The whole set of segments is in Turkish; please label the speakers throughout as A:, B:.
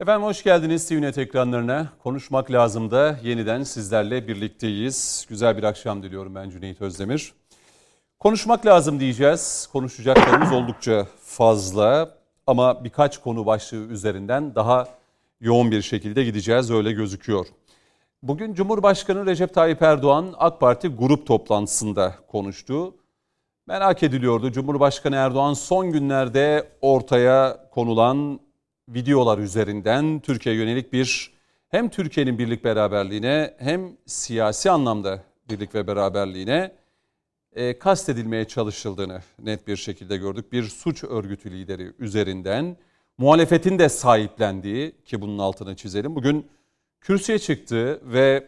A: Efendim hoş geldiniz TVNet ekranlarına. Konuşmak lazım da yeniden sizlerle birlikteyiz. Güzel bir akşam diliyorum ben Cüneyt Özdemir. Konuşmak lazım diyeceğiz. Konuşacaklarımız oldukça fazla ama birkaç konu başlığı üzerinden daha yoğun bir şekilde gideceğiz, öyle gözüküyor. Bugün Cumhurbaşkanı Recep Tayyip Erdoğan AK Parti grup toplantısında konuştu. Merak ediliyordu, Cumhurbaşkanı Erdoğan son günlerde ortaya konulan videolar üzerinden Türkiye'ye yönelik bir hem Türkiye'nin birlik beraberliğine hem siyasi anlamda birlik ve beraberliğine kastedilmeye çalışıldığını net bir şekilde gördük. Bir suç örgütü lideri üzerinden muhalefetin de sahiplendiği, ki bunun altını çizelim, bugün kürsüye çıktı ve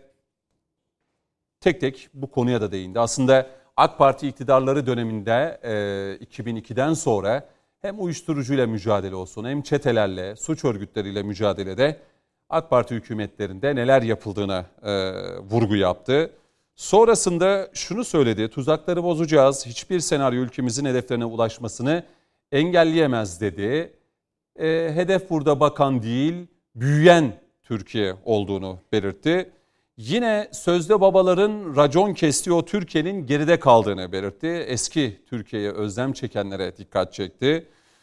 A: tek tek bu konuya da değindi. Aslında AK Parti iktidarları döneminde 2002'den sonra hem uyuşturucuyla mücadele olsun hem çetelerle, suç örgütleriyle mücadelede AK Parti hükümetlerinde neler yapıldığına vurgu yaptı. Sonrasında şunu söyledi: tuzakları bozacağız, hiçbir senaryo ülkemizin hedeflerine ulaşmasını engelleyemez dedi. Hedef burada bakan değil, büyüyen Türkiye olduğunu belirtti. Yine sözde babaların racon kestiği o Türkiye'nin geride kaldığını belirtti. Eski Türkiye'ye özlem çekenlere dikkat çekti.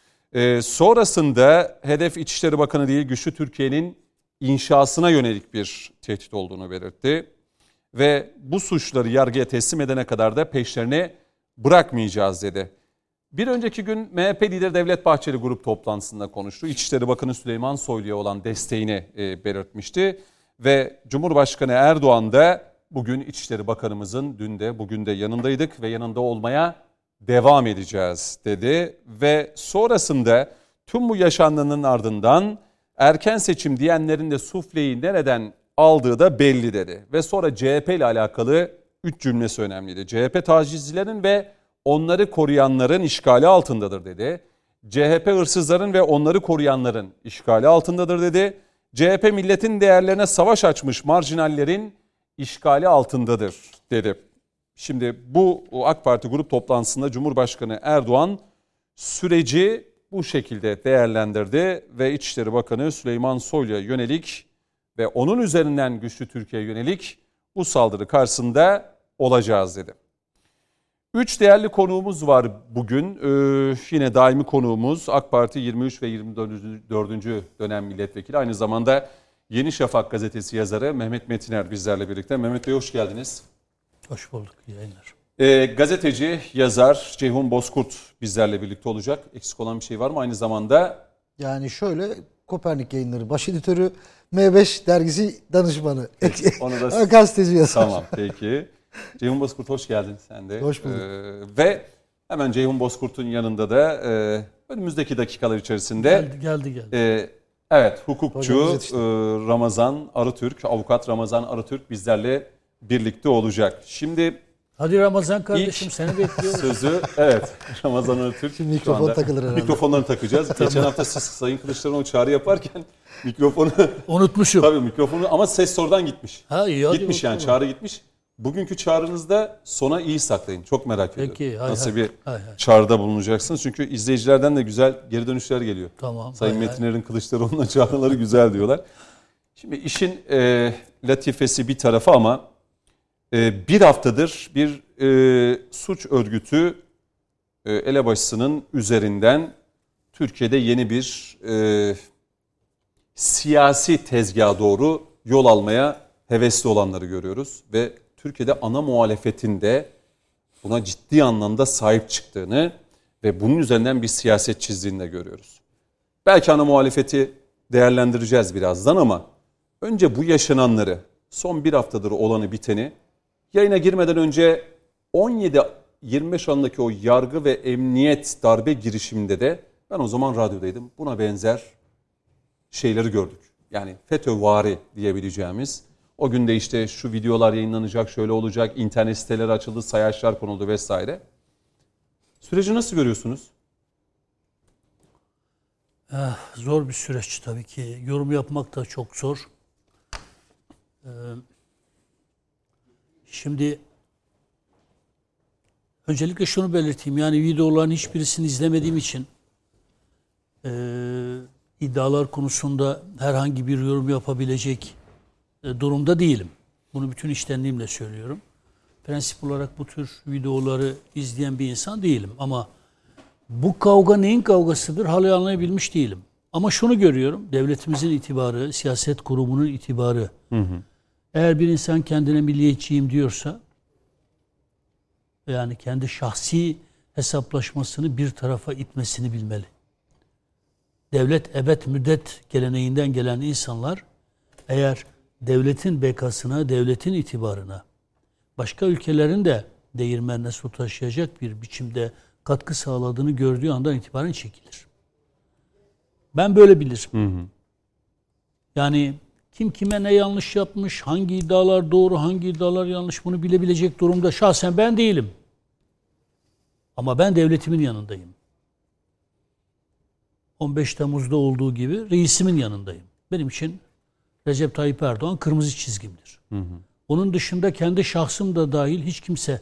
A: Sonrasında hedef İçişleri Bakanı değil, güçlü Türkiye'nin inşasına yönelik bir tehdit olduğunu belirtti. Ve bu suçları yargıya teslim edene kadar da peşlerini bırakmayacağız dedi. Bir önceki gün MHP lideri Devlet Bahçeli grup toplantısında konuştu. İçişleri Bakanı Süleyman Soylu'ya olan desteğini belirtmişti. Ve Cumhurbaşkanı Erdoğan da bugün İçişleri Bakanımızın dün de bugün de yanındaydık ve yanında olmaya devam edeceğiz dedi. Ve sonrasında tüm bu yaşananın ardından erken seçim diyenlerin de sufleyi nereden aldığı da belli dedi. Ve sonra CHP ile alakalı 3 cümlesi önemliydi. CHP tacizcilerin ve onları koruyanların işgali altındadır dedi. CHP hırsızların ve onları koruyanların işgali altındadır dedi. CHP milletin değerlerine savaş açmış marjinallerin işgali altındadır dedi. Şimdi bu AK Parti grup toplantısında Cumhurbaşkanı Erdoğan süreci bu şekilde değerlendirdi ve İçişleri Bakanı Süleyman Soylu'ya yönelik ve onun üzerinden güçlü Türkiye'ye yönelik bu saldırı karşısında olacağız dedi. 3 değerli konuğumuz var bugün. Yine daimi konuğumuz AK Parti 23 ve 24. dönem milletvekili. Aynı zamanda Yeni Şafak gazetesi yazarı Mehmet Metiner bizlerle birlikte. Mehmet Bey hoş geldiniz.
B: Hoş bulduk, iyi yayınlar.
A: Gazeteci, yazar Ceyhun Bozkurt bizlerle birlikte olacak. Eksik olan bir şey var mı? Aynı zamanda...
C: Yani şöyle, Kopernik Yayınları baş editörü, M5 dergisi danışmanı.
A: Peki, onu da...
C: gazeteci yazar.
A: Tamam, peki. Ceyhun Bozkurt hoş geldin sen de.
C: Hoş bulduk.
A: Ve hemen Ceyhun Bozkurt'un yanında da önümüzdeki dakikalar içerisinde...
B: Geldi.
A: Evet, hukukçu Ramazan Arıtürk, avukat Ramazan Arıtürk bizlerle birlikte olacak. Şimdi...
B: Hadi Ramazan kardeşim, seni bekliyoruz.
A: Sözü, evet, Ramazan Arıtürk.
C: Şimdi mikrofon takılır herhalde.
A: Mikrofonları takacağız. Geçen hafta siz Sayın Kılıçdaroğlu çağrı yaparken mikrofonu...
B: Unutmuşum.
A: Tabii mikrofonu, ama ses oradan gitmiş.
B: Ha, iyi,
A: gitmiş yani, çağrı gitmiş. Bugünkü çağrınızda sona iyi saklayın. Çok merak ediyorum.
B: Peki,
A: nasıl bir çağrıda bulunacaksınız? Çünkü izleyicilerden de güzel geri dönüşler geliyor.
B: Tamam.
A: Sayın Metiner'in Kılıçdaroğlu'na çağrıları güzel diyorlar. Şimdi işin latifesi bir tarafa ama bir haftadır bir suç örgütü elebaşısının üzerinden Türkiye'de yeni bir siyasi tezgaha doğru yol almaya hevesli olanları görüyoruz. Ve Türkiye'de ana muhalefetinde buna ciddi anlamda sahip çıktığını ve bunun üzerinden bir siyaset çizdiğini de görüyoruz. Belki ana muhalefeti değerlendireceğiz birazdan ama önce bu yaşananları, son bir haftadır olanı biteni, yayına girmeden önce 17-25 Aralık'taki o yargı ve emniyet darbe girişiminde de ben o zaman radyodaydım. Buna benzer şeyleri gördük. Yani FETÖ'vari diyebileceğimiz, o gün de işte şu videolar yayınlanacak, şöyle olacak, internet siteleri açıldı, sayaçlar konuldu vesaire. Süreci nasıl görüyorsunuz?
B: Zor bir süreç tabii ki. Yorum yapmak da çok zor. Şimdi öncelikle şunu belirteyim. Yani videoların hiçbirisini izlemediğim için iddialar konusunda herhangi bir yorum yapabilecek durumda değilim. Bunu bütün içtenliğimle söylüyorum. Prensip olarak bu tür videoları izleyen bir insan değilim. Ama bu kavga neyin kavgasıdır hala anlayabilmiş değilim. Ama şunu görüyorum, devletimizin itibarı, siyaset kurumunun itibarı. Eğer bir insan kendine milliyetçiyim diyorsa, yani kendi şahsi hesaplaşmasını bir tarafa itmesini bilmeli. Devlet ebed müddet geleneğinden gelen insanlar, eğer devletin bekasına, devletin itibarına, başka ülkelerin de değirmenine su taşıyacak bir biçimde katkı sağladığını gördüğü andan itibaren çekilir. Ben böyle bilirim. Yani kim kime ne yanlış yapmış, hangi iddialar doğru, hangi iddialar yanlış bunu bilebilecek durumda şahsen ben değilim. Ama ben devletimin yanındayım. 15 Temmuz'da olduğu gibi reisimin yanındayım. Benim için Recep Tayyip Erdoğan kırmızı çizgimdir. Onun dışında kendi şahsım da dahil hiç kimse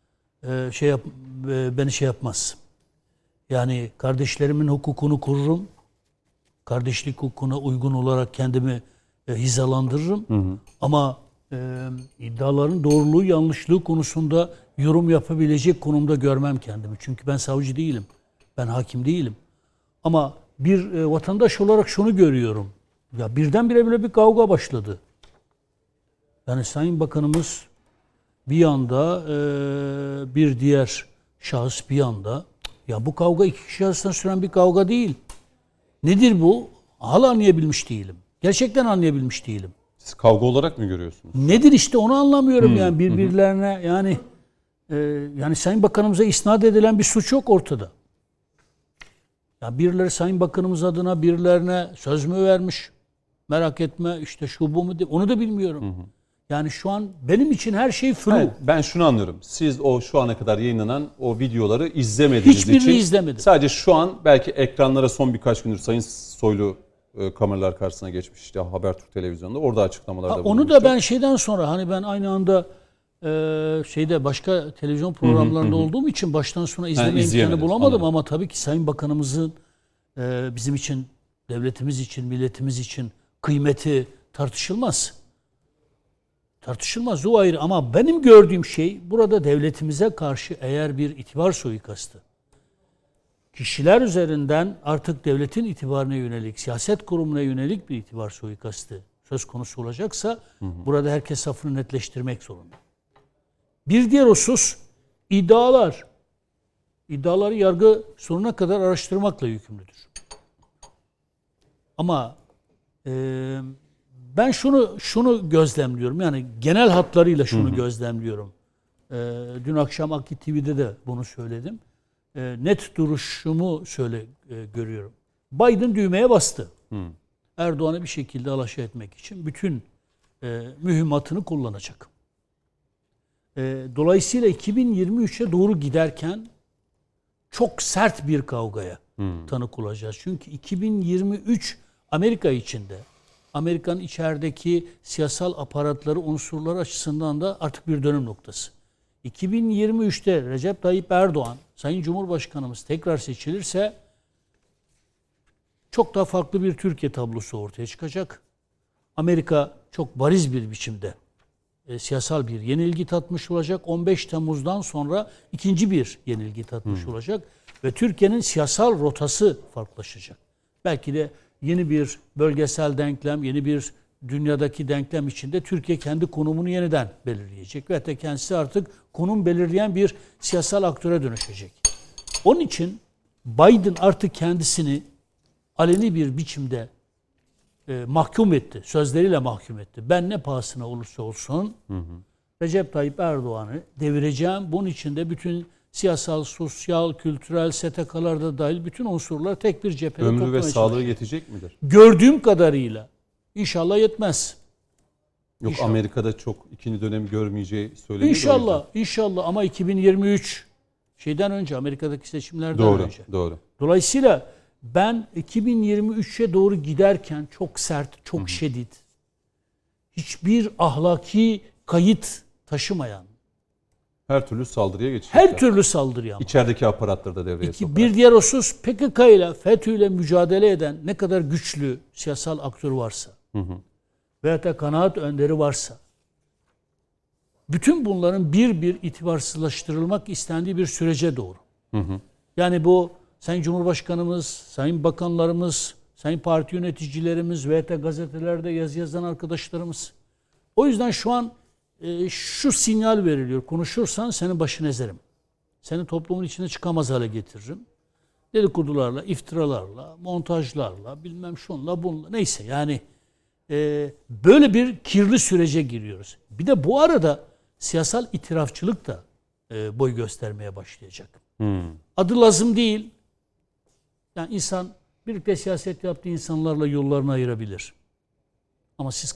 B: beni şey yapmaz. Yani kardeşlerimin hukukunu korurum. Kardeşlik hukukuna uygun olarak kendimi hizalandırırım. Ama iddiaların doğruluğu, yanlışlığı konusunda yorum yapabilecek konumda görmem kendimi. Çünkü ben savcı değilim. Ben hakim değilim. Ama bir vatandaş olarak şunu görüyorum. Ya birdenbire bile bir kavga başladı. Yani Sayın Bakanımız bir yanda, bir diğer şahıs bir yanda. Ya bu kavga iki kişi arasında süren bir kavga değil. Nedir bu? Hala anlayabilmiş değilim. Gerçekten anlayabilmiş değilim.
A: Siz kavga olarak mı görüyorsunuz?
B: Nedir işte onu anlamıyorum yani birbirlerine yani Sayın Bakanımıza isnat edilen bir suç yok ortada. Ya birileri Sayın Bakanımız adına birilerine söz mü vermiş? Merak etme işte şu bu mu diye. Onu da bilmiyorum. Yani şu an benim için her şey flu.
A: Evet, ben şunu anlıyorum. Siz o şu ana kadar yayınlanan o videoları izlemediğiniz için.
B: Hiçbirini izlemedim.
A: Sadece şu an belki ekranlara son birkaç gündür Sayın Soylu kameralar karşısına geçmiş işte Habertürk televizyonunda. Orada açıklamalarda bulunmuştu.
B: Onu da ben şeyden sonra hani ben aynı anda başka televizyon programlarında olduğum için baştan sona izleme imkanı bulamadım. Anladım. Ama tabii ki Sayın Bakanımızın bizim için, devletimiz için, milletimiz için kıymeti tartışılmaz. Tartışılmaz o ayrı ama benim gördüğüm şey burada devletimize karşı eğer bir itibar suikastı, kişiler üzerinden artık devletin itibarına yönelik, siyaset kurumuna yönelik bir itibar suikastı söz konusu olacaksa burada herkes safını netleştirmek zorunda. Bir diğer husus iddialar. İddiaları yargı sonuna kadar araştırmakla yükümlüdür. Ama ben şunu gözlemliyorum. Yani genel hatlarıyla şunu gözlemliyorum. Dün akşam Akit TV'de de bunu söyledim. Net duruşumu görüyorum. Biden düğmeye bastı. Erdoğan'ı bir şekilde alaşağı etmek için bütün mühimmatını kullanacak. Dolayısıyla 2023'e doğru giderken çok sert bir kavgaya tanık olacağız. Çünkü 2023 Amerika içinde, Amerika'nın içerideki siyasal aparatları, unsurları açısından da artık bir dönüm noktası. 2023'te Recep Tayyip Erdoğan, Sayın Cumhurbaşkanımız tekrar seçilirse çok daha farklı bir Türkiye tablosu ortaya çıkacak. Amerika çok bariz bir biçimde siyasal bir yenilgi tatmış olacak. 15 Temmuz'dan sonra ikinci bir yenilgi tatmış olacak. Ve Türkiye'nin siyasal rotası farklılaşacak. Belki de yeni bir bölgesel denklem, yeni bir dünyadaki denklem içinde Türkiye kendi konumunu yeniden belirleyecek. Ve hatta kendisi artık konum belirleyen bir siyasal aktöre dönüşecek. Onun için Biden artık kendisini aleni bir biçimde mahkum etti. Sözleriyle mahkum etti. Ben ne pahasına olursa olsun Recep Tayyip Erdoğan'ı devireceğim. Bunun için de bütün siyasal, sosyal, kültürel, STK'larda dahil bütün unsurlar tek bir cephede toplamaya
A: çalışacak. Ömrü ve sağlığı yetecek midir?
B: Gördüğüm kadarıyla inşallah yetmez.
A: Yok inşallah. Amerika'da çok ikinci dönem görmeyeceği söyleniyor.
B: İnşallah ama 2023 şeyden önce Amerika'daki seçimlerden önce.
A: Doğru.
B: Dolayısıyla ben 2023'e doğru giderken çok sert, çok şiddet, hiçbir ahlaki kayıt taşımayan,
A: Her türlü saldırıya geçecekler.
B: Her türlü saldırıya.
A: İçerideki aparatları da devreye sokarak.
B: Bir diğer husus PKK ile FETÖ ile mücadele eden ne kadar güçlü siyasal aktör varsa veyahut da kanaat önderi varsa bütün bunların bir bir itibarsızlaştırılmak istendiği bir sürece doğru. Yani bu Sayın Cumhurbaşkanımız, Sayın Bakanlarımız, Sayın Parti yöneticilerimiz veyahut da gazetelerde yazı yazan arkadaşlarımız. O yüzden şu an şu sinyal veriliyor. Konuşursan senin başını ezerim. Seni toplumun içine çıkamaz hale getiririm. Dedikodularla, iftiralarla, montajlarla, bilmem şunla bununla neyse yani böyle bir kirli sürece giriyoruz. Bir de bu arada siyasal itirafçılık da boy göstermeye başlayacak. Adı lazım değil. Yani insan birlikte siyaset yaptığı insanlarla yollarını ayırabilir. Ama siz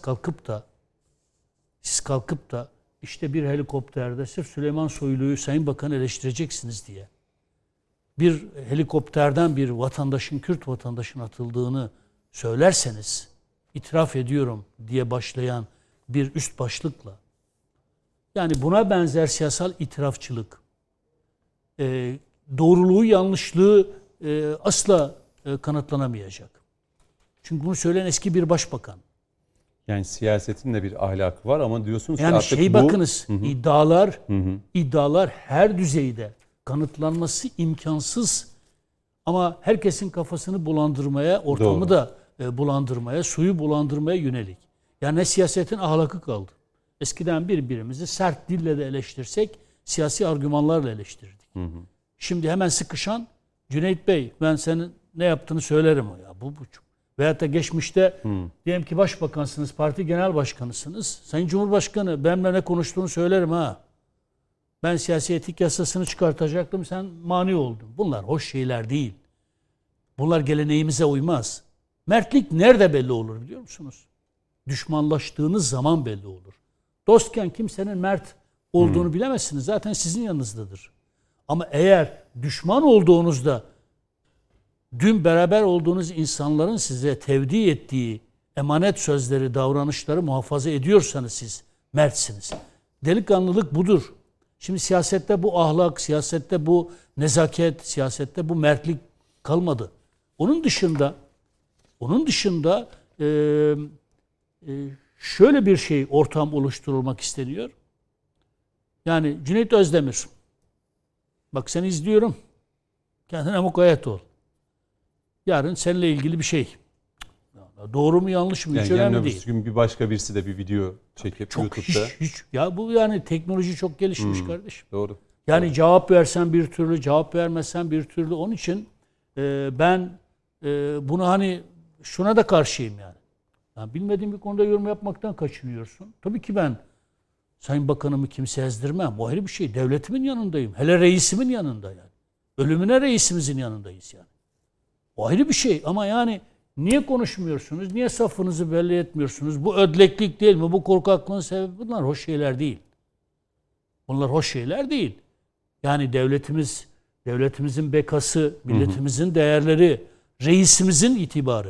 B: kalkıp da işte bir helikopterde sırf Süleyman Soylu'yu Sayın Bakan eleştireceksiniz diye bir helikopterden bir vatandaşın, Kürt vatandaşın atıldığını söylerseniz itiraf ediyorum diye başlayan bir üst başlıkla yani buna benzer siyasal itirafçılık doğruluğu yanlışlığı asla kanıtlanamayacak. Çünkü bunu söyleyen eski bir başbakan.
A: Yani siyasetin de bir ahlakı var ama diyorsunuz
B: yani
A: ki artık bu...
B: bakınız iddialar her düzeyde kanıtlanması imkansız ama herkesin kafasını bulandırmaya, ortamı da bulandırmaya, suyu bulandırmaya yönelik. Yani ne siyasetin ahlakı kaldı. Eskiden birbirimizi sert dille de eleştirsek siyasi argümanlarla eleştirirdik. Şimdi hemen sıkışan Cüneyt Bey ben senin ne yaptığını söylerim. Ya bu veyahut da geçmişte diyelim ki başbakansınız, parti genel başkanısınız. Sayın Cumhurbaşkanı benimle ne konuştuğunu söylerim ha. Ben siyasi etik yasasını çıkartacaktım sen mani oldun. Bunlar hoş şeyler değil. Bunlar geleneğimize uymaz. Mertlik nerede belli olur biliyor musunuz? Düşmanlaştığınız zaman belli olur. Dostken kimsenin mert olduğunu bilemezsiniz. Zaten sizin yanınızdadır. Ama eğer düşman olduğunuzda dün beraber olduğunuz insanların size tevdi ettiği emanet sözleri, davranışları muhafaza ediyorsanız siz mertsiniz. Delikanlılık budur. Şimdi siyasette bu ahlak, siyasette bu nezaket, siyasette bu mertlik kalmadı. Onun dışında şöyle bir şey ortam oluşturulmak isteniyor. Yani Cüneyt Özdemir, bak seni izliyorum, kendine mukayyet ol. Yarın seninle ilgili bir şey. Doğru mu yanlış mı hiç önemli değil.
A: Gün bir başka birisi de bir video çekip
B: çok
A: YouTube'da.
B: Ya bu yani teknoloji çok gelişmiş kardeşim.
A: Doğru.
B: Yani cevap versen bir türlü, cevap vermezsen bir türlü. Onun için ben bunu hani şuna da karşıyım yani. Yani bilmediğim bir konuda yorum yapmaktan kaçınıyorsun. Tabii ki ben Sayın Bakanımı kimse ezdirmem. O ayrı bir şey. Devletimin yanındayım. Hele reisimin yanında yani. Ölümüne reisimizin yanındayız yani. O ayrı bir şey ama yani niye konuşmuyorsunuz? Niye safınızı belli etmiyorsunuz? Bu ödleklik değil mi? Bu korkaklığın sebebi bunlar hoş şeyler değil. Bunlar hoş şeyler değil. Yani devletimizin bekası, milletimizin değerleri, reisimizin itibarı.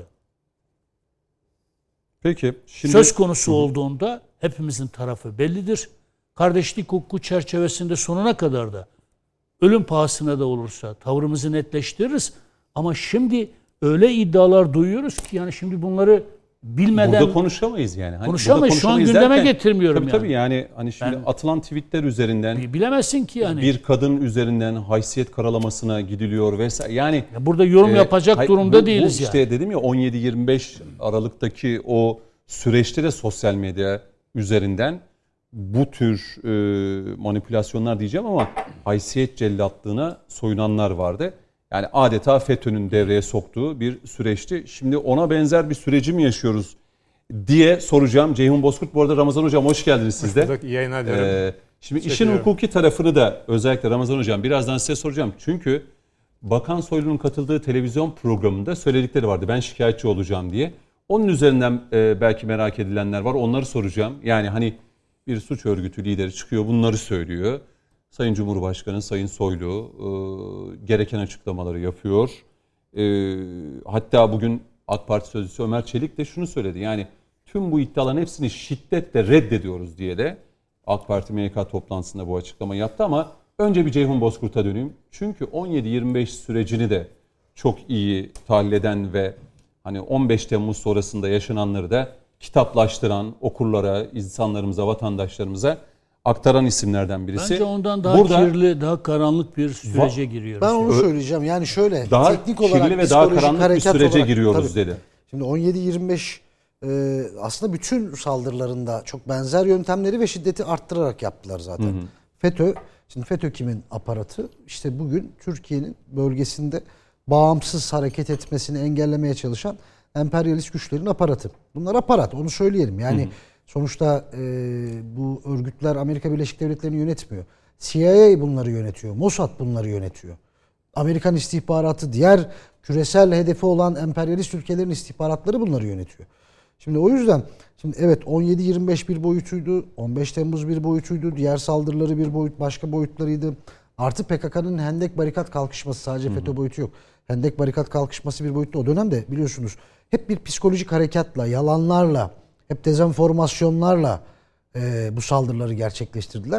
A: Peki. Şimdi...
B: Söz konusu olduğunda hepimizin tarafı bellidir. Kardeşlik hukuku çerçevesinde sonuna kadar da ölüm pahasına da olursa tavrımızı netleştiririz. Ama şimdi öyle iddialar duyuyoruz ki yani şimdi bunları bilmeden...
A: Burada konuşamayız yani. Hani
B: konuşamayız. Şu an gündeme getirmiyorum
A: tabii yani hani şimdi atılan tweetler üzerinden...
B: Bilemezsin ki yani.
A: Bir kadın üzerinden haysiyet karalamasına gidiliyor vesaire. Yani...
B: Ya burada yorum yapacak durumda değiliz
A: işte
B: yani.
A: Dedim ya 17-25 Aralık'taki o süreçte de sosyal medya üzerinden bu tür manipülasyonlar diyeceğim ama haysiyet cellatlığına soyunanlar vardı. Yani adeta FETÖ'nün devreye soktuğu bir süreçti. Şimdi ona benzer bir süreci mi yaşıyoruz diye soracağım. Ceyhun Bozkurt, bu arada Ramazan Hocam hoş geldiniz siz de.
D: Hoş bulduk, iyi yayınlar dilerim.
A: Şimdi işin hukuki tarafını da özellikle Ramazan Hocam birazdan size soracağım. Çünkü Bakan Soylu'nun katıldığı televizyon programında söyledikleri vardı. Ben şikayetçi olacağım diye. Onun üzerinden belki merak edilenler var. Onları soracağım. Yani hani bir suç örgütü lideri çıkıyor bunları söylüyor. Sayın Cumhurbaşkanı, Sayın Soylu gereken açıklamaları yapıyor. Hatta bugün AK Parti Sözcüsü Ömer Çelik de şunu söyledi. Yani tüm bu iddiaların hepsini şiddetle reddediyoruz diye de AK Parti MYK toplantısında bu açıklamayı yaptı ama önce bir Ceyhun Bozkurt'a döneyim. Çünkü 17-25 sürecini de çok iyi tahlil eden ve hani 15 Temmuz sonrasında yaşananları da kitaplaştıran, okurlara, insanlarımıza, vatandaşlarımıza aktaran isimlerden birisi.
B: Bence ondan daha kirli, daha karanlık bir sürece giriyoruz.
C: Ben onu söyleyeceğim. Yani şöyle
A: daha
C: teknik olarak
A: kirli ve daha karanlık bir
C: harekat
A: sürece
C: olarak,
A: giriyoruz
C: tabii.
A: dedi.
C: Şimdi 17-25 aslında bütün saldırılarında çok benzer yöntemleri ve şiddeti arttırarak yaptılar zaten. FETÖ, şimdi FETÖ kimin aparatı? İşte bugün Türkiye'nin bölgesinde bağımsız hareket etmesini engellemeye çalışan emperyalist güçlerin aparatı. Bunlar aparat, onu söyleyelim. Yani sonuçta bu örgütler Amerika Birleşik Devletleri'ni yönetmiyor. CIA bunları yönetiyor, Mossad bunları yönetiyor. Amerikan istihbaratı, diğer küresel hedefi olan emperyalist ülkelerin istihbaratları bunları yönetiyor. Şimdi o yüzden evet 17-25 bir boyutuydu, 15 Temmuz bir boyutuydu, diğer saldırıları bir boyut, başka boyutlarıydı. Artı PKK'nın Hendek Barikat kalkışması, sadece FETÖ boyutu yok. Hendek Barikat kalkışması bir boyuttu. O dönemde biliyorsunuz hep bir psikolojik harekatla, yalanlarla, hep dezenformasyonlarla bu saldırıları gerçekleştirdiler.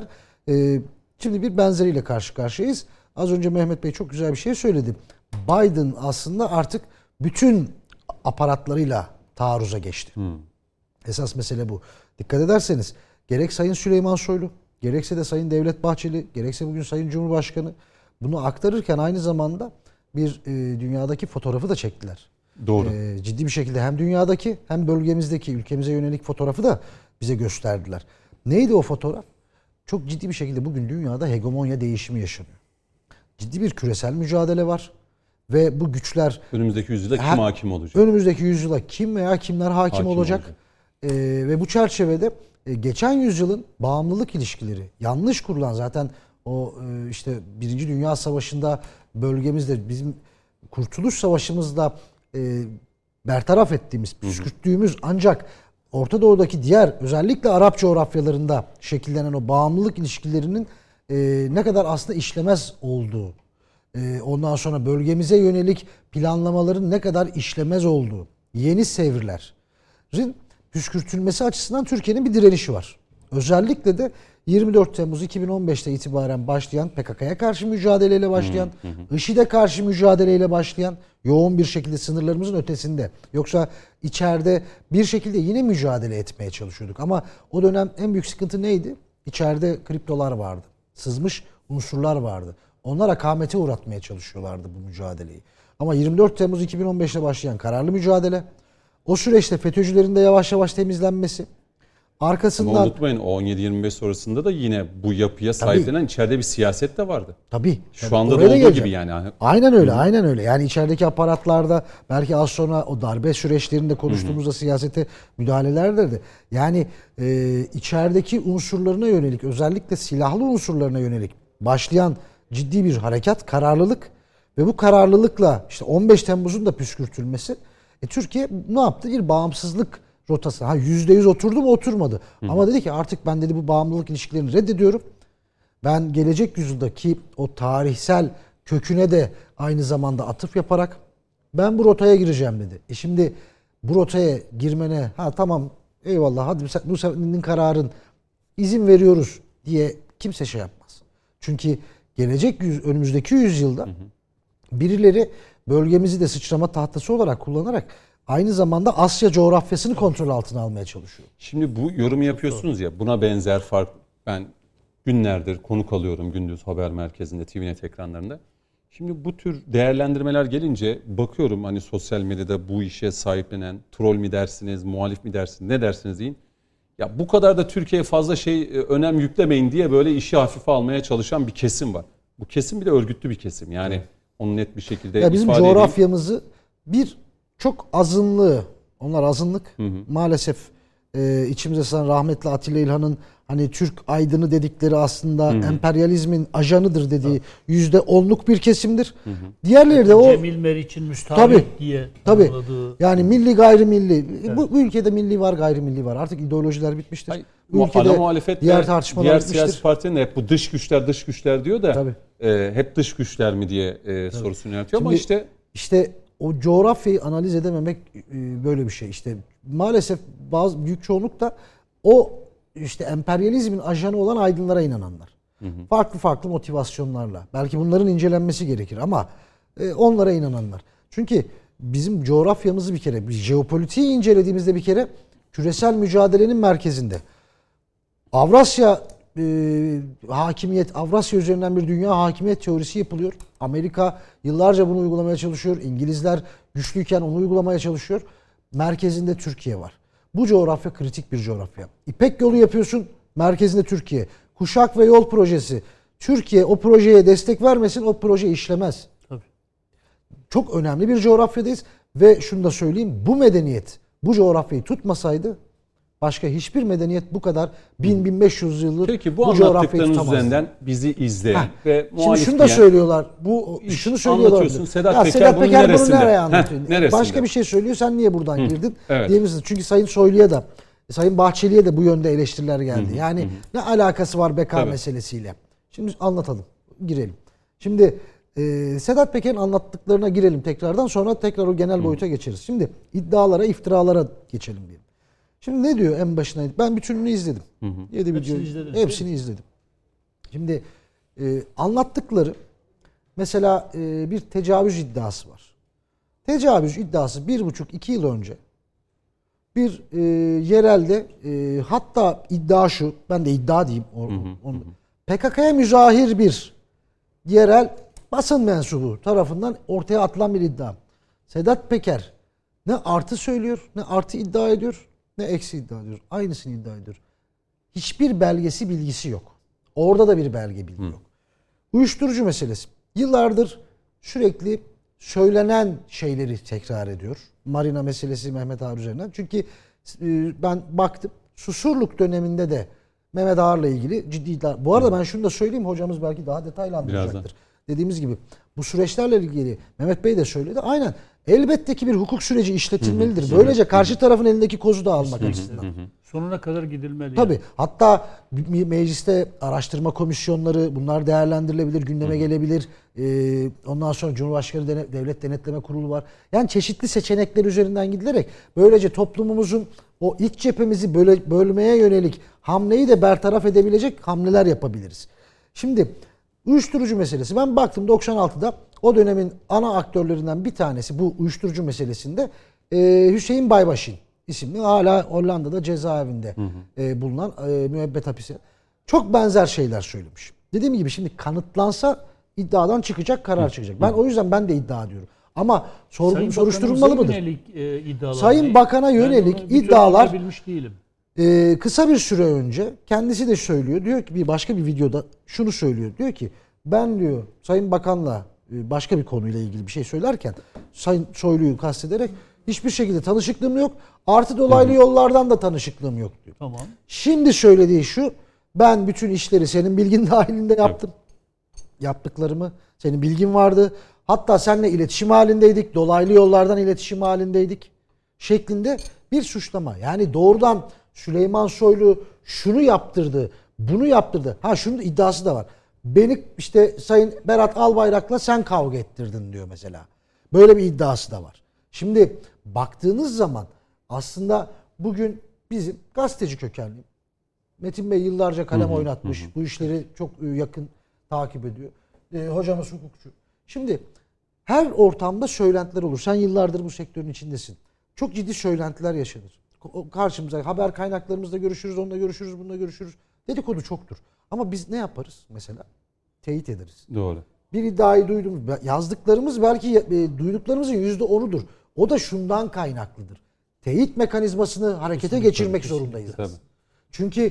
C: Şimdi bir benzeriyle karşı karşıyayız. Az önce Mehmet Bey çok güzel bir şey söyledi. Biden aslında artık bütün aparatlarıyla taarruza geçti. Esas mesele bu. Dikkat ederseniz gerek Sayın Süleyman Soylu, gerekse de Sayın Devlet Bahçeli, gerekse bugün Sayın Cumhurbaşkanı bunu aktarırken aynı zamanda bir dünyadaki fotoğrafı da çektiler.
A: Doğru.
C: Ciddi bir şekilde hem dünyadaki hem bölgemizdeki, ülkemize yönelik fotoğrafı da bize gösterdiler. Neydi o fotoğraf? Çok ciddi bir şekilde bugün dünyada hegemonya değişimi yaşanıyor. Ciddi bir küresel mücadele var. Ve bu güçler...
A: Önümüzdeki yüzyılda kim hakim olacak?
C: Önümüzdeki yüzyılda kim veya kimler hakim olacak? Ve bu çerçevede geçen yüzyılın bağımlılık ilişkileri yanlış kurulan, zaten o işte Birinci Dünya Savaşı'nda bölgemizde, bizim Kurtuluş Savaşı'mızda bertaraf ettiğimiz, püskürttüğümüz, ancak Orta Doğu'daki diğer, özellikle Arap coğrafyalarında şekillenen o bağımlılık ilişkilerinin ne kadar aslında işlemez olduğu, ondan sonra bölgemize yönelik planlamaların ne kadar işlemez olduğu, yeni sevirlerin püskürtülmesi açısından Türkiye'nin bir direnişi var. Özellikle de 24 Temmuz 2015'te itibaren başlayan, PKK'ya karşı mücadeleyle başlayan, IŞİD'e karşı mücadeleyle başlayan, yoğun bir şekilde sınırlarımızın ötesinde. Yoksa içeride bir şekilde yine mücadele etmeye çalışıyorduk. Ama o dönem en büyük sıkıntı neydi? İçeride kriptolar vardı. Sızmış unsurlar vardı. Onlar akamete uğratmaya çalışıyorlardı bu mücadeleyi. Ama 24 Temmuz 2015'te başlayan kararlı mücadele, o süreçte FETÖ'cülerin de yavaş yavaş temizlenmesi, arkasından...
A: Ama unutmayın, o 17-25 sonrasında da yine bu yapıya sahiplenen içeride bir siyaset de vardı.
C: Tabii.
A: Şu anda da olduğu gibi yani.
C: Aynen öyle, aynen öyle. Yani içerideki aparatlarda belki az sonra o darbe süreçlerinde konuştuğumuzda siyasete müdahalelerdir de. Yani içerideki unsurlarına yönelik, özellikle silahlı unsurlarına yönelik başlayan ciddi bir harekat, kararlılık ve bu kararlılıkla işte 15 Temmuz'un da püskürtülmesi. Türkiye ne yaptı? Bir bağımsızlık rotası. %100 oturdu mu? Oturmadı. Ama dedi ki artık ben dedi bu bağımlılık ilişkilerini reddediyorum. Ben gelecek yüzyıldaki o tarihsel köküne de aynı zamanda atıf yaparak ben bu rotaya gireceğim dedi. Şimdi bu rotaya girmene tamam eyvallah hadi bu senin kararın, izin veriyoruz diye kimse şey yapmaz. Çünkü önümüzdeki yüzyılda birileri bölgemizi de sıçrama tahtası olarak kullanarak aynı zamanda Asya coğrafyasını kontrol altına almaya çalışıyor.
A: Şimdi bu yorumu yapıyorsunuz ya, buna benzer fark, ben günlerdir konuk alıyorum Gündüz Haber Merkezi'nde, TVNet ekranlarında. Şimdi bu tür değerlendirmeler gelince bakıyorum hani sosyal medyada bu işe sahiplenen, troll mi dersiniz, muhalif mi dersiniz, ne dersiniz deyin. Ya bu kadar da Türkiye'ye fazla önem yüklemeyin diye böyle işi hafife almaya çalışan bir kesim var. Bu kesim bir de örgütlü bir kesim. Yani onu net bir şekilde ifade edeyim.
C: Bizim coğrafyamızı bir çok azınlığı, onlar azınlık maalesef içimize sığan rahmetli Atilla İlhan'ın hani Türk aydını dedikleri aslında emperyalizmin ajanıdır dediği %10'luk bir kesimdir. Diğerleri de o
B: Cemil Meriç'in müstahrik diye tanımladığı.
C: Yani milli gayrimilli. Bu ülkede milli var, gayrimilli var. Artık ideolojiler bitmiştir. Bu ülkede
A: muhalefet
C: diğer tartışmalar bitmiştir.
A: Diğer siyasi partilerin hep bu dış güçler diyor da hep dış güçler mi diye sorusunu yöneltiyor ama
C: işte o coğrafyayı analiz edememek böyle bir şey. İşte maalesef büyük çoğunluk da o işte emperyalizmin ajanı olan aydınlara inananlar. Farklı farklı motivasyonlarla. Belki bunların incelenmesi gerekir ama onlara inananlar. Çünkü bizim coğrafyamızı bir kere, biz jeopolitiği incelediğimizde bir kere küresel mücadelenin merkezinde. Avrasya hakimiyet, Avrasya üzerinden bir dünya hakimiyet teorisi yapılıyor. Amerika yıllarca bunu uygulamaya çalışıyor. İngilizler güçlüyken onu uygulamaya çalışıyor. Merkezinde Türkiye var. Bu coğrafya kritik bir coğrafya. İpek yolu yapıyorsun, merkezinde Türkiye. Kuşak ve yol projesi. Türkiye o projeye destek vermesin, o proje işlemez.
B: Tabii.
C: Çok önemli bir coğrafyadayız ve şunu da söyleyeyim, bu medeniyet bu coğrafyayı tutmasaydı başka hiçbir medeniyet bu kadar 1000-1500 yıldır
A: Peki
C: bu
A: bu
C: coğrafyayı
A: anlattıklarınız
C: tutamazdı.
A: üzerinden bizi izleyen ve
C: Şimdi
A: muhalif
C: şunu da
A: diyen,
C: söylüyorlar.
A: iş
C: Şunu söylüyorlar.
A: anlatıyorsun. Sedat
C: Ya
A: Peker
C: Sedat
A: bunun
C: Peker bunu
A: neresinde?
C: nereye anlatıyor?
A: Neresinde?
C: Başka bir şey söylüyor. Sen niye buradan girdin?
A: Evet.
C: Diyebilirsiniz. Çünkü Sayın Soylu'ya da, Sayın Bahçeli'ye de bu yönde eleştiriler geldi. Yani ne alakası var beka
A: Tabii.
C: meselesiyle? Şimdi anlatalım. Girelim. Şimdi Sedat Peker'in anlattıklarına girelim tekrardan. Sonra tekrar o genel boyuta geçeriz. Şimdi iddialara, iftiralara geçelim diyelim. Şimdi ne diyor en başına? Ben bütününü izledim. 7 video.
B: izlediniz,
C: Hepsini izledim. Şimdi anlattıkları mesela bir tecavüz iddiası var. Tecavüz iddiası 1,5-2 yıl önce bir yerelde hatta iddia şu, ben de iddia diyeyim. PKK'ya müzahir bir yerel basın mensubu tarafından ortaya atılan bir iddia. Sedat Peker ne artı söylüyor, ne artı iddia ediyor, ne eksi iddia ediyor. Aynısını iddia ediyor. Hiçbir belgesi, bilgisi yok. Orada da bir belge, bilgi yok. Uyuşturucu meselesi. Yıllardır sürekli söylenen şeyleri tekrar ediyor. Marina meselesi Mehmet Ağar üzerinden. Çünkü ben baktım, Susurluk döneminde de Mehmet Ağar'la ilgili ciddi iddia. Bu arada ben şunu da söyleyeyim, hocamız belki daha detaylı anlatacaktır. Dediğimiz gibi bu süreçlerle ilgili Mehmet Bey de söyledi. Aynen. Elbette ki bir hukuk süreci işletilmelidir. Böylece karşı tarafın elindeki kozu da almak açısından.
B: Sonuna kadar gidilmeli.
C: Tabii.
B: Yani.
C: Hatta mecliste araştırma komisyonları, bunlar değerlendirilebilir, gündeme gelebilir. Ondan sonra Cumhurbaşkanı Devlet Denetleme Kurulu var. Yani çeşitli seçenekler üzerinden gidilerek böylece toplumumuzun o iç cephemizi bölmeye yönelik hamleyi de bertaraf edebilecek hamleler yapabiliriz. Şimdi uyuşturucu meselesi. Ben baktım 96'da o dönemin ana aktörlerinden bir tanesi bu uyuşturucu meselesinde Hüseyin Baybaşin isimli, hala Hollanda'da cezaevinde bulunan müebbet hapise. Çok benzer şeyler söylemiş. Dediğim gibi şimdi kanıtlansa iddiadan çıkacak, karar çıkacak. Ben o yüzden ben de iddia diyorum. Ama soruşturulmalı mıdır? Sayın Bakan'a yönelik iddialar
B: değilim.
C: Kısa bir süre önce kendisi de söylüyor. Diyor ki bir başka bir videoda şunu söylüyor. Diyor ki ben diyor Sayın Bakan'la başka bir konuyla ilgili bir şey söylerken Sayın Soylu'yu kastederek hiçbir şekilde tanışıklığım yok. Artı dolaylı yollardan da tanışıklığım yok diyor.
B: Tamam.
C: Şimdi söylediği şu, ben bütün işleri senin bilgin dahilinde yaptım. Yaptıklarımı senin bilgin vardı. Hatta seninle iletişim halindeydik. Dolaylı yollardan iletişim halindeydik. Şeklinde bir suçlama. Yani doğrudan Süleyman Soylu şunu yaptırdı, bunu yaptırdı. Ha şunun iddiası da var. Beni işte Sayın Berat Albayrak'la sen kavga ettirdin diyor mesela. Böyle bir iddiası da var. Şimdi baktığınız zaman aslında bugün bizim gazeteci kökenli Metin Bey yıllarca kalem oynatmış. Bu işleri çok yakın takip ediyor. Hocamız hukukçu. Şimdi her ortamda söylentiler olur. Sen yıllardır bu sektörün içindesin. Çok ciddi söylentiler yaşanır. Karşımıza haber kaynaklarımızda görüşürüz, onunla görüşürüz, bununla görüşürüz. Dedikodu çoktur. Ama biz ne yaparız mesela? Teyit ederiz.
A: Doğru.
C: Bir iddiayı duydum. Yazdıklarımız belki duyduklarımızın %10'udur. O da şundan kaynaklıdır. Teyit mekanizmasını harekete geçirmek zorundayız.
A: Tabii.
C: Çünkü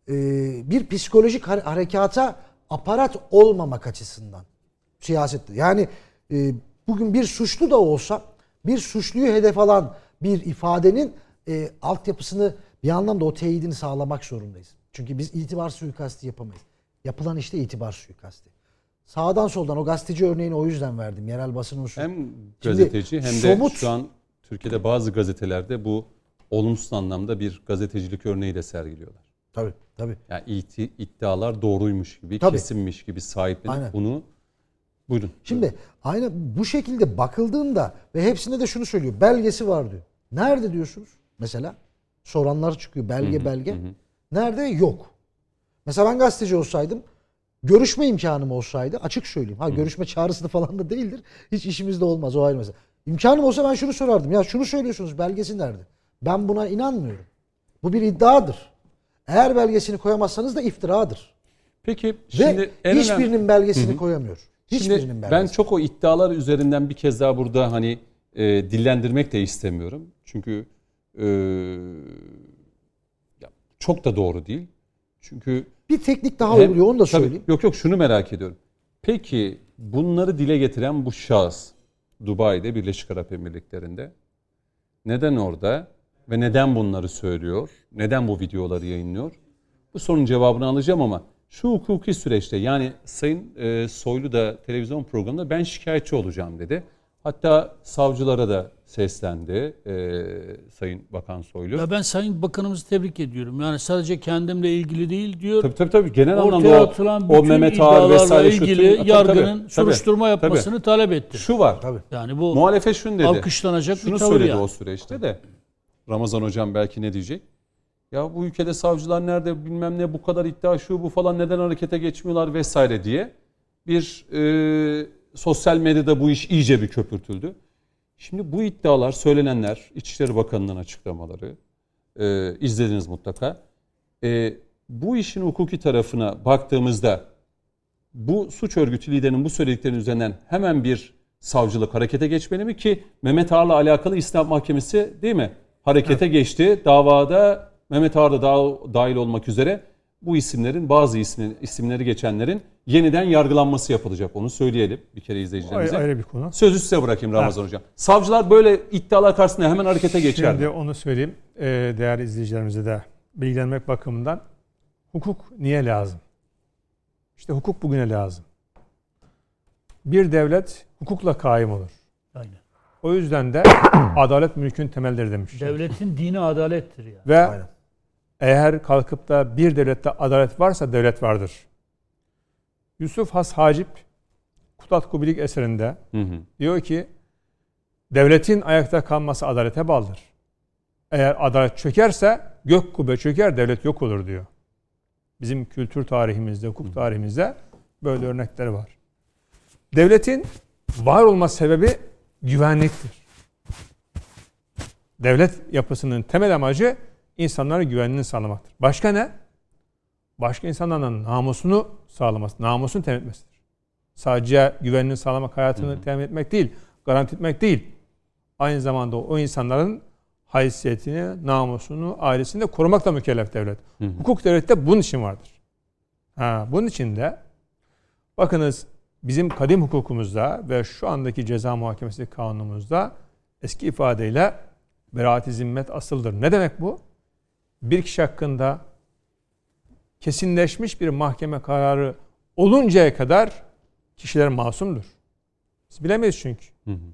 C: bir psikolojik harekata aparat olmamak açısından siyasette. Yani bugün bir suçlu da olsa bir suçluyu hedef alan bir ifadenin altyapısını bir anlamda o teyidini sağlamak zorundayız. Çünkü biz itibar suikasti yapamayız. Yapılan işte itibar suikasti. Sağdan soldan o gazeteci örneğini o yüzden verdim. Yerel basın unsuru.
A: Hem gazeteci hem de şu an Türkiye'de bazı gazetelerde bu olumsuz anlamda bir gazetecilik örneği de sergiliyorlar.
C: Tabii, tabii.
A: Yani iddialar doğruymuş gibi,
C: tabii,
A: kesinmiş gibi sahiplenip
C: aynen.
A: bunu buyurun.
C: Şimdi aynen bu şekilde bakıldığında ve hepsinde de şunu söylüyor. Belgesi var diyor. Nerede diyorsunuz? Mesela soranlar çıkıyor. Belge. Nerede? Yok. Mesela ben gazeteci olsaydım, görüşme imkanım olsaydı, açık söyleyeyim. Görüşme çağrısını falan da değildir. Hiç işimizde olmaz, o ayrı mesele. İmkanım olsa ben şunu sorardım. Ya şunu söylüyorsunuz, belgesi nerede? Ben buna inanmıyorum. Bu bir iddiadır. Eğer belgesini koyamazsanız da iftiradır.
A: Peki şimdi
C: ve hiçbirinin belgesini koyamıyor. Hiçbirinin
A: Şimdi
C: belgesini.
A: ben çok o iddialar üzerinden bir kez daha burada hani dillendirmek de istemiyorum. Çünkü çok da doğru değil. Çünkü
C: bir teknik daha oluyor, onu da söyleyeyim.
A: Yok şunu merak ediyorum. Peki bunları dile getiren bu şahıs Dubai'de, Birleşik Arap Emirlikleri'nde neden orada ve neden bunları söylüyor? Neden bu videoları yayınlıyor? Bu sorunun cevabını alacağım ama şu hukuki süreçte, yani Sayın Soylu da televizyon programında ben şikayetçi olacağım dedi. Hatta savcılara da seslendi Sayın Bakan Soylu.
B: Ya ben Sayın Bakanımızı tebrik ediyorum. Yani sadece kendimle ilgili değil diyor.
A: Tabii. Genel
B: ortaya atılan
A: anlamda o Mehmet Ağar vesaire
B: ilgili yargının soruşturma yapmasını talep etti.
A: Şu var.
C: Tabii.
B: Yani bu
A: muhalefet şunu dedi.
B: Alkışlanacak
A: şunu
B: bir tavır
A: söyledi
B: yani.
A: O süreçte de. Ramazan hocam belki ne diyecek? Ya bu ülkede savcılar nerede, bilmem ne, bu kadar iddia şu bu falan, neden harekete geçmiyorlar vesaire diye bir sosyal medyada bu iş iyice bir köpürtüldü. Şimdi bu iddialar, söylenenler, İçişleri Bakanı'nın açıklamaları izlediniz mutlaka. Bu işin hukuki tarafına baktığımızda bu suç örgütü liderinin bu söylediklerinin üzerinden hemen bir savcılık harekete geçmeli mi ki Mehmet Ağar'la alakalı İstinaf Mahkemesi değil mi? Harekete geçti. Davada Mehmet Ağar da dahil olmak üzere bu isimlerin, bazı isimleri geçenlerin yeniden yargılanması yapılacak. Onu söyleyelim bir kere izleyicilerimize.
D: Ayrı bir konu.
A: Sözü size bırakayım Ramazan Hocam. Savcılar böyle iddialar karşısında hemen harekete geçer.
D: Şimdi onu söyleyeyim. Değerli izleyicilerimize de bilgilenmek bakımından hukuk niye lazım? İşte hukuk bugüne lazım. Bir devlet hukukla kaim olur.
B: Aynen.
D: O yüzden de adalet mülkün temelleri demişler.
B: Devletin dini adalettir yani.
D: Ve
C: Aynen.
D: eğer kalkıp da bir devlette adalet varsa devlet vardır. Yusuf Has Hacip Kutat Kubilik eserinde diyor ki devletin ayakta kalması adalete bağlıdır. Eğer adalet çökerse gök kubbe çöker, devlet yok olur diyor. Bizim kültür tarihimizde, hukuk tarihimizde böyle örnekleri var. Devletin var olma sebebi güvenliktir. Devlet yapısının temel amacı insanların güvenliğini sağlamaktır. Başka ne? Başka insanların namusunu sağlaması, namusunu temin etmesidir. Sadece güvenliğini sağlamak, hayatını temin etmek değil, garanti etmek değil. Aynı zamanda o insanların haysiyetini, namusunu, ailesini de korumakla mükellef devlet. Hukuk devlette bunun için vardır. Bunun için de bakınız bizim kadim hukukumuzda ve şu andaki ceza muhakemesi kanunumuzda eski ifadeyle beraat-i zimmet asıldır. Ne demek bu? Bir kişi hakkında kesinleşmiş bir mahkeme kararı oluncaya kadar kişiler masumdur. Biz bilemeyiz çünkü.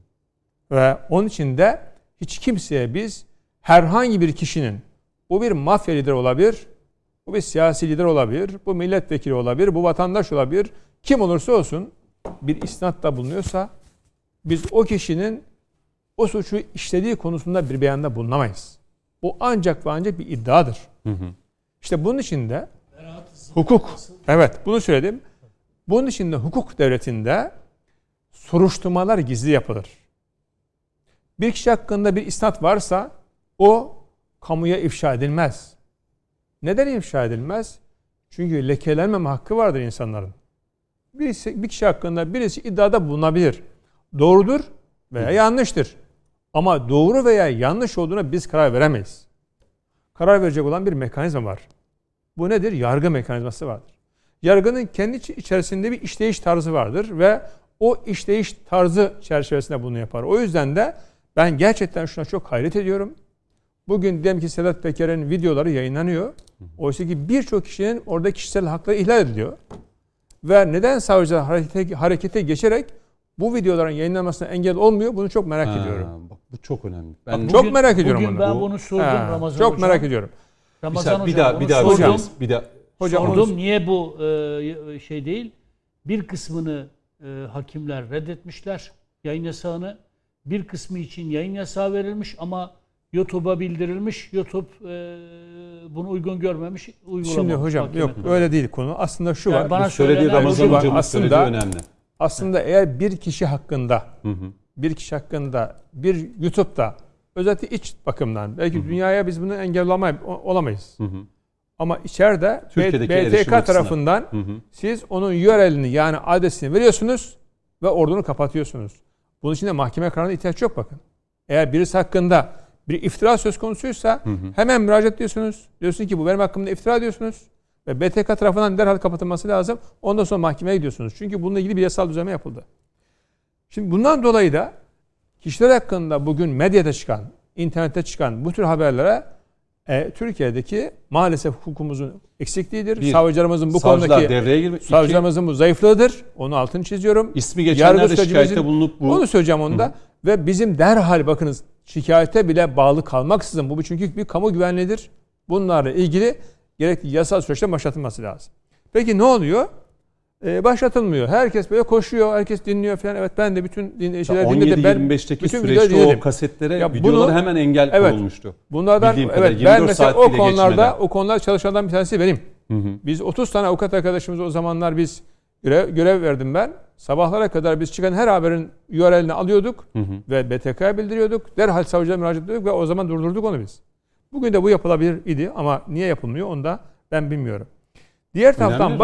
D: Ve onun için de hiç kimseye biz herhangi bir kişinin, bu bir mafya lideri olabilir, bu bir siyasi lider olabilir, bu milletvekili olabilir, bu vatandaş olabilir, kim olursa olsun bir isnatta bulunuyorsa biz o kişinin o suçu işlediği konusunda bir beyanda bulunamayız. Bu ancak ve ancak bir iddiadır. İşte bunun için de hukuk, evet bunu söyledim. Bunun için de hukuk devletinde soruşturmalar gizli yapılır. Bir kişi hakkında bir isnat varsa o kamuya ifşa edilmez. Neden ifşa edilmez? Çünkü lekelenmeme hakkı vardır insanların. Bir kişi hakkında birisi iddiada bulunabilir. Doğrudur veya yanlıştır. Ama doğru veya yanlış olduğuna biz karar veremeyiz. Karar verecek olan bir mekanizma var. Bu nedir? Yargı mekanizması vardır. Yargının kendi içerisinde bir işleyiş tarzı vardır ve o işleyiş tarzı çerçevesinde bunu yapar. O yüzden de ben gerçekten şuna çok hayret ediyorum. Bugün diyelim ki Sedat Peker'in videoları yayınlanıyor. Oysa ki birçok kişinin orada kişisel hakları ihlal ediliyor. Ve neden savcılar harekete geçerek bu videoların yayınlanmasına engel olmuyor? Bunu çok merak ediyorum.
A: Bak, bu çok önemli.
D: Çok merak ediyorum
B: bugün
D: bunu.
B: ben bunu sordum Ramazan
D: çok
B: Hocam.
D: merak ediyorum.
B: Ramazan
A: bir
B: Hocam,
A: daha
D: Hocam
B: sordum. Niye bu şey değil? Bir kısmını hakimler reddetmişler yayın yasağını. Bir kısmı için yayın yasağı verilmiş ama YouTube'a bildirilmiş. YouTube bunu uygun görmemiş, uygulamamış.
D: Şimdi hocam yok öyle değil konu. Aslında şu
B: Yani
D: var.
B: bana
A: Söylediği
B: söylenen
A: Ramazan
B: şu var.
A: hocamın söylediği önemli.
D: Aslında eğer bir kişi hakkında bir YouTube'da özellikle iç bakımdan belki dünyaya biz bunu engel olamayız. Ama içeride
A: Türkiye'deki erişim
D: BTK tarafından siz onun URL'ini yani adresini veriyorsunuz ve ordunu kapatıyorsunuz. Bunun için de mahkeme kararına ihtiyaç yok bakın. Eğer birisi hakkında bir iftira söz konusuysa hemen müracaat diyorsunuz. Diyorsunuz ki bu benim hakkımda iftira diyorsunuz. Ve BTK tarafından derhal kapatılması lazım. Ondan sonra mahkemeye gidiyorsunuz. Çünkü bununla ilgili bir yasal düzenleme yapıldı. Şimdi bundan dolayı da kişiler hakkında bugün medyada çıkan, internette çıkan bu tür haberlere Türkiye'deki maalesef hukukumuzun eksikliğidir. Savcılarımızın bu konudaki
A: devreye girmek.
D: Savcılarımızın bu zayıflığıdır. Onun altını çiziyorum.
A: İsmi geçenlerde şikayette bulunup bu.
D: Onu söyleyeceğim onda. Ve bizim derhal bakınız şikayete bile bağlı kalmaksızın bu çünkü bir kamu güvenliğidir. Bunlarla ilgili gerekli yasal süreçte başlatılması lazım. Peki ne oluyor? Başlatılmıyor. Herkes böyle koşuyor, herkes dinliyor falan. Evet ben de bütün şeyler dinledim.
A: 17-25'teki süreçte o kasetlere, videolara hemen engel konulmuştu.
D: Bunlardan ben mesela o konular çalışanlardan bir tanesi benim. Biz 30 tane avukat arkadaşımız o zamanlar biz görev verdim ben. Sabahlara kadar biz çıkan her haberin URL'ini alıyorduk ve BTK'ya bildiriyorduk. Derhal savcıya müracaat ediyorduk ve o zaman durdurduk onu biz. Bugün de bu yapılabilir idi ama niye yapılmıyor onu da ben bilmiyorum. Diğer taraftan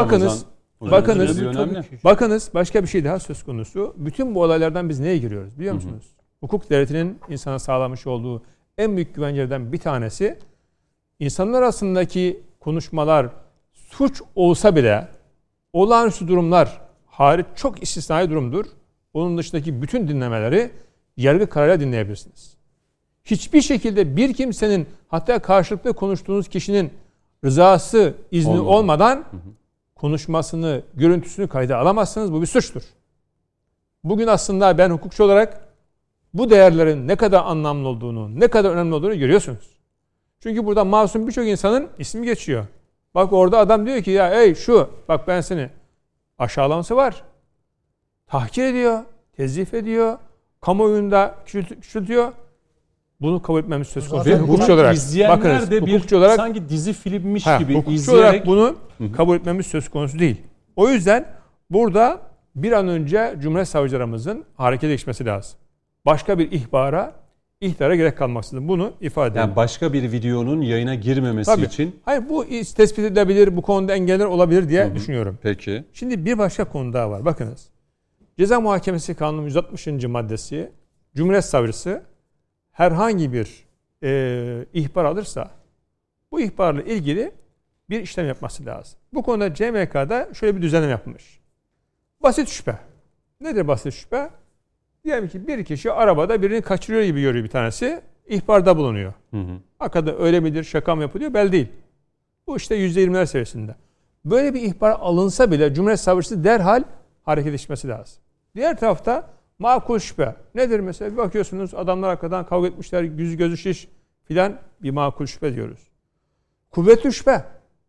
D: bakınız başka bir şey daha söz konusu. Bütün bu olaylardan biz neye giriyoruz biliyor musunuz? Hukuk devletinin insana sağlamış olduğu en büyük güvencelerden bir tanesi insanlar arasındaki konuşmalar suç olsa bile olağanüstü durumlar hariç çok istisnai durumdur. Onun dışındaki bütün dinlemeleri yargı kararıyla dinleyebilirsiniz. Hiçbir şekilde bir kimsenin hatta karşılıklı konuştuğunuz kişinin rızası, izni olmadan konuşmasını, görüntüsünü kayda alamazsınız. Bu bir suçtur. Bugün aslında ben hukukçu olarak bu değerlerin ne kadar anlamlı olduğunu, ne kadar önemli olduğunu görüyorsunuz. Çünkü burada masum birçok insanın ismi geçiyor. Bak orada adam diyor ki ya ey şu bak ben seni aşağılaması var. Tahkir ediyor, tezif ediyor, kamuoyunda küçültüyor. Bunu kabul etmemiz söz konusu.
A: Ve
D: hukukçu olarak
A: izleyenler de
D: hukukçu olarak
A: sanki dizi filmmiş gibi
D: hukukçu
A: izleyerek
D: olarak bunu kabul etmemiz söz konusu değil. O yüzden burada bir an önce Cumhuriyet Savcılarımızın harekete geçmesi lazım. Başka bir ihtara gerek kalmaksızın bunu ifade ediyor.
A: Yani başka bir videonun yayına girmemesi için.
D: Hayır bu tespit edilebilir, bu konuda engeller olabilir diye düşünüyorum.
A: Peki.
D: Şimdi bir başka konu daha var. Bakınız. Ceza Muhakemesi Kanunu 160. maddesi Cumhuriyet Savcısı herhangi bir ihbar alırsa bu ihbarla ilgili bir işlem yapması lazım. Bu konuda CMK'da şöyle bir düzenleme yapılmış. Basit şüphe. Nedir basit şüphe? Diyelim ki bir kişi arabada birini kaçırıyor gibi görüyor bir tanesi. İhbarda bulunuyor. Hakikaten öyle midir, şaka mı yapılıyor belli değil. Bu işte %20'ler seviyesinde. Böyle bir ihbar alınsa bile Cumhuriyet Savcısı derhal harekete geçmesi lazım. Diğer tarafta makul şüphe. Nedir mesela? Bir bakıyorsunuz adamlar arkadan kavga etmişler, yüzü gözü şiş filan bir makul şüphe diyoruz. Kuvvetli şüphe.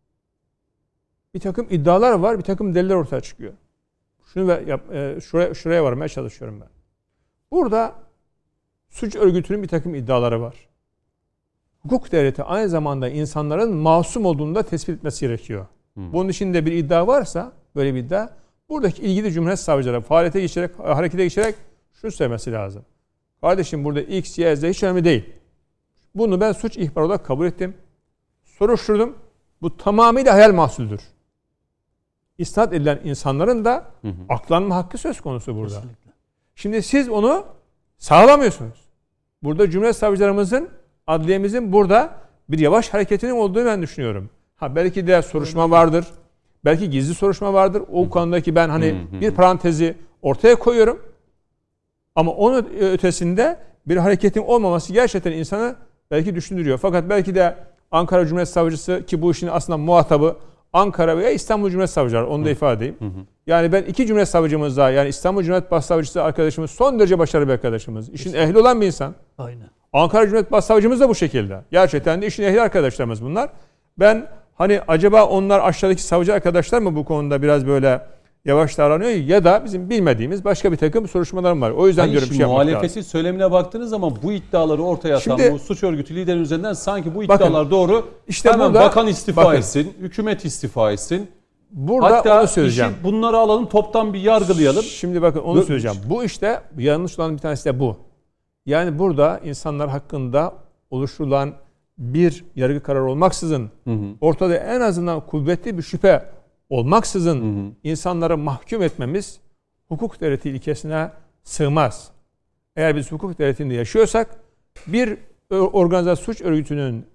D: Bir takım iddialar var, bir takım deliller ortaya çıkıyor. Şuraya varmaya çalışıyorum ben. Burada suç örgütünün bir takım iddiaları var. Hukuk devleti aynı zamanda insanların masum olduğunu da tespit etmesi gerekiyor. Bunun içinde bir iddia varsa, böyle bir iddia, buradaki ilgili Cumhuriyet Savcıları harekete geçerek şunu söylemesi lazım. Kardeşim burada X, Y, Z hiç önemli değil. Bunu ben suç ihbarı olarak kabul ettim. Soruşturdum. Bu tamamıyla hayal mahsuldür. İsnat edilen insanların da aklanma hakkı söz konusu burada. Kesinlikle. Şimdi siz onu sağlamıyorsunuz. Burada Cumhuriyet Savcılarımızın, adliyemizin burada bir yavaş hareketinin olduğunu ben düşünüyorum. Belki de soruşturma vardır. Belki gizli soruşturma vardır. O konudaki ben bir parantezi ortaya koyuyorum. Ama onun ötesinde bir hareketin olmaması gerçekten insanı belki düşündürüyor. Fakat belki de Ankara Cumhuriyet Savcısı ki bu işin aslında muhatabı Ankara veya İstanbul Cumhuriyet Savcıları onu da ifade edeyim. Yani ben iki Cumhuriyet Savcımızda yani İstanbul Cumhuriyet Başsavcısı arkadaşımız son derece başarılı bir arkadaşımız. İşin ehli olan bir insan.
B: Aynen.
D: Ankara Cumhuriyet Başsavcımız da bu şekilde. Gerçekten de işin ehli arkadaşlarımız bunlar. Ben acaba onlar aşağıdaki savcı arkadaşlar mı bu konuda biraz böyle yavaş davranıyor ya da bizim bilmediğimiz başka bir takım soruşturmalar var. O yüzden diyorum bir şey yapmak lazım.
A: Muhalefetin söylemine baktığınız zaman bu iddiaları ortaya atan
D: Şimdi-
A: bu suç örgütü liderinin üzerinden sanki bu
D: Bakın,
A: iddialar doğru.
D: işte
A: Hemen
D: burada-
A: bakan istifa
D: bakın.
A: etsin, hükümet istifa etsin.
D: Burada
A: Hatta
D: onu söyleyeceğim.
A: bunları alalım, toptan bir yargılayalım.
D: Şimdi bakın onu söyleyeceğim. Bu işte yanlış olan bir tanesi de bu. Yani burada insanlar hakkında oluşturulan bir yargı kararı olmaksızın ortada en azından kuvvetli bir şüphe olmaksızın insanları mahkum etmemiz hukuk devleti ilkesine sığmaz. Eğer biz hukuk devletinde yaşıyorsak bir organize suç örgütünün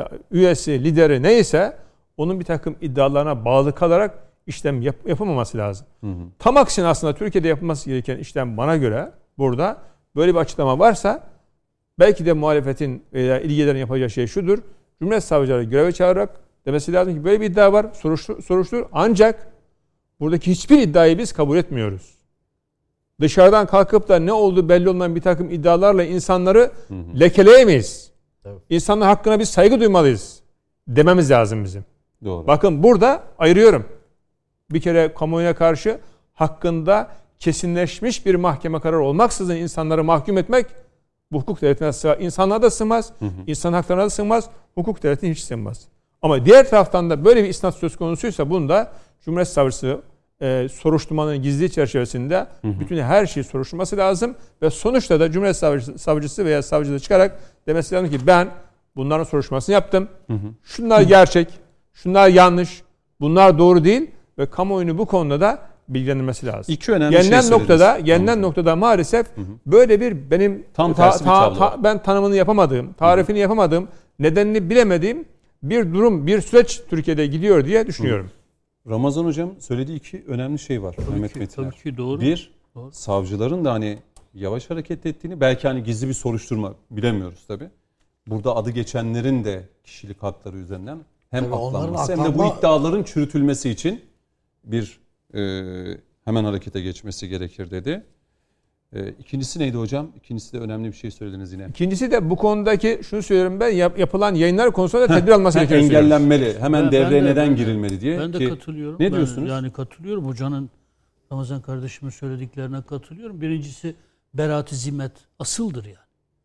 D: üyesi, lideri neyse onun bir takım iddialarına bağlı kalarak işlem yapılmaması lazım. Tam aksine aslında Türkiye'de yapılması gereken işlem bana göre burada böyle bir açıklama varsa belki de muhalefetin veya ilgilerin yapacağı şey şudur. Cumhuriyet savcıları göreve çağırarak demesi lazım ki böyle bir iddia var, soruştur. Ancak buradaki hiçbir iddiayı biz kabul etmiyoruz. Dışarıdan kalkıp da ne olduğu belli olmayan bir takım iddialarla insanları lekeleyemeyiz.
C: Evet.
D: İnsanlar hakkına biz saygı duymalıyız dememiz lazım bizim.
A: Doğru.
D: Bakın burada ayırıyorum. Bir kere kamuoyuna karşı hakkında kesinleşmiş bir mahkeme kararı olmaksızın insanları mahkum etmek bu hukuk devletine sığmaz. İnsanlara da sığmaz, insan haklarına da sığmaz, hukuk devletine hiç sığmaz. Ama diğer taraftan da böyle bir isnat söz konusuysa bunda Cumhuriyet Savcısı soruşturmanın gizli çerçevesinde bütün her şeyi soruşturması lazım ve sonuçta da Cumhuriyet Savcısı veya savcılığı çıkarak demesi lazım ki ben bunların soruşturmasını yaptım. Şunlar gerçek, şunlar yanlış, bunlar doğru değil ve kamuoyunu bu konuda da bilgilendirmesi lazım.
A: İki önemli şey söylediniz.
D: Gelinen noktada maalesef böyle bir benim
A: Tam tersi bir tablo.
D: ben tanımını yapamadığım, tarifini yapamadığım, nedenini bilemediğim bir durum, bir süreç Türkiye'de gidiyor diye düşünüyorum.
A: Ramazan Hocam söylediği iki önemli şey var Mehmet Metiner.
B: Tabii ki doğru.
A: Bir,
B: Doğru.
A: savcıların da hani yavaş hareket ettiğini, belki hani gizli bir soruşturma bilemiyoruz tabii. Burada adı geçenlerin de kişilik hakları üzerinden hem
C: Tabii onların
A: aklanması hem de bu iddiaların çürütülmesi için bir hemen harekete geçmesi gerekir dedi. İkincisi neydi hocam? İkincisi de önemli bir şey söylediniz yine.
D: İkincisi de bu konudaki şunu söylüyorum ben yapılan yayınlar konusunda da tedbir alması gerekiyor.
A: Engellenmeli. Hemen
B: Ben
A: devreye
B: de-
A: neden girilmeli diye.
B: Ben de
A: ki,
B: katılıyorum.
A: Ne diyorsunuz?
B: Yani katılıyorum. Hocanın, Ramazan kardeşimin söylediklerine katılıyorum. Birincisi beraat-i zimmet asıldır yani.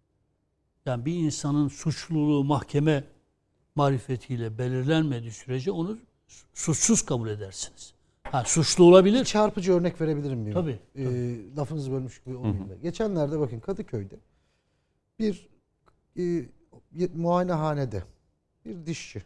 B: Yani bir insanın suçluluğu mahkeme marifetiyle belirlenmediği sürece onu suçsuz kabul edersiniz. Suçlu olabilir.
C: Çarpıcı örnek verebilir miyim?
B: Tabii.
C: Lafınızı bölmüş gibi olmayayım da. Geçenlerde bakın Kadıköy'de bir muayenehanede bir dişçi.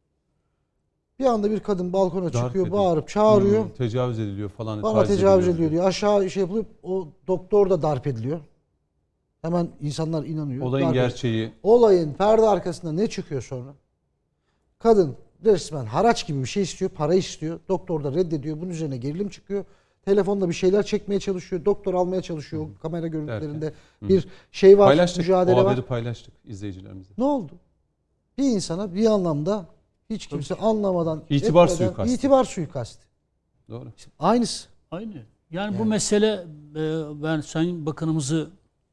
C: Bir anda bir kadın balkona
A: Darp
C: çıkıyor,
A: ediyor.
C: bağırıp çağırıyor.
A: Tecavüz ediliyor falan.
C: Bana
A: taciz
C: tecavüz ediyor diyor. Aşağı şey yapılıp o doktor da darp ediliyor. Hemen insanlar inanıyor.
A: Olayın
C: Darp
A: gerçeği.
C: Olayın perde arkasında ne çıkıyor sonra? Kadın resmen haraç gibi bir şey istiyor, para istiyor. Doktor da reddediyor. Bunun üzerine gerilim çıkıyor. Telefonda bir şeyler çekmeye çalışıyor. Doktor almaya çalışıyor. O kamera görüntülerinde bir şey var,
A: Paylaştık.
C: mücadele
A: O
C: var.
A: haberi paylaştık izleyicilerimize.
C: Ne oldu? Bir insana bir anlamda hiç kimse anlamadan
A: İtibar
C: etmeden,
A: suikastı.
C: İtibar suikastı.
A: Doğru.
C: Aynısı.
B: Aynı. Yani bu mesele ben Sayın Bakanımızı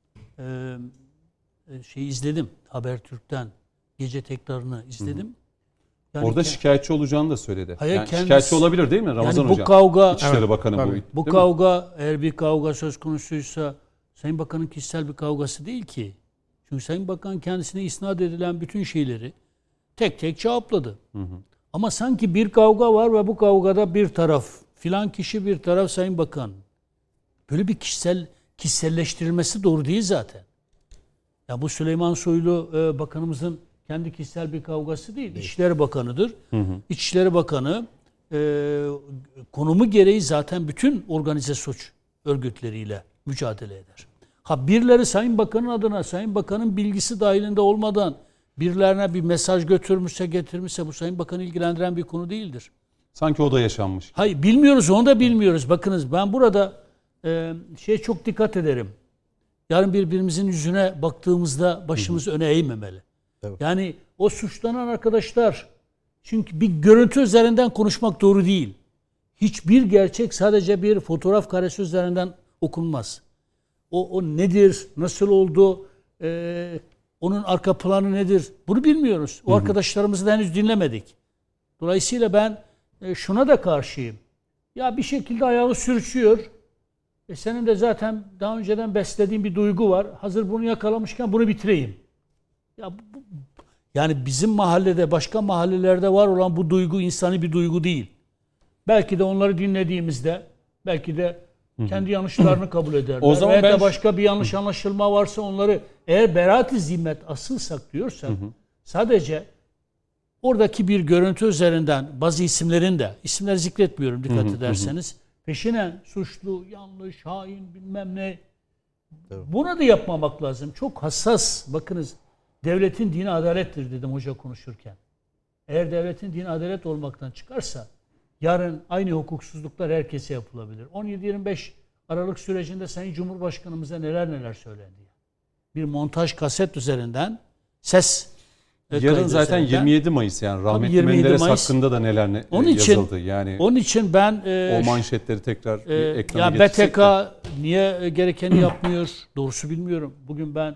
B: izledim. Habertürk'ten gece tekrarını izledim. Yani
A: Orada şikayetçi olacağını da söyledi.
B: Hayır,
A: Yani
B: kendisi-
A: şikayetçi olabilir değil mi Ramazan
B: yani bu
A: Hocam?
B: kavga
A: İçişleri Bakanı
D: tabii.
A: bu.
B: Bu
A: değil mi?
B: kavga eğer bir kavga söz konusuysa Sayın Bakan'ın kişisel bir kavgası değil ki. Çünkü Sayın Bakan kendisine isnat edilen bütün şeyleri tek tek cevapladı. Ama sanki bir kavga var ve bu kavgada bir taraf filan kişi bir taraf Sayın Bakan. Böyle bir kişiselleştirilmesi doğru değil zaten. Ya bu Süleyman Soylu bakanımızın kendi kişisel bir kavgası değil. İçişleri Bakanı'dır. İçişleri Bakanı konumu gereği zaten bütün organize suç örgütleriyle mücadele eder. Birileri Sayın Bakan'ın adına, Sayın Bakan'ın bilgisi dahilinde olmadan birilerine bir mesaj götürmüşse, getirmişse bu Sayın Bakan'ı ilgilendiren bir konu değildir.
A: Sanki o da yaşanmış.
B: Hayır, bilmiyoruz, onu da bilmiyoruz. Bakınız ben burada çok dikkat ederim. Yarın birbirimizin yüzüne baktığımızda başımız öne eğmemeli.
C: Evet.
B: Yani o suçlanan arkadaşlar, çünkü bir görüntü üzerinden konuşmak doğru değil. Hiçbir gerçek sadece bir fotoğraf karesi üzerinden okunmaz. O nedir, nasıl oldu, onun arka planı nedir bunu bilmiyoruz. O arkadaşlarımızı da henüz dinlemedik. Dolayısıyla ben şuna da karşıyım. Ya bir şekilde ayağı sürçüyor. Senin de zaten daha önceden beslediğin bir duygu var. Hazır bunu yakalamışken bunu bitireyim. Ya yani bizim mahallede, başka mahallelerde var olan bu duygu insani bir duygu değil. Belki de onları dinlediğimizde belki de kendi yanlışlarını kabul ederler.
A: O zaman
B: Veya
A: ben
B: da başka bir yanlış anlaşılma varsa onları, eğer beraat-i zimmet asılsak diyorsak, sadece oradaki bir görüntü üzerinden bazı isimlerin de, isimleri zikretmiyorum dikkat ederseniz, peşinen suçlu, yanlış, hain bilmem ne. Evet. Buna da yapmamak lazım. Çok hassas. Bakınız, devletin dini adalettir dedim hoca konuşurken. Eğer devletin dini adalet olmaktan çıkarsa yarın aynı hukuksuzluklar herkese yapılabilir. 17-25 Aralık sürecinde Sayın Cumhurbaşkanımıza neler söylendi. Bir montaj kaset üzerinden ses
A: yarın zaten üzerinden, 27 Mayıs yani rahmetli Menderes hakkında da neler yazıldı. Yani
B: onun için ben
A: o manşetleri tekrar ekrana
B: ya BTK niye gerekeni yapmıyor? Doğrusu bilmiyorum. Bugün ben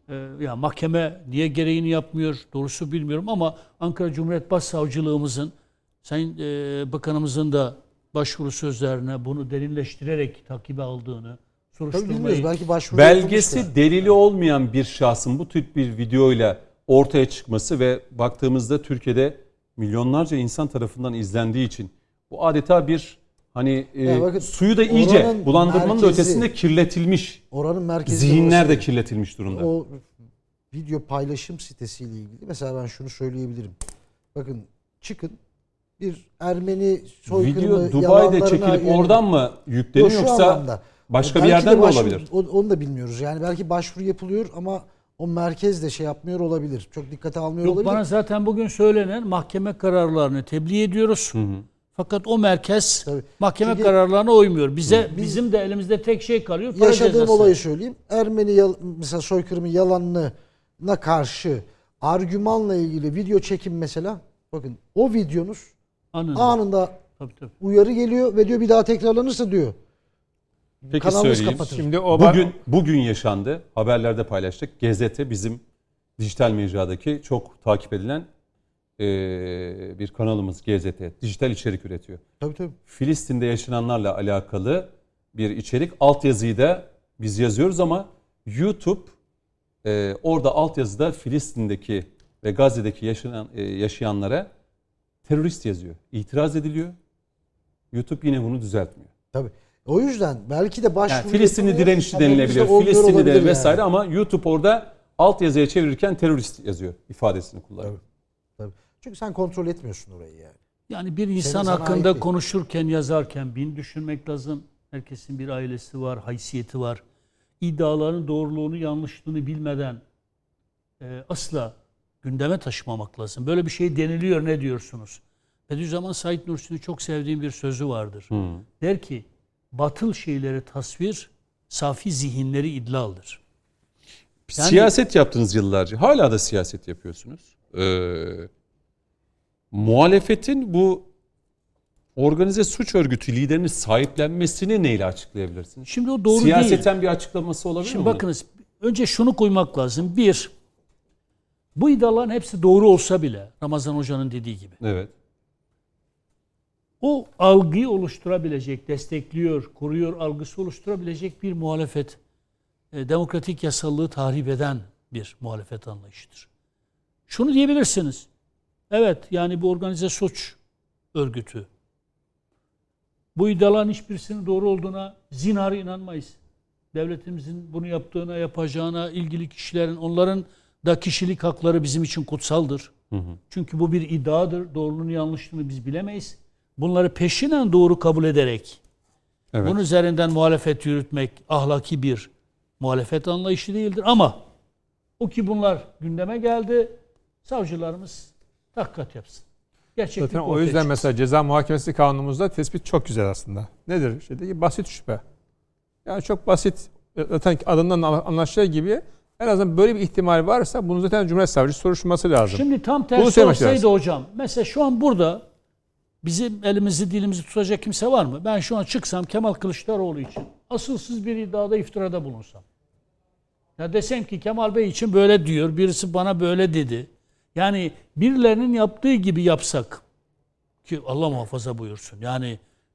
B: ya mahkeme niye gereğini yapmıyor? Doğrusu bilmiyorum ama Ankara Cumhuriyet Başsavcılığımızın, Sayın Bakanımızın da başvuru üzerine bunu derinleştirerek takibe aldığını, soruşturmayı...
C: Belki başvuru
A: belgesi, delili olmayan bir şahsın bu tür bir videoyla ortaya çıkması ve baktığımızda Türkiye'de milyonlarca insan tarafından izlendiği için bu adeta bir hani bakın, suyu da iyice bulandırmanın ötesinde kirletilmiş.
C: Oranın merkezi,
A: zihinler de kirletilmiş durumda.
C: O video paylaşım sitesiyle ilgili mesela ben şunu söyleyebilirim. Bakın çıkın, bir Ermeni soykırımı
A: video Dubai'de çekilip oradan mı yükleniyor yoksa başka bir yerden mi olabilir?
C: Onu da bilmiyoruz. Yani belki başvuru yapılıyor ama o merkez de şey yapmıyor olabilir. Çok dikkate almıyor olabilir.
B: Bana zaten bugün söylenen mahkeme kararlarını tebliğ ediyoruz. Fakat o merkez mahkeme kararlarına uymuyor. Bizim de elimizde tek şey kalıyor. Para
C: yaşadığım
B: cezası.
C: Olayı söyleyeyim. Ermeni mesela soykırımı yalanına karşı argümanla ilgili video çekim mesela. Bakın o videonuz anında tabii. Uyarı geliyor ve diyor bir daha tekrarlanırsa diyor.
A: Peki söyleyeyim. Şimdi bugün yaşandı. Haberlerde paylaştık. Gazete bizim dijital mecradaki çok takip edilen bir kanalımız Gazete. Dijital içerik üretiyor.
C: Tabii.
A: Filistin'de yaşananlarla alakalı bir içerik. Altyazıyı da biz yazıyoruz ama YouTube orada altyazıda Filistin'deki ve Gazze'deki yaşayanlara terörist yazıyor. İtiraz ediliyor. YouTube yine bunu düzeltmiyor.
C: Tabii. O yüzden belki de başvuru...
A: Yani Filistinli direnişçi denilebilir. Filistinli de vesaire ama YouTube orada altyazıya çevirirken terörist yazıyor ifadesini kullanıyor.
C: Tabii. Çünkü sen kontrol etmiyorsun orayı yani.
B: Yani bir insan hakkında konuşurken, yazarken bin düşünmek lazım. Herkesin bir ailesi var, haysiyeti var. İddiaların doğruluğunu, yanlışlığını bilmeden asla gündeme taşımamak lazım. Böyle bir şey deniliyor, ne diyorsunuz? Bediüzzaman Said Nursi'nin çok sevdiğim bir sözü vardır. Der ki, batıl şeyleri tasvir, safi zihinleri idlaldır.
A: Yani, siyaset yaptınız yıllarca. Hala da siyaset yapıyorsunuz. Muhalefetin bu organize suç örgütü liderini sahiplenmesini neyle açıklayabilirsiniz?
B: Şimdi o doğru
A: siyaseten
B: değil.
A: Bir açıklaması olabilir mi?
B: Şimdi bakınız, önce şunu koymak lazım. Bir, bu iddiaların hepsi doğru olsa bile, Ramazan Hoca'nın dediği gibi.
A: Evet.
B: O algıyı oluşturabilecek, destekliyor, koruyor algısı oluşturabilecek bir muhalefet, demokratik yasallığı tahrip eden bir muhalefet anlayışıdır. Şunu diyebilirsiniz. Evet, yani bu organize suç örgütü. Bu iddiaların hiçbirisinin doğru olduğuna zinhar inanmayız. Devletimizin bunu yaptığına, yapacağına, ilgili kişilerin, onların da kişilik hakları bizim için kutsaldır. Çünkü bu bir iddiadır. Doğruluğunu, yanlışlığını biz bilemeyiz. Bunları peşinen doğru kabul ederek bunun üzerinden muhalefet yürütmek ahlaki bir muhalefet anlayışı değildir. Ama o ki bunlar gündeme geldi, savcılarımız tahkikat yapsın.
D: Zaten o yüzden çıksın. Mesela ceza muhakemesi kanunumuzda tespit çok güzel aslında. Nedir? Basit şüphe. Yani çok basit, zaten adından anlaşılacağı gibi en azından böyle bir ihtimal varsa bunu zaten Cumhuriyet Savcısı soruşturması lazım.
B: Şimdi tam tersi olsaydı hocam, mesela şu an burada bizim elimizi dilimizi tutacak kimse var mı? Ben şu an çıksam Kemal Kılıçdaroğlu için asılsız bir iddiada, iftirada bulunsam. Ya desem ki Kemal Bey için böyle diyor, birisi bana böyle dedi. Yani birilerinin yaptığı gibi yapsak, ki Allah muhafaza buyursun. Yani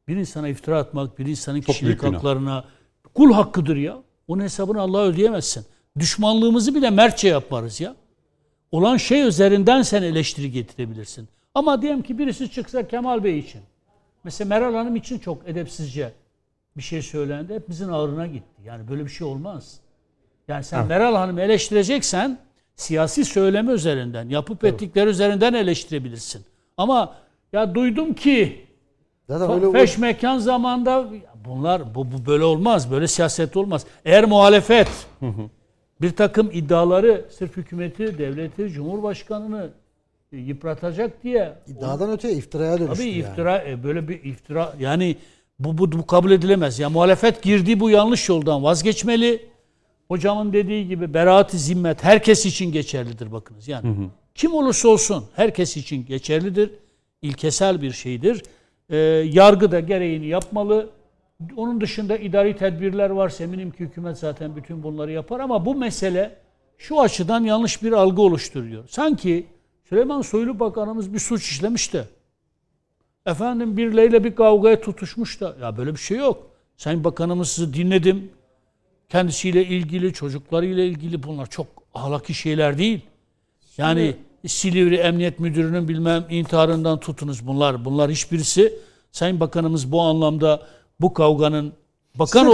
B: Bir insana iftira atmak, bir insanın
A: Çok
B: kişilik
A: büyük günah.
B: haklarına kul hakkıdır ya. Onun hesabını Allah'a ödeyemezsin. Düşmanlığımızı bile mertçe yaparız ya. Olan şey üzerinden sen eleştiri getirebilirsin. Ama diyelim ki birisi çıksa Kemal Bey için. Mesela Meral Hanım için çok edepsizce bir şey söylendi. Hepimizin ağrına gitti. Yani böyle bir şey olmaz. Yani sen Meral Hanım'ı eleştireceksen siyasi söylemi üzerinden, yapıp ettikleri üzerinden eleştirebilirsin. Ama ya duydum ki
C: Zaten öyle
B: feş mekan zamanda bu böyle olmaz. Böyle siyaset olmaz. Eğer muhalefet bir takım iddiaları sırf hükümeti, devleti, cumhurbaşkanını yıpratacak diye
C: iddiadan öteye iftiraya dönüştü.
B: tabii
C: yani.
B: iftira böyle bir iftira yani bu kabul edilemez. Ya muhalefet girdiği bu yanlış yoldan vazgeçmeli. Hocamın dediği gibi beraat-i zimmet herkes için geçerlidir bakınız. Yani kim olursa olsun herkes için geçerlidir. İlkesel bir şeydir. Yargı da gereğini yapmalı. Onun dışında idari tedbirler varsa eminim ki hükümet zaten bütün bunları yapar ama bu mesele şu açıdan yanlış bir algı oluşturuyor. Sanki Süleyman Soylu Bakanımız bir suç işlemiş de efendim birileriyle bir kavgaya tutuşmuş da ya böyle bir şey yok. Sayın Bakanımızı dinledim. Kendisiyle ilgili, çocuklarıyla ilgili bunlar çok ahlaki şeyler değil. Yani Silivri Emniyet Müdürü'nün bilmem intiharından tutunuz bunlar hiçbirisi. Sayın Bakanımız bu anlamda bu kavganın bakan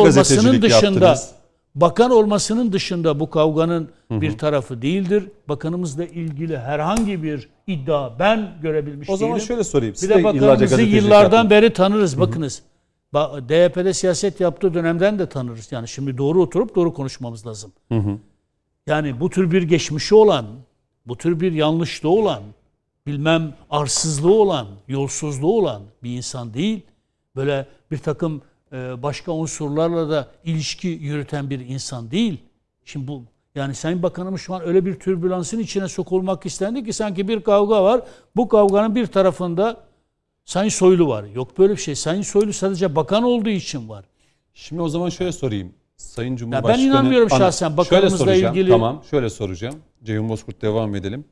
B: olmasının dışında bu kavganın bir tarafı değildir. Bakanımızla ilgili herhangi bir iddia ben görebilmiş değilim.
A: O zaman şöyle sorayım.
B: Bir de bakanımızı yıllardan beri tanırız. Bakınız. DYP'de siyaset yaptığı dönemden de tanırız. Yani şimdi doğru oturup doğru konuşmamız lazım. Yani bu tür bir geçmişi olan, bu tür bir yanlışlığı olan, bilmem arsızlığı olan, yolsuzluğu olan bir insan değil. Böyle bir takım başka unsurlarla da ilişki yürüten bir insan değil. Şimdi bu yani Sayın Bakanımız şu an öyle bir türbülansın içine sokulmak istendi ki sanki bir kavga var. Bu kavganın bir tarafında Sayın Soylu var. Yok böyle bir şey. Sayın Soylu sadece bakan olduğu için var.
A: Şimdi o zaman şöyle sorayım. Sayın Cumhurbaşkanı...
B: Ben inanmıyorum şahsen bakanımızla ilgili.
A: Tamam şöyle soracağım. Ceyhun Bozkurt devam edelim.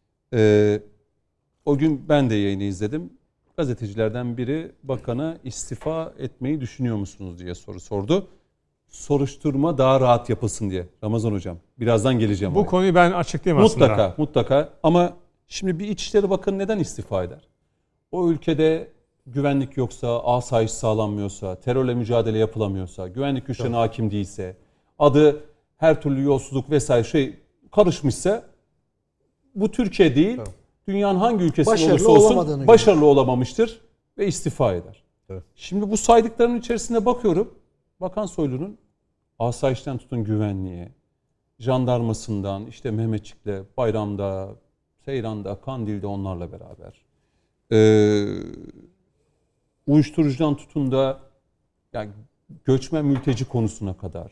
A: O gün ben de yayını izledim. Gazetecilerden biri bakana istifa etmeyi düşünüyor musunuz diye soru sordu. Soruşturma daha rahat yapılsın diye. Ramazan Hocam birazdan geleceğim.
D: Bu konuyu ben açıklayayım aslında.
A: Mutlaka. Ama şimdi bir İçişleri Bakanı neden istifa eder? O ülkede güvenlik yoksa, asayiş sağlanmıyorsa, terörle mücadele yapılamıyorsa, güvenlik güçlerine hakim değilse, adı her türlü yolsuzluk vesaire karışmışsa bu Türkiye değil, dünyanın hangi ülkesinde olursa olsun başarılı olamamıştır ve istifa eder. Evet. Şimdi bu saydıklarının içerisinde bakıyorum, Bakan Soylu'nun asayişten tutun güvenliğe, jandarmasından, işte Mehmetçik'le, Bayram'da, Seyran'da, Kandil'de onlarla beraber, uyuşturucudan tutun da yani göçmen mülteci konusuna kadar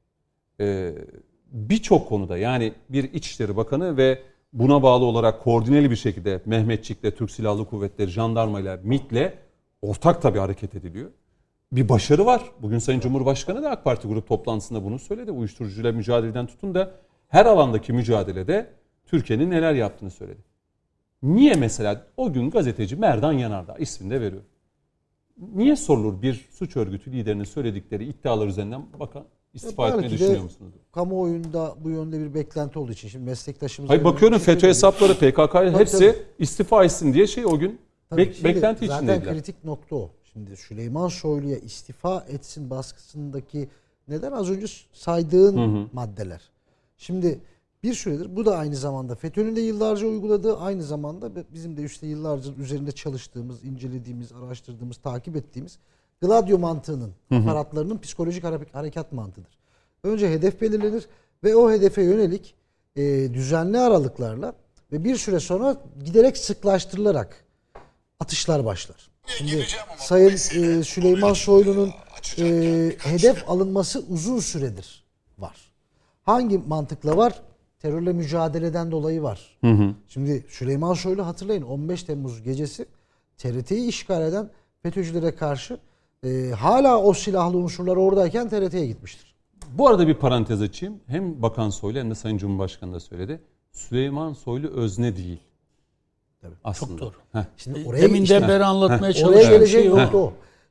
A: birçok konuda yani bir İçişleri Bakanı ve buna bağlı olarak koordineli bir şekilde Mehmetçik'le, Türk Silahlı Kuvvetleri, jandarmayla, MİT'le ortak tabii hareket ediliyor. Bir başarı var. Bugün Sayın Cumhurbaşkanı da AK Parti grup toplantısında bunu söyledi. Uyuşturucuyla mücadeleden tutun da her alandaki mücadelede Türkiye'nin neler yaptığını söyledi. Niye mesela o gün gazeteci Merdan Yanardağ ismini de veriyor. Niye sorulur bir suç örgütü liderinin söyledikleri iddialar üzerinden bakan istifa etmeyi düşünüyor musunuz?
C: Kamuoyunda bu yönde bir beklenti olduğu için şimdi meslektaşımız...
A: Hayır bakıyorum FETÖ hesapları, PKK hepsi istifa etsin diye o gün beklenti içindeydiler.
C: Zaten kritik nokta o. Şimdi Süleyman Soylu'ya istifa etsin baskısındaki neden az önce saydığın maddeler. Şimdi bir süredir bu da aynı zamanda FETÖ'nün de yıllarca uyguladığı aynı zamanda bizim de işte yıllarca üzerinde çalıştığımız, incelediğimiz, araştırdığımız, takip ettiğimiz Gladio mantığının, aparatlarının psikolojik harekat mantığıdır. Önce hedef belirlenir ve o hedefe yönelik düzenli aralıklarla ve bir süre sonra giderek sıklaştırılarak atışlar başlar. Şimdi Sayın Süleyman Soylu'nun hedef alınması uzun süredir var. Hangi mantıkla var? Terörle mücadeleden dolayı var. Şimdi Süleyman Soylu hatırlayın 15 Temmuz gecesi TRT'yi işgal eden FETÖ'cülere karşı hala o silahlı unsurlar oradayken TRT'ye gitmiştir.
A: Bu arada bir parantez açayım. Hem Bakan Soylu hem de Sayın Cumhurbaşkanı da söyledi. Süleyman Soylu özne değil.
C: Tabii.
A: Aslında.
B: Çok doğru.
C: Şimdi
B: Deminden beri anlatmaya çalıştığım
C: oraya gelecek
B: şey
C: nokta o.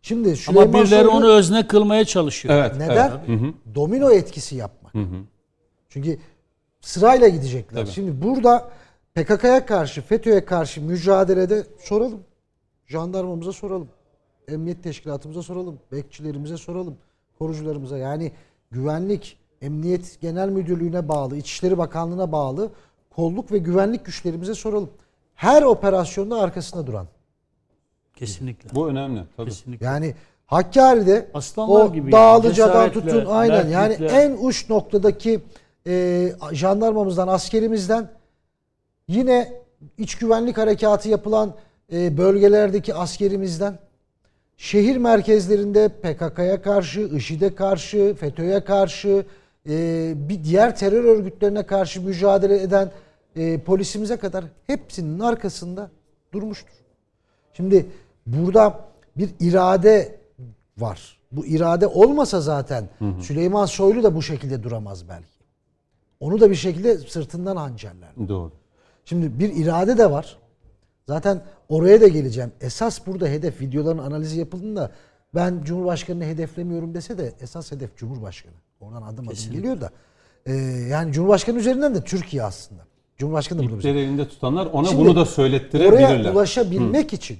C: Şimdi
B: Ama
C: Süleyman
B: birileri
C: Soylu
B: onu özne kılmaya çalışıyor.
A: Evet.
C: neden? Domino etkisi yapmak. Çünkü sırayla gidecekler.
A: Tabii.
C: Şimdi burada PKK'ya karşı, FETÖ'ye karşı mücadelede soralım. Jandarmamıza soralım. Emniyet teşkilatımıza soralım. Bekçilerimize soralım. Korucularımıza. Yani güvenlik, Emniyet Genel Müdürlüğü'ne bağlı, İçişleri Bakanlığı'na bağlı kolluk ve güvenlik güçlerimize soralım. Her operasyonda arkasında duran.
B: Kesinlikle.
A: Bu önemli. Tabii.
B: Kesinlikle.
C: Yani Hakkari'de
B: Aslanlar
C: o
B: gibi
C: Dağlıca'dan
B: cesaretle,
C: tutun aynen yani
B: mertlikle.
C: en uç noktadaki jandarmamızdan, askerimizden, yine iç güvenlik harekatı yapılan bölgelerdeki askerimizden, şehir merkezlerinde PKK'ya karşı, IŞİD'e karşı, FETÖ'ye karşı, bir diğer terör örgütlerine karşı mücadele eden polisimize kadar hepsinin arkasında durmuştur. Şimdi burada bir irade var. Bu irade olmasa zaten Süleyman Soylu da bu şekilde duramaz belki. Onu da bir şekilde sırtından hançerler.
A: Doğru.
C: Şimdi bir irade de var. Zaten oraya da geleceğim. Esas burada hedef, videoların analizi yapıldığında ben Cumhurbaşkanı'nı hedeflemiyorum dese de esas hedef Cumhurbaşkanı. Oradan adım geliyor da. Yani Cumhurbaşkanı üzerinden de Türkiye aslında. Cumhurbaşkanı da burada.
A: İpleri elinde tutanlar ona
C: Şimdi
A: bunu da söylettirebilirler.
C: Oraya ulaşabilmek için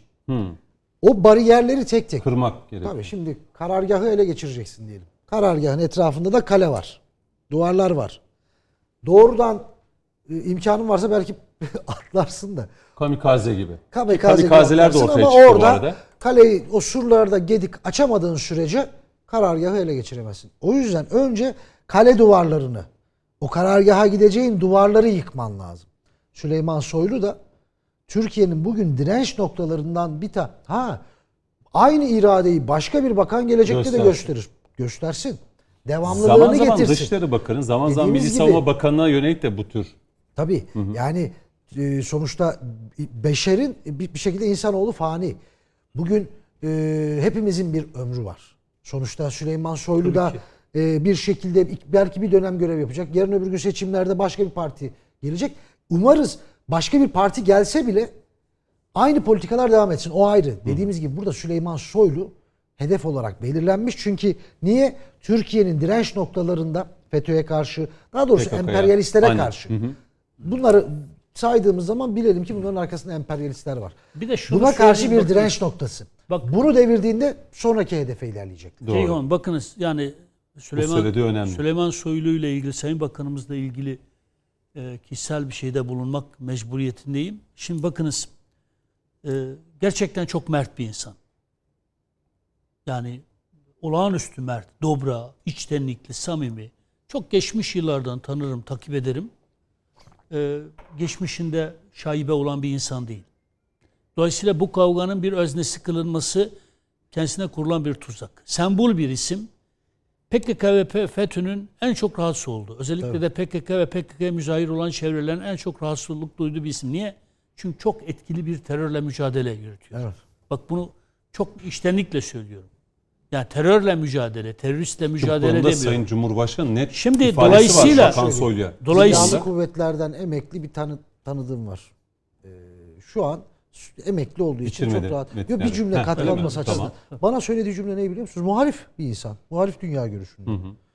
C: o bariyerleri tek tek
A: Kırmak gerekiyor.
C: tabii şimdi karargahı ele geçireceksin diyelim. Karargahın etrafında da kale var. Duvarlar var. Doğrudan imkanın varsa belki atlarsın da.
A: Kamikaze gibi.
C: Kamikazeler
A: de ortaya
C: ama
A: çıktı bu
C: orada
A: arada.
C: kaleyi, o surlarda gedik açamadığın sürece karargahı ele geçiremezsin. O yüzden önce kale duvarlarını, o karargaha gideceğin duvarları yıkman lazım. Süleyman Soylu da Türkiye'nin bugün direnç noktalarından bir tane. Aynı iradeyi başka bir bakan gelecekte de gösterir. Göstersin. Devamlılığını
A: Zaman zaman
C: getirsin.
A: Dışişleri Bakanı, zaman zaman
C: Dediğimiz
A: Milli
C: gibi-
A: Savunma Bakanı'na yönelik de bu tür.
C: Tabii. Yani sonuçta beşerin bir şekilde insanoğlu fani. Bugün hepimizin bir ömrü var. Sonuçta Süleyman Soylu da bir şekilde belki bir dönem görev yapacak. Yarın öbür gün seçimlerde başka bir parti gelecek. Umarız başka bir parti gelse bile aynı politikalar devam etsin. O ayrı. Dediğimiz gibi burada Süleyman Soylu hedef olarak belirlenmiş. Çünkü niye? Türkiye'nin direnç noktalarında FETÖ'ye karşı, daha doğrusu
A: PKK'ya.
C: emperyalistlere
A: Aynen.
C: karşı. Bunları saydığımız zaman bilelim ki bunların arkasında emperyalistler var.
B: Bir de şunu
C: Buna karşı
B: söyleyeyim,
C: bir direnç noktası.
B: Bak-
C: Bunu devirdiğinde sonraki hedefe ilerleyecek.
A: Doğru.
B: Ceyhun bakınız yani
A: söylediği önemli.
B: Süleyman Soylu ile ilgili, Sayın Bakanımızla ilgili kişisel bir şeyde bulunmak mecburiyetindeyim. Şimdi bakınız gerçekten çok mert bir insan. Yani olağanüstü mert, dobra, içtenlikli, samimi. Çok geçmiş yıllardan tanırım, takip ederim. Geçmişinde şaibe olan bir insan değil. Dolayısıyla bu kavganın bir öznesi kılınması kendisine kurulan bir tuzak. Sembol bir isim. PKK ve FETÖ'nün en çok rahatsız olduğu, özellikle de PKK ve PKK'ya müzahir olan çevrelerin en çok rahatsızlık duyduğu bir isim. Niye? Çünkü çok etkili bir terörle mücadele yürütüyor.
C: Evet.
B: Bak bunu çok içtenlikle söylüyorum. Yani terörle mücadele, teröristle
A: Bu
B: mücadele
A: konuda
B: demiyorum.
A: Sayın Cumhurbaşkanı net
B: Şimdi
A: ifadesi
B: dolayısıyla-
A: var Hakan Soylu'ya.
B: Dolayısıyla
C: Silahlı kuvvetlerden emekli bir tanıdığım var. Şu an emekli olduğu için
A: Bitirmedi,
C: çok rahat.
A: net
C: Yok, bir
A: yani.
C: cümle
A: Heh,
C: katkılanması
A: öyle mi?
C: açısından. Bana söylediği cümle ne biliyor musunuz? Muhalif bir insan. Muhalif dünya görüşünde.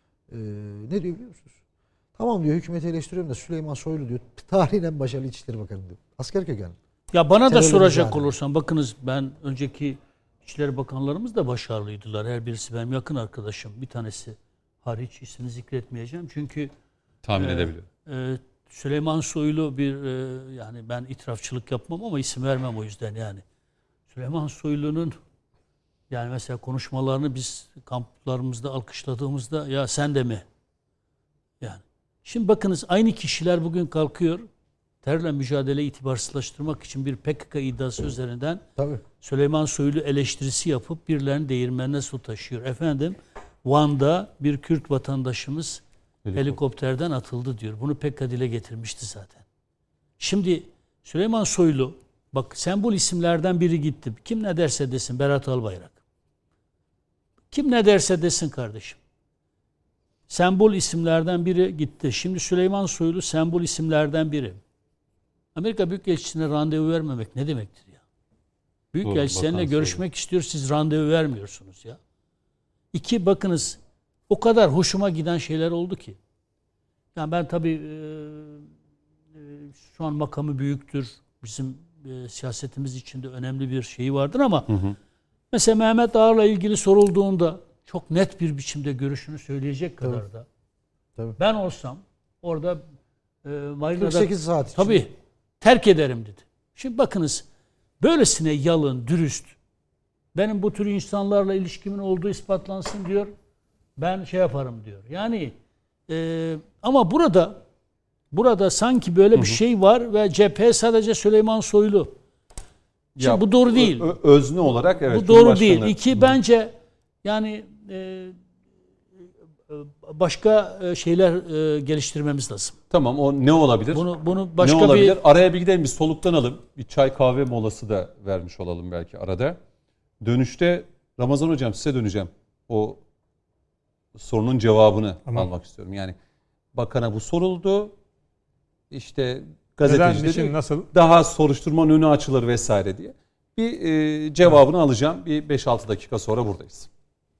C: Ne diyor biliyor musunuz? Tamam diyor, hükümeti eleştiriyorum da Süleyman Soylu diyor tarihin en başarılı İçişleri Bakanı diyor. Asker kökenli.
B: ya bana da
C: Terörle
B: soracak
C: mücadele.
B: olursan bakınız ben önceki İçişleri Bakanlarımız da başarılıydılar. Her birisi benim yakın arkadaşım. Bir tanesi hariç ismini zikretmeyeceğim. Çünkü
A: Tahmin edebiliyorum.
B: Süleyman Soylu bir yani ben itirafçılık yapmam ama isim vermem o yüzden yani. Süleyman Soylu'nun yani mesela konuşmalarını biz kamplarımızda alkışladığımızda ya sen de mi? Yani. Şimdi bakınız aynı kişiler bugün kalkıyor terörle mücadeleyi itibarsızlaştırmak için bir PKK iddiası üzerinden
C: Tabii.
B: Süleyman Soylu eleştirisi yapıp birilerinin değirmenine su taşıyor. Efendim Van'da bir Kürt vatandaşımız helikopterden atıldı diyor. Bunu PKK dile getirmişti zaten. Şimdi Süleyman Soylu bak sembol isimlerden biri gitti. Kim ne derse desin Berat Albayrak. Kim ne derse desin kardeşim. Sembol isimlerden biri gitti. Şimdi Süleyman Soylu sembol isimlerden biri. Amerika Büyükelçisi'ne randevu vermemek ne demektir ya? Büyükelçi seninle görüşmek istiyor, siz randevu vermiyorsunuz ya. 2, bakınız o kadar hoşuma giden şeyler oldu ki. Yani ben tabii şu an makamı büyüktür. Bizim siyasetimiz içinde önemli bir şeyi vardır ama mesela Mehmet Ağar'la ilgili sorulduğunda çok net bir biçimde görüşünü söyleyecek kadar da.
C: Tabii.
B: Ben olsam orada Marina'da
C: 48 saat için.
B: tabii terk ederim dedi. Şimdi bakınız böylesine yalın, dürüst, benim bu tür insanlarla ilişkimin olduğu ispatlansın diyor. Ben şey yaparım diyor. Yani ama burada sanki böyle bir şey var ve cephe sadece Süleyman Soylu. Şimdi
A: Ya,
B: bu doğru değil.
A: Özne olarak evet.
B: Bu doğru
A: Cumhurbaşkanı-
B: değil. 2, bence yani başka şeyler geliştirmemiz lazım.
A: Tamam, o ne olabilir?
B: Bunu
A: Ne
B: başka
A: olabilir?
B: bir
A: Araya bir gidelim, bir soluklanalım. Bir çay kahve molası da vermiş olalım belki arada. Dönüşte Ramazan Hocam size döneceğim. O sorunun cevabını almak istiyorum. Yani bakana bu soruldu. İşte gazeteci
D: Neden,
A: dedi,
D: nasıl?
A: daha soruşturmanın önü açılır vesaire diye. Bir cevabını alacağım. Bir 5-6 dakika sonra buradayız.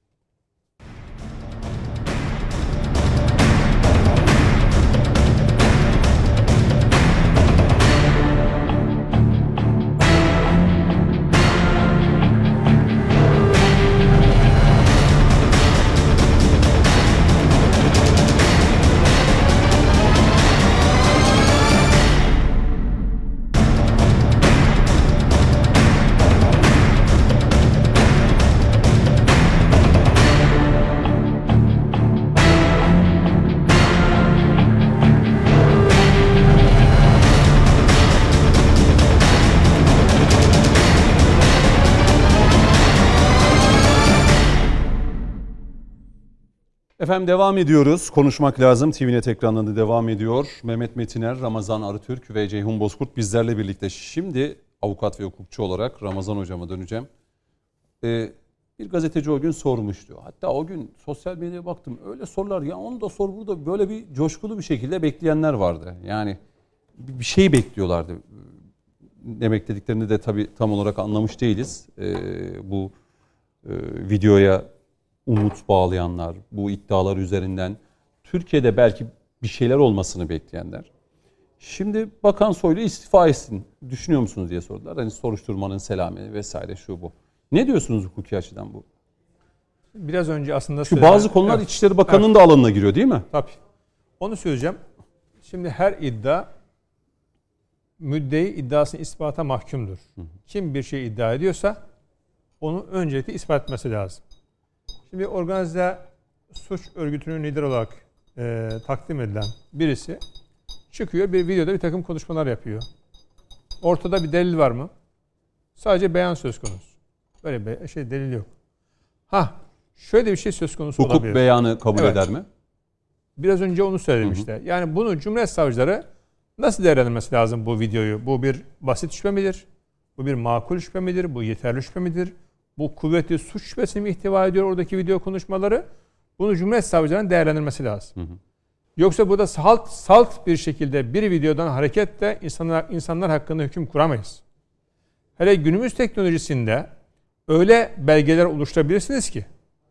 A: Efendim devam ediyoruz. Konuşmak lazım. TVNet ekranlarında devam ediyor. Mehmet Metiner, Ramazan Arıtürk ve Ceyhun Bozkurt bizlerle birlikte. Şimdi avukat ve hukukçu olarak Ramazan Hocam'a döneceğim. Bir gazeteci o gün sormuştu. Hatta o gün sosyal medyaya baktım. Öyle sorular, ya onu da sor burada, böyle bir coşkulu bir şekilde bekleyenler vardı. Yani bir şey bekliyorlardı. Ne beklediklerini de tabii tam olarak anlamış değiliz. Bu videoya umut bağlayanlar, bu iddialar üzerinden Türkiye'de belki bir şeyler olmasını bekleyenler. Şimdi Bakan Soylu istifa etsin, düşünüyor musunuz diye sordular. Hani soruşturmanın selamı vesaire şu bu. Ne diyorsunuz hukuki açıdan bu?
D: Biraz önce aslında
A: Şu bazı konular
D: Evet.
A: İçişleri Bakanı'nın da alanına giriyor değil mi?
D: Tabii. Onu söyleyeceğim. Şimdi her iddia müddei iddiasını ispata mahkumdur. Kim bir şey iddia ediyorsa onu öncelikle ispat etmesi lazım. Şimdi organize suç örgütünün lider olarak takdim edilen birisi çıkıyor, bir videoda bir takım konuşmalar yapıyor. Ortada bir delil var mı? Sadece beyan söz konusu. Böyle bir delil yok. Şöyle bir şey söz konusu
A: Hukuk
D: olabilir.
A: beyanı kabul eder mi?
D: Biraz önce onu söyledim işte. Yani bunu Cumhuriyet Savcıları nasıl değerlendirmesi lazım bu videoyu? Bu bir basit şüphe midir? Bu bir makul şüphe midir? Bu yeterli şüphe midir? Bu kuvvetli suç şüphesini mi ihtiva ediyor oradaki video konuşmaları? Bunu Cumhuriyet Savcıları'nın değerlendirmesi lazım. Yoksa burada salt bir şekilde bir videodan hareketle insanlar hakkında hüküm kuramayız. Hele günümüz teknolojisinde öyle belgeler oluşturabilirsiniz ki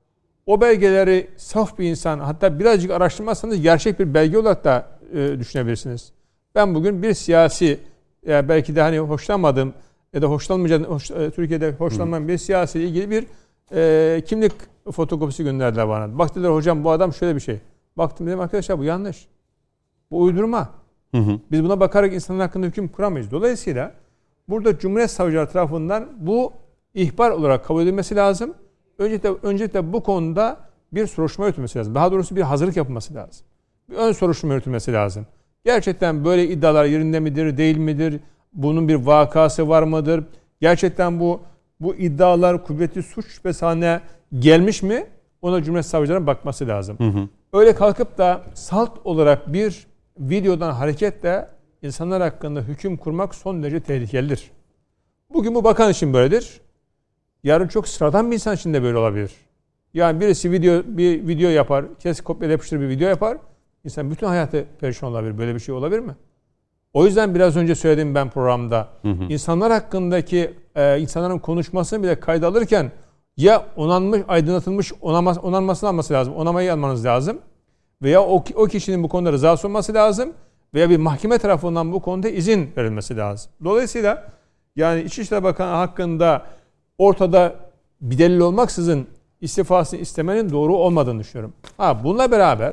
D: o belgeleri saf bir insan, hatta birazcık araştırmazsanız gerçek bir belge olarak da düşünebilirsiniz. Ben bugün bir siyasi, belki de hani hoşlanmadığım ya da Türkiye'de hoşlanmayan bir siyasiyle ilgili bir kimlik fotokopisi gönderdiler bana. Bak dediler, hocam bu adam şöyle bir şey. Baktım dedim, arkadaşlar bu yanlış. Bu uydurma. Biz buna bakarak insanlar hakkında hüküm kuramayız. Dolayısıyla burada Cumhuriyet Savcıları tarafından bu ihbar olarak kabul edilmesi lazım. Öncelikle bu konuda bir soruşturma yürütülmesi lazım. Daha doğrusu bir hazırlık yapılması lazım. Bir ön soruşturma yürütülmesi lazım. Gerçekten böyle iddialar yerinde midir, değil midir? Bunun bir vakası var mıdır? Gerçekten bu iddialar kuvvetli suç şüphesi haline gelmiş mi? Ona Cumhuriyet Savcıları'nın bakması lazım. Öyle kalkıp da salt olarak bir videodan hareketle insanlar hakkında hüküm kurmak son derece tehlikelidir. Bugün bu bakan için böyledir. Yarın çok sıradan bir insan için de böyle olabilir. Yani birisi bir video yapar, kopyala yapıştır bir video yapar. İnsan bütün hayatı perişan olabilir. Böyle bir şey olabilir mi? O yüzden biraz önce söyledim ben programda. İnsanlar hakkındaki insanların konuşmasını bile kayda alırken ya onanmış, aydınlatılmış onanmasını alması lazım. Onamayı almanız lazım. Veya o kişinin bu konuda rızası olması lazım. Veya bir mahkeme tarafından bu konuda izin verilmesi lazım. Dolayısıyla yani İçişleri Bakanı hakkında ortada bir delil olmaksızın istifasını istemenin doğru olmadığını düşünüyorum. Bununla beraber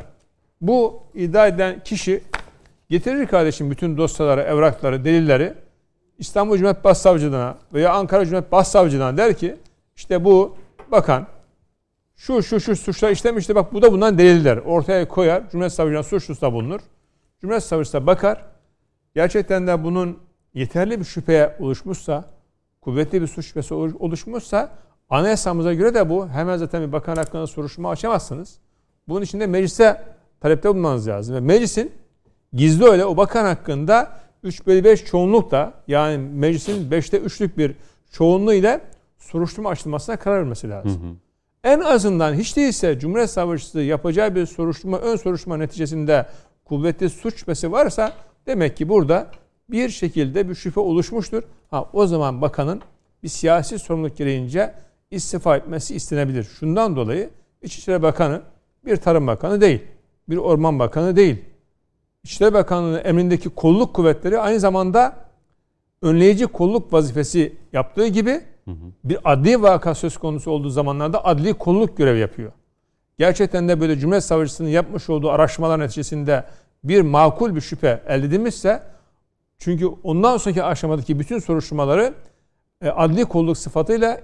D: bu iddia eden kişi getirir kardeşim bütün dosyaları, evrakları, delilleri İstanbul Cumhuriyet Başsavcılığına veya Ankara Cumhuriyet Başsavcılığına der ki işte bu bakan şu suçlar işlemişti, bak bu da bundan deliller. Ortaya koyar. Cumhuriyet Savcılığına suçlusu da bulunur. Cumhuriyet Savcısı da bakar. Gerçekten de bunun yeterli bir şüpheye oluşmuşsa, kuvvetli bir suç şüphesi oluşmuşsa anayasamıza göre de bu hemen zaten bir bakan hakkında soruşturma açamazsınız. Bunun için de meclise talepte bulunmanız lazım. Ve meclisin gizli öyle o bakan hakkında 3/5 çoğunlukla yani meclisin 5'te 3'lük bir çoğunluğu ile soruşturma açılmasına karar vermesi lazım. En azından hiç değilse Cumhuriyet Savcısı yapacağı bir soruşturma, ön soruşturma neticesinde kuvvetli suç şüphesi varsa demek ki burada bir şekilde bir şüphe oluşmuştur. O zaman bakanın bir siyasi sorumluluk gereğince istifa etmesi istenebilir. Şundan dolayı İçişleri Bakanı bir Tarım Bakanı değil, bir Orman Bakanı değil. İçişleri Bakanlığı'nın emrindeki kolluk kuvvetleri aynı zamanda önleyici kolluk vazifesi yaptığı gibi bir adli vaka söz konusu olduğu zamanlarda adli kolluk görevi yapıyor. Gerçekten de böyle Cumhuriyet Savcısının yapmış olduğu araştırmalar neticesinde bir makul bir şüphe elde edilmişse, çünkü ondan sonraki aşamadaki bütün soruşturmaları adli kolluk sıfatıyla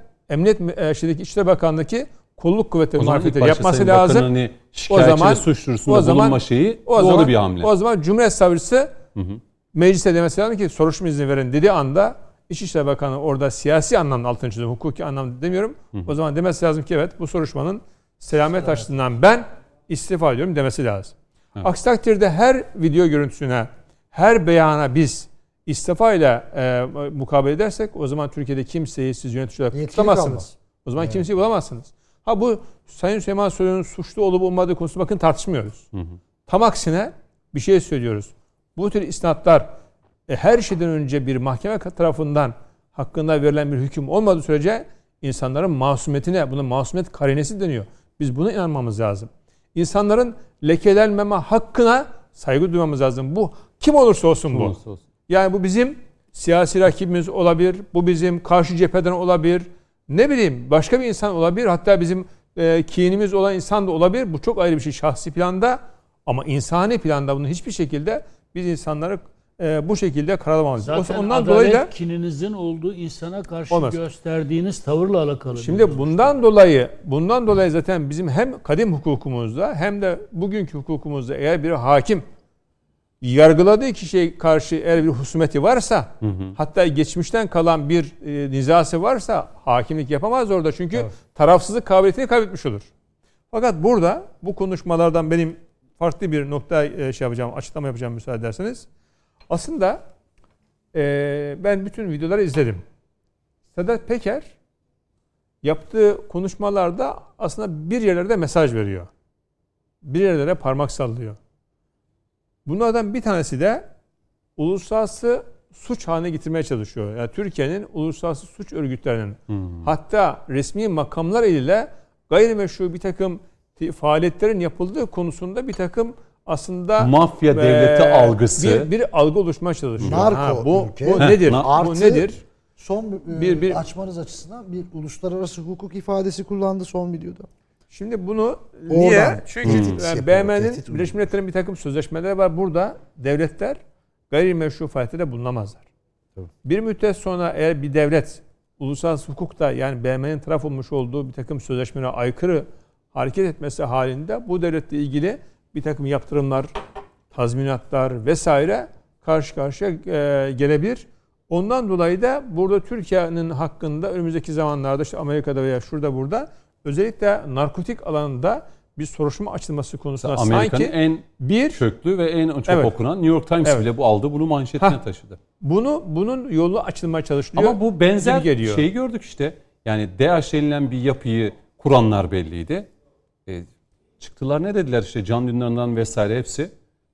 D: İçişleri Bakanlığı'ndaki kolluk kuvvetleri marifetiyle yapması lazım.
A: Hani şikayetçi ve suç duyurusunda bulunma şeyi doğru bir hamle.
D: O zaman Cumhuriyet Savcısı meclise demesi lazım ki soruşturma izni verin dediği anda İçişleri Bakanı orada siyasi anlamda, altını çiziyorum, hukuki anlamda demiyorum. O zaman demesi lazım ki evet bu soruşturmanın selamet açısından ben istifa ediyorum demesi lazım. Aksi takdirde her video görüntüsüne, her beyana biz istifa ile mukabele edersek o zaman Türkiye'de kimseyi siz yönetici olarak tutamazsınız. O zaman kimseyi bulamazsınız. Bu Sayın Süleyman Soylu'nun suçlu olup olmadığı konusunda bakın tartışmıyoruz. Tam aksine bir şey söylüyoruz. Bu tür isnatlar her şeyden önce bir mahkeme tarafından hakkında verilen bir hüküm olmadığı sürece insanların masumiyetine, buna masumiyet karinesi deniyor. Biz buna inanmamız lazım. İnsanların lekelenmeme hakkına saygı duymamız lazım. Bu kim olursa olsun bu. Yani bu bizim siyasi rakibimiz olabilir, bu bizim karşı cepheden olabilir, ne bileyim başka bir insan olabilir, hatta bizim kinimiz olan insan da olabilir. Bu çok ayrı bir şey şahsi planda, ama insani planda bunu hiçbir şekilde biz insanları bu şekilde karalamamız.
B: Zaten
D: ondan dolayı da
B: kininizin olduğu insana karşı
D: olmaz.
B: Gösterdiğiniz tavırla alakalı.
D: Şimdi bundan dolayı zaten bizim hem kadim hukukumuzda hem de bugünkü hukukumuzda eğer bir hakim yargıladığı kişiye karşı eğer bir husumeti varsa, hatta geçmişten kalan bir nizası varsa hakimlik yapamaz orada. Çünkü tarafsızlık kabiliyetini kaybetmiş olur. Fakat burada bu konuşmalardan benim farklı bir nokta açıklama yapacağım müsaade ederseniz. Aslında ben bütün videoları izledim. Sedat Peker yaptığı konuşmalarda aslında bir yerlerde mesaj veriyor. Bir yerlere parmak sallıyor. Bunlardan bir tanesi de uluslararası suç haline getirmeye çalışıyor. Yani Türkiye'nin uluslararası suç örgütlerinin hatta resmi makamlar ile gayrimeşru bir takım faaliyetlerin yapıldığı konusunda bir takım aslında
A: mafya devleti algısı
D: bir algı oluşmaya çalışıyor.
C: Narko
D: Bu
C: ülke.
D: nedir?
C: Artı,
D: bu nedir?
C: Son açmanız açısından bir uluslararası hukuk ifadesi kullandı son videoda.
D: Şimdi bunu niye? Çünkü BM'nin, Birleşmiş Milletler'in bir takım sözleşmeleri var. Burada devletler gayrimeşru faaliyetlerde bulunamazlar. Tabii. Bir müddet sonra eğer bir devlet uluslararası hukukta, yani BM'nin taraf olmuş olduğu bir takım sözleşmelere aykırı hareket etmesi halinde bu devletle ilgili bir takım yaptırımlar, tazminatlar vesaire karşı karşıya gelebilir. Ondan dolayı da burada Türkiye'nin hakkında önümüzdeki zamanlarda işte Amerika'da veya şurada burada özellikle narkotik alanında bir soruşturma açılması konusunda
A: Amerika'nın
D: sanki
A: en köklü ve en çok okunan New York Times bile bu aldı, bunu manşetine taşıdı. Bunun yolu açılmaya çalışılıyor. Ama bu benzer şeyi gördük işte. Yani DAEŞ denilen bir yapıyı kuranlar belliydi. Çıktılar ne dediler işte Can Dündar'dan vesaire hepsi.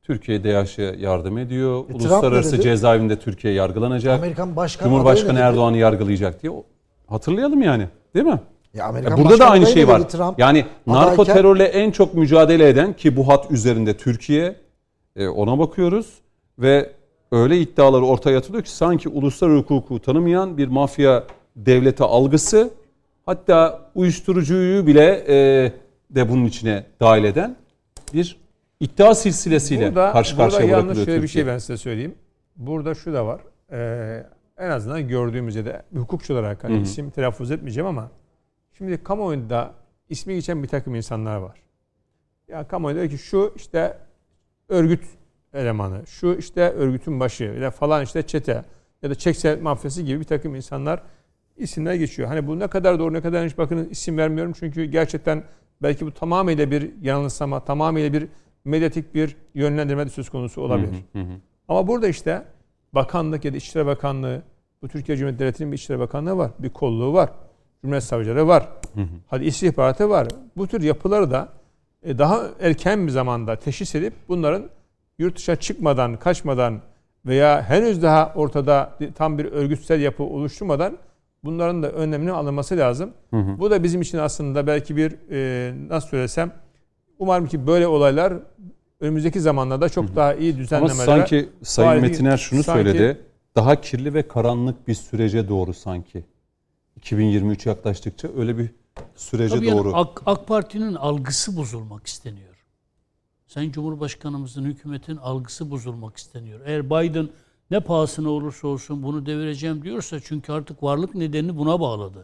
A: Türkiye DAEŞ'e yardım ediyor.
C: Trump
A: Uluslararası
C: ne dedi?
A: cezaevinde Türkiye yargılanacak.
C: Amerikan Başkanı
A: Cumhurbaşkanı
C: adayı ne dedi?
A: Erdoğan'ı yargılayacak diye hatırlayalım yani. Değil mi?
C: Ya Amerikan
A: Burada da
C: Başkanı
A: aynı
C: adayı
A: şey
C: ne
A: var.
C: dedi Trump?
A: Yani narko
C: Adayken-
A: terörle en çok mücadele eden ki bu hat üzerinde Türkiye, ona bakıyoruz ve öyle iddiaları ortaya atılıyor ki sanki uluslararası hukuku tanımayan bir mafya devleti algısı, hatta uyuşturucuyu bile de bunun içine dahil eden bir iddia silsilesiyle karşı karşıya
D: yalnız
A: bırakılıyor
D: şöyle bir
A: Türkiye.
D: şey ben size söyleyeyim. Burada şu da var. En azından gördüğümüz ya da bir hukukçu olarak hani isim telaffuz etmeyeceğim ama şimdi kamuoyunda ismi geçen bir takım insanlar var. Ya kamuoyunda diyor ki şu işte örgüt elemanı, şu işte örgütün başı ya da falan işte çete ya da çek mafyası gibi bir takım insanlar isimler geçiyor. Hani bu ne kadar doğru ne kadar yanlış bakın isim vermiyorum çünkü gerçekten belki bu tamamıyla bir yanılsama, tamamıyla bir medyatik bir yönlendirme de söz konusu olabilir. Ama burada işte bakanlık ya da İçişleri Bakanlığı, bu Türkiye Cumhuriyeti Devleti'nin bir İçişleri Bakanlığı var, bir kolluğu var, Cumhuriyet Savcıları var, hadi istihbaratı var. Bu tür yapıları da daha erken bir zamanda teşhis edip bunların yurt dışına çıkmadan, kaçmadan veya henüz daha ortada tam bir örgütsel yapı oluşturmadan bunların da önleminin alınması lazım. Bu da bizim için aslında belki bir nasıl söylesem umarım ki böyle olaylar önümüzdeki zamanlarda çok daha iyi
A: Ama
D: düzenlemelere...
A: sanki Sayın Metiner şunu
D: sanki-
A: söyledi. Daha kirli ve karanlık bir sürece doğru sanki. 2023 yaklaştıkça öyle bir sürece
B: Tabii yani
A: doğru.
B: AK Parti'nin algısı bozulmak isteniyor. Sayın Cumhurbaşkanımızın, hükümetin algısı bozulmak isteniyor. Eğer Biden ne pahasına olursa olsun bunu devireceğim diyorsa, çünkü artık varlık nedenini buna bağladı.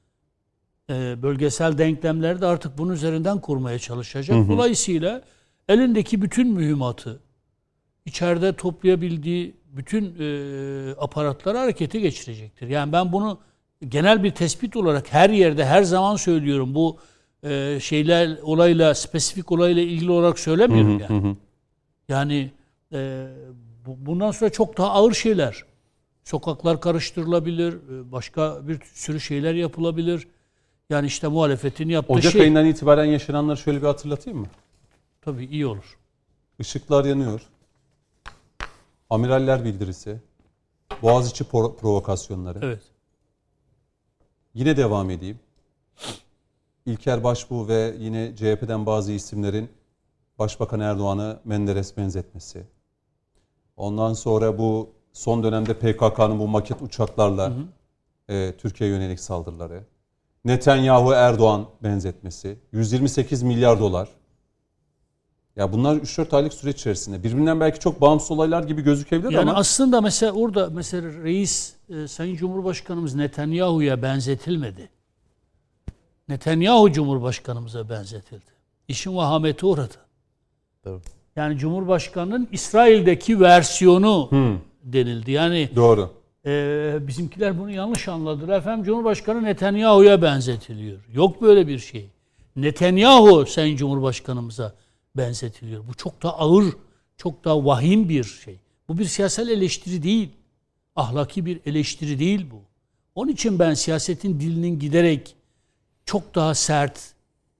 B: Bölgesel denklemleri de artık bunun üzerinden kurmaya çalışacak. Dolayısıyla elindeki bütün mühimmatı, içeride toplayabildiği bütün aparatları harekete geçirecektir. Yani ben bunu genel bir tespit olarak her yerde her zaman söylüyorum. Bu şeyler olayla, spesifik olayla ilgili olarak söylemiyorum yani. Yani bundan sonra çok daha ağır şeyler. Sokaklar karıştırılabilir, başka bir sürü şeyler yapılabilir. Yani işte muhalefetin yaptığı
A: Ocak
B: şey.
A: ayından itibaren yaşananları şöyle bir hatırlatayım mı?
B: Tabii iyi olur.
A: Işıklar yanıyor. Amiraller bildirisi. Boğaziçi provokasyonları.
B: Evet.
A: Yine devam edeyim. İlker Başbuğ ve yine CHP'den bazı isimlerin Başbakan Erdoğan'ı Menderes benzetmesi. Ondan sonra bu son dönemde PKK'nın bu maket uçaklarla Türkiye'ye yönelik saldırıları. Netanyahu Erdoğan benzetmesi. 128 milyar dolar. Ya bunlar 3-4 aylık süreç içerisinde. Birbirinden belki çok bağımsız olaylar gibi gözükebilir
B: Yani
A: ama
B: aslında mesela orada mesela reis Sayın Cumhurbaşkanımız Netanyahu'ya benzetilmedi. Netanyahu Cumhurbaşkanımıza benzetildi. İşin vahameti orada.
C: Tabii.
B: Yani Cumhurbaşkanı'nın İsrail'deki versiyonu denildi. Yani
A: doğru.
B: bizimkiler bunu yanlış anladılar. Efendim Cumhurbaşkanı Netanyahu'ya benzetiliyor. Yok böyle bir şey. Netanyahu Sayın Cumhurbaşkanımıza benzetiliyor. Bu çok daha ağır, çok daha vahim bir şey. Bu bir siyasal eleştiri değil. Ahlaki bir eleştiri değil bu. Onun için ben siyasetin dilinin giderek çok daha sert,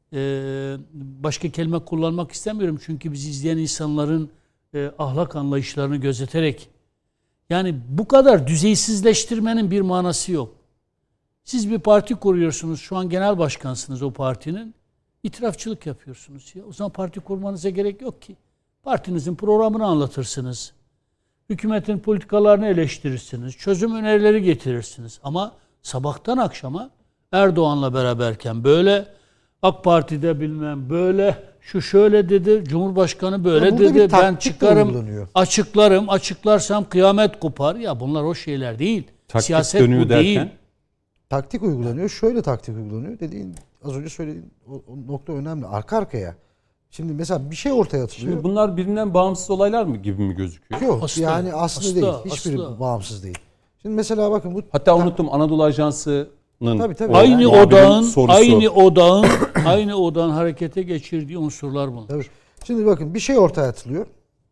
B: başka kelime kullanmak istemiyorum. Çünkü bizi izleyen insanların ahlak anlayışlarını gözeterek, yani bu kadar düzeysizleştirmenin bir manası yok. Siz bir parti kuruyorsunuz, şu an genel başkansınız o partinin. İtirafçılık yapıyorsunuz. Ya. O zaman parti kurmanıza gerek yok ki. Partinizin programını anlatırsınız. Hükümetin politikalarını eleştirirsiniz. Çözüm önerileri getirirsiniz. Ama sabahtan akşama Erdoğan'la beraberken böyle, AK Parti'de bilmem böyle, şu şöyle dedi, Cumhurbaşkanı böyle
C: burada bir
B: dedi, ben
C: taktik
B: çıkarım,
C: uygulanıyor.
B: açıklarım, açıklarsam kıyamet kopar. Ya bunlar o şeyler değil.
A: Taktik
B: Siyaset
A: dönüyor
B: bu
A: derken?
B: değil.
C: Taktik uygulanıyor. Şöyle taktik uygulanıyor. Dediğin az önce söylediğin o nokta önemli. Arka arkaya. Şimdi mesela bir şey ortaya atılıyor.
A: Şimdi bunlar birbirinden bağımsız olaylar mı gibi mi gözüküyor?
C: Yok
B: Asla,
C: yani aslında
B: asla,
C: değil. Hiçbiri
B: asla.
C: bağımsız değil. Şimdi mesela bakın bu
A: Hatta unuttum, Anadolu Ajansı'nın
C: Tabii.
B: Aynı
C: Yani
B: odağın,
A: sorusu.
B: aynı odağın harekete geçirdiği unsurlar bunlar.
C: Tabii. Şimdi bakın bir şey ortaya atılıyor.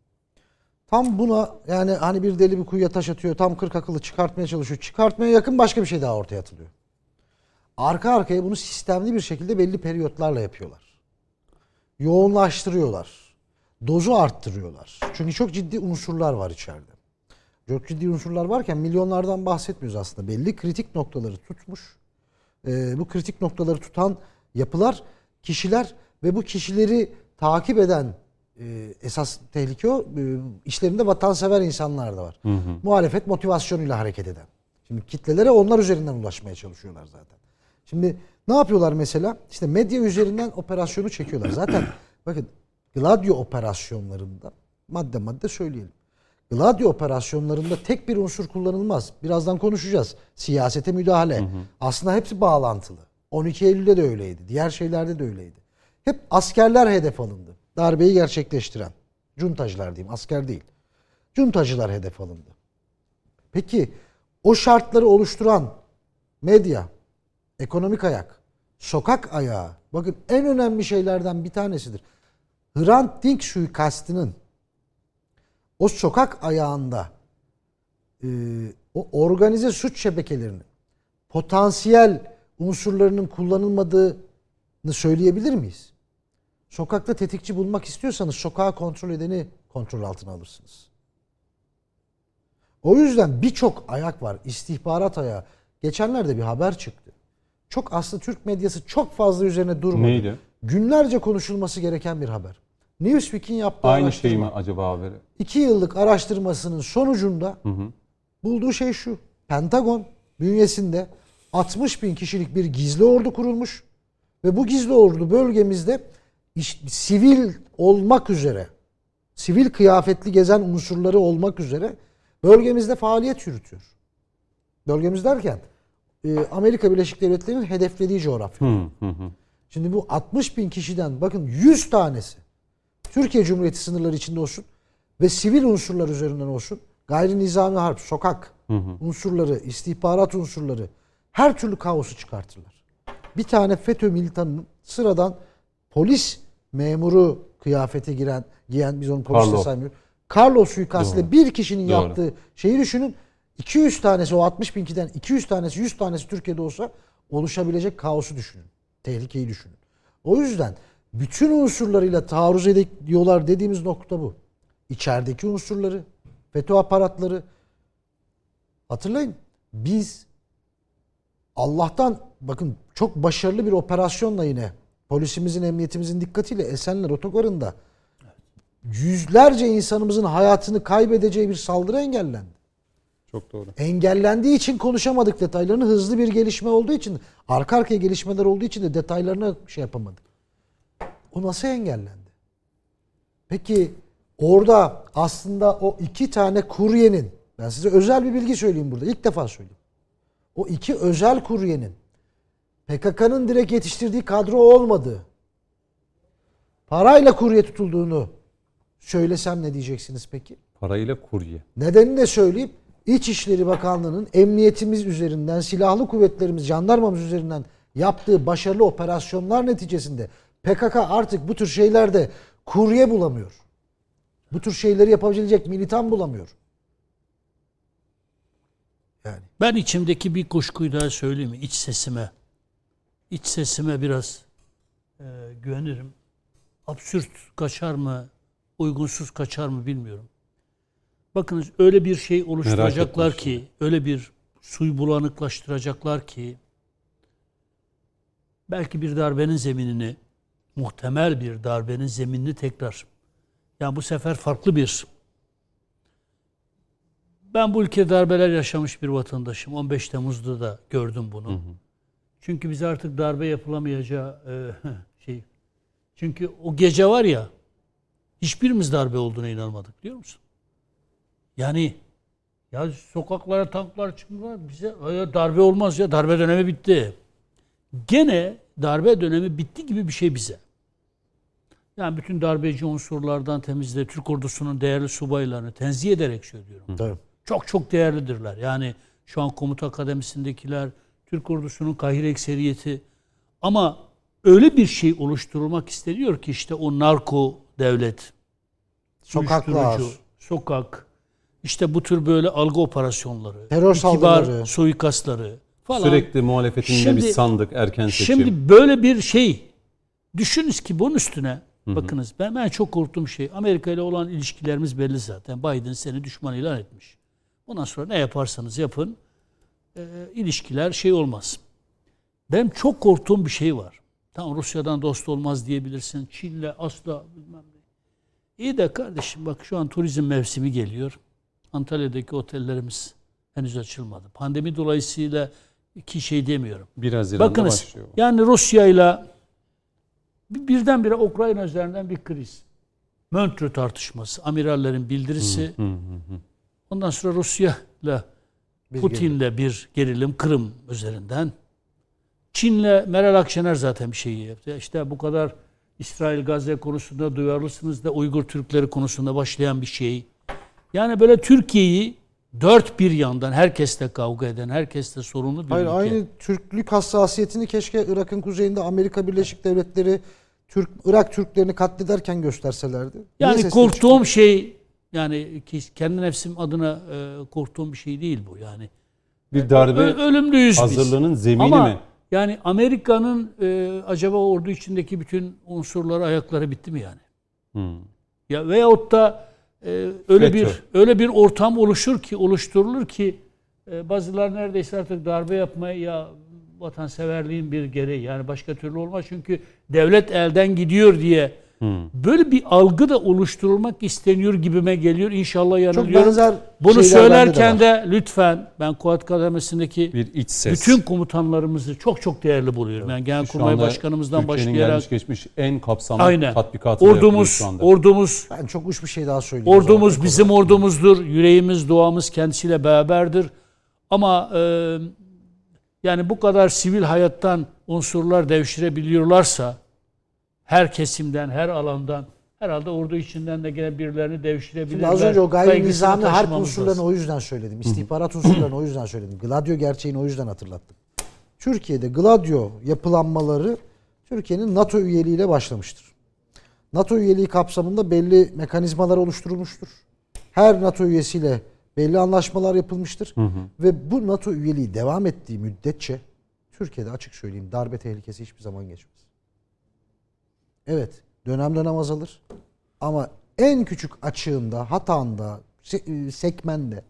C: Tam buna yani hani bir deli bir kuyuya taş atıyor. Tam 40 akıllı çıkartmaya çalışıyor. Çıkartmaya yakın başka bir şey daha ortaya atılıyor. Arka arkaya bunu sistemli bir şekilde belli periyotlarla yapıyorlar. Yoğunlaştırıyorlar. dozu arttırıyorlar. Çünkü çok ciddi unsurlar var içeride. Çok ciddi unsurlar varken milyonlardan bahsetmiyoruz aslında. Belli kritik noktaları tutmuş. Bu kritik noktaları tutan yapılar, kişiler ve bu kişileri takip eden esas tehlike o. İşlerinde vatansever insanlar da var. Muhalefet motivasyonuyla hareket eden. Şimdi kitlelere onlar üzerinden ulaşmaya çalışıyorlar zaten. Şimdi ne yapıyorlar mesela? İşte medya üzerinden operasyonu çekiyorlar. Zaten bakın Gladio operasyonlarında madde madde söyleyelim. Gladio operasyonlarında tek bir unsur kullanılmaz. Birazdan konuşacağız. Siyasete müdahale. Aslında hepsi bağlantılı. 12 Eylül'de de öyleydi. Diğer şeylerde de öyleydi. Hep askerler hedef alındı. Darbeyi gerçekleştiren. Cuntacılar diyeyim, asker değil. Cuntacılar hedef alındı. Peki o şartları oluşturan medya, ekonomik ayak, sokak ayağı, bakın en önemli şeylerden bir tanesidir. Hrant Dink suikastının o sokak ayağında o organize suç şebekelerinin potansiyel unsurlarının kullanılmadığını söyleyebilir miyiz? Sokakta tetikçi bulmak istiyorsanız sokağı kontrol edeni kontrol altına alırsınız. O yüzden birçok ayak var. İstihbarat ayağı. Geçenlerde bir haber çıktı. Çok aslında Türk medyası çok fazla üzerine durmadı.
A: Neydi?
C: Günlerce konuşulması gereken bir haber. Newsweek'in yaptığı
A: Aynı
C: araştırma.
A: şey mi acaba haberi?
C: 2 yıllık araştırmasının sonucunda bulduğu şey şu. Pentagon bünyesinde 60 bin kişilik bir gizli ordu kurulmuş ve bu gizli ordu bölgemizde sivil olmak üzere, sivil kıyafetli gezen unsurları olmak üzere bölgemizde faaliyet yürütüyor. Bölgemiz derken Amerika Birleşik Devletleri'nin hedeflediği coğrafya. Şimdi bu 60 bin kişiden bakın 100 tanesi Türkiye Cumhuriyeti sınırları içinde olsun ve sivil unsurlar üzerinden olsun, gayri nizami harp, sokak unsurları, istihbarat unsurları her türlü kaosu çıkartırlar. Bir tane FETÖ militanının sıradan polis memuru kıyafete giyen biz onu poliste saymıyoruz. Carlos suikastıyla bir kişinin yaptığı şeyi düşünün. 200 tanesi o 60 bin kişiden 200 tanesi 100 tanesi Türkiye'de olsa oluşabilecek kaosu düşünün. Tehlikeyi düşünün. O yüzden bütün unsurlarıyla taarruz ediyorlar dediğimiz nokta bu. İçerideki unsurları, FETÖ aparatları. Hatırlayın biz Allah'tan bakın çok başarılı bir operasyonla yine polisimizin, emniyetimizin dikkatiyle Esenler Otogarı'nda yüzlerce insanımızın hayatını kaybedeceği bir saldırı engellendi.
A: Çok doğru.
C: Engellendiği için konuşamadık detaylarını. Hızlı bir gelişme olduğu için, arka arkaya gelişmeler olduğu için de detaylarına şey yapamadık. O nasıl engellendi? Peki orada aslında o 2 tane kuryenin, ben size özel bir bilgi söyleyeyim burada. İlk defa söyleyeyim. O 2 özel kuryenin PKK'nın direkt yetiştirdiği kadro olmadığı, parayla kurye tutulduğunu söylesem ne diyeceksiniz peki?
A: Parayla kurye.
C: Nedenini de söyleyeyim. İçişleri Bakanlığı'nın emniyetimiz üzerinden, silahlı kuvvetlerimiz, jandarmamız üzerinden yaptığı başarılı operasyonlar neticesinde PKK artık bu tür şeylerde kurye bulamıyor. Bu tür şeyleri yapabilecek militan bulamıyor. Yani.
B: Ben içimdeki bir kuşkuyu daha söyleyeyim mi? İç sesime. İç sesime biraz güvenirim. Absürt kaçar mı, uygunsuz kaçar mı bilmiyorum. Bakınız öyle bir şey oluşturacaklar ki, öyle bir suyu bulanıklaştıracaklar ki belki bir darbenin zeminini, muhtemel bir darbenin zeminini tekrar, yani bu sefer farklı bir, ben bu ülkede darbeler yaşamış bir vatandaşım. 15 Temmuz'da da gördüm bunu. Çünkü bize artık darbe yapılamayacağı şey. Çünkü o gece var ya, hiçbirimiz darbe olduğuna inanmadık, biliyor musun? Yani ya sokaklara tanklar çıktılar, bize darbe olmaz ya, darbe dönemi bitti. Gene darbe dönemi bitti gibi bir şey bize. Yani bütün darbeci unsurlardan temizle Türk ordusunun değerli subaylarını tenzih ederek söylüyorum.
C: Tabii.
B: Çok çok değerlidirler. Yani şu an komuta akademisindekiler, Türk ordusunun Kahire ekseriyeti. Ama öyle bir şey oluşturulmak isteniyor ki işte o narko devlet,
C: Sokaklar,
B: sokak, işte bu tür böyle algı operasyonları,
C: terör saldırıları,
B: suikastları falan.
A: Sürekli muhalefetin yine bir sandık, erken seçim.
B: Şimdi böyle bir şey düşününüz ki bunun üstüne Bakınız ben çok korktuğum şey, Amerika ile olan ilişkilerimiz belli zaten. Biden seni düşman ilan etmiş. Ondan sonra ne yaparsanız yapın ilişkiler şey olmaz. Benim çok korktuğum bir şey var. Tamam, Rusya'dan dost olmaz diyebilirsin. Çin'le asla bilmem ne. İyi de kardeşim bak, şu an turizm mevsimi geliyor. Antalya'daki otellerimiz henüz açılmadı. Pandemi dolayısıyla iki şey demiyorum.
A: 1 Haziran'da
B: Bakınız,
A: başlıyor.
B: yani Rusya'yla birdenbire Ukrayna üzerinden bir kriz. Montreux tartışması, amirallerin bildirisi. Ondan sonra Rusya'yla Putin'le bir gerilim, Kırım üzerinden. Çin'le Meral Akşener zaten bir şey yaptı. İşte bu kadar İsrail Gazze konusunda duyarlısınız da Uygur Türkleri konusunda başlayan bir şey. Yani böyle Türkiye'yi dört bir yandan herkesle kavga eden, herkesle sorunlu bir ülke.
C: Aynı Türklük hassasiyetini keşke Irak'ın kuzeyinde Amerika Birleşik Devletleri Irak Türklerini katlederken gösterselerdi.
B: Yani korktuğum şey, yani kendi nefsim adına korktuğum bir şey değil bu yani.
A: Bir darbe
B: ölümlüyüz
A: hazırlığının
B: biz.
A: zemini
B: Ama
A: mi?
B: yani Amerika'nın acaba ordu içindeki bütün unsurları, ayakları bitti mi yani? Ya veyahut da öyle bir ortam oluşturulur ki bazıları neredeyse artık darbe yapmaya, ya vatanseverliğin bir gereği, yani başka türlü olmaz çünkü devlet elden gidiyor diye böyle bir algı da oluşturulmak isteniyor gibime geliyor. İnşallah yanılıyorum. Bunu söylerken de lütfen, ben Kuat kademesindeki
A: bir iç ses.
B: Bütün komutanlarımızı çok çok değerli buluyorum. Yani Genelkurmay Başkanımızdan
A: Türkiye'nin
B: başlayarak
A: gelmiş geçmiş en kapsamlı tatbikatı
B: ordumuz
C: ben çok uç bir şey daha söyleyeyim.
B: Ordumuz bizim ordumuzdur. Yüreğimiz, duamız kendisiyle beraberdir. Ama yani bu kadar sivil hayattan unsurlar devşirebiliyorlarsa, her kesimden, her alandan, herhalde ordu içinden de gene birilerini devşirebilirler.
C: Az önce o gayri nizami harp unsurlarını o yüzden söyledim. İstihbarat unsurlarını o yüzden söyledim. Gladio gerçeğini o yüzden hatırlattım. Türkiye'de Gladio yapılanmaları Türkiye'nin NATO üyeliğiyle başlamıştır. NATO üyeliği kapsamında belli mekanizmalar oluşturulmuştur. Her NATO üyesiyle belli anlaşmalar yapılmıştır. Ve bu NATO üyeliği devam ettiği müddetçe Türkiye'de açık söyleyeyim darbe tehlikesi hiçbir zaman geçmez. Evet, dönem dönem azalır. Ama en küçük açığında, hatanda, sekmende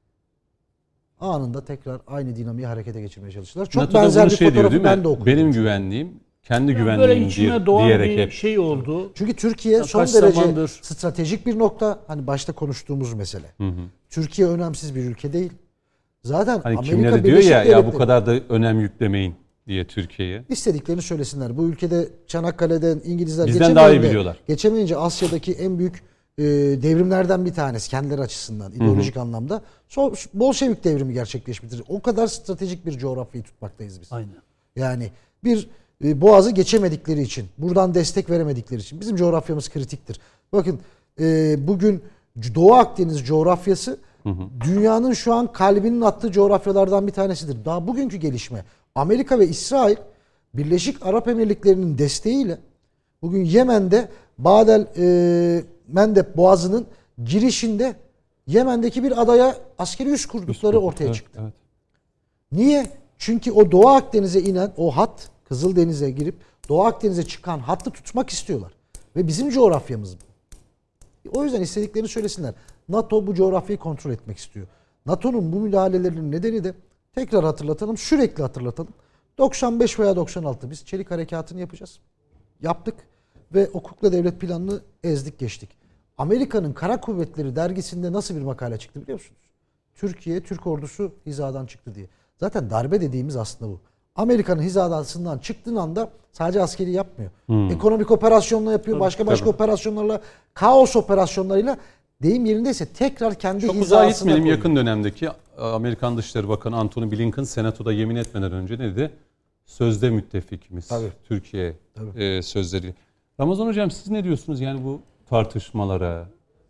C: anında tekrar aynı dinamiği harekete geçirmeye çalışırlar. Çok
A: NATO'da
C: benzer bir
A: şey
C: fotoğrafı
A: diyor,
C: ben de okudum.
A: Benim güvenliğim, kendi güvenliğim
B: böyle içime doğan
A: diyerek
B: bir
A: hep.
B: şey oldu.
C: Çünkü Türkiye son derece stratejik bir nokta. Hani başta konuştuğumuz mesele. Türkiye önemsiz bir ülke değil. Zaten
A: hani
C: Amerika
A: kimleri diyor ya bu kadar da önem yüklemeyin diye Türkiye'ye.
C: İstediklerini söylesinler. Bu ülkede Çanakkale'den İngilizler
A: bizden daha iyi biliyorlar.
C: Geçemeyince Asya'daki en büyük devrimlerden bir tanesi kendileri açısından ideolojik anlamda Bolşevik devrimi gerçekleşmiştir. O kadar stratejik bir coğrafyayı tutmaktayız biz.
B: Aynen.
C: Yani bir boğazı geçemedikleri için, buradan destek veremedikleri için bizim coğrafyamız kritiktir. Bakın bugün Doğu Akdeniz coğrafyası dünyanın şu an kalbinin attığı coğrafyalardan bir tanesidir. Daha bugünkü gelişme Amerika ve İsrail Birleşik Arap Emirlikleri'nin desteğiyle bugün Yemen'de Bab el-Mandeb Boğazı'nın girişinde Yemen'deki bir adaya askeri üs kurdukları ortaya çıktı. Evet. Niye? Çünkü o Doğu Akdeniz'e inen o hat, Kızıldeniz'e girip Doğu Akdeniz'e çıkan hattı tutmak istiyorlar. Ve bizim coğrafyamız bu. O yüzden istediklerini söylesinler. NATO bu coğrafyayı kontrol etmek istiyor. NATO'nun bu müdahalelerinin nedeni de tekrar hatırlatalım, sürekli hatırlatalım. 95 veya 96 biz Çelik Harekatı'nı yapacağız. Yaptık ve hukukla devlet planını ezdik geçtik. Amerika'nın Kara Kuvvetleri dergisinde nasıl bir makale çıktı biliyor musunuz? Türkiye, Türk ordusu hizadan çıktı diye. Zaten darbe dediğimiz aslında bu. Amerika'nın hizasından çıktığın anda sadece askeri yapmıyor. Ekonomik operasyonla yapıyor, başka operasyonlarla, kaos operasyonlarıyla deyim yerindeyse tekrar kendi
A: çok
C: hizasına
A: uzağa gitmeyelim.
C: koyuyor.
A: Yakın dönemdeki Amerikan Dışişleri Bakanı Antony Blinken Senato'da yemin etmeden önce ne dedi? Sözde müttefikimiz.
C: Tabii.
A: Türkiye sözleri. Ramazan Hocam siz ne diyorsunuz yani bu tartışmalara?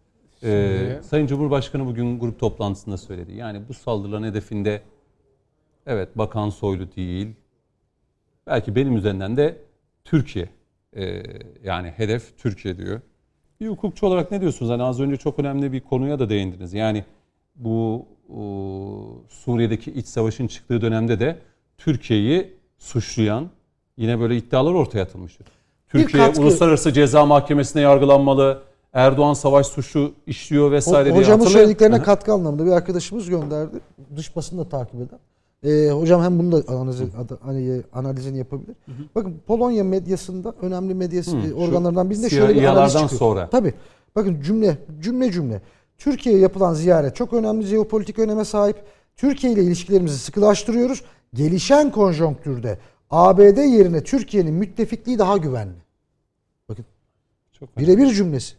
A: Sayın Cumhurbaşkanı bugün grup toplantısında söyledi. Yani bu saldırıların hedefinde evet Bakan Soylu değil. Belki benim üzerinden de Türkiye. Yani hedef Türkiye diyor. Bir hukukçu olarak ne diyorsunuz? Hani az önce çok önemli bir konuya da değindiniz. Yani bu Suriye'deki iç savaşın çıktığı dönemde de Türkiye'yi suçlayan yine böyle iddialar ortaya atılmıştır. Türkiye Uluslararası Ceza Mahkemesi'ne yargılanmalı. Erdoğan savaş suçu işliyor vesaire diye
C: Hocamın
A: hatırlayın.
C: söylediklerine katkı anlamında bir arkadaşımız gönderdi. Dış basını da takip eden. Hocam hem bunu da analizini yapabilir. Bakın Polonya medyasında önemli medya organlarından birinde şöyle bir analiz çıkıyor.
A: sonra.
C: Tabii. Bakın cümle. Türkiye'ye yapılan ziyaret çok önemli jeopolitik öneme sahip. Türkiye ile ilişkilerimizi sıkılaştırıyoruz. Gelişen konjonktürde ABD yerine Türkiye'nin müttefikliği daha güvenli. Bakın. Birebir cümlesi.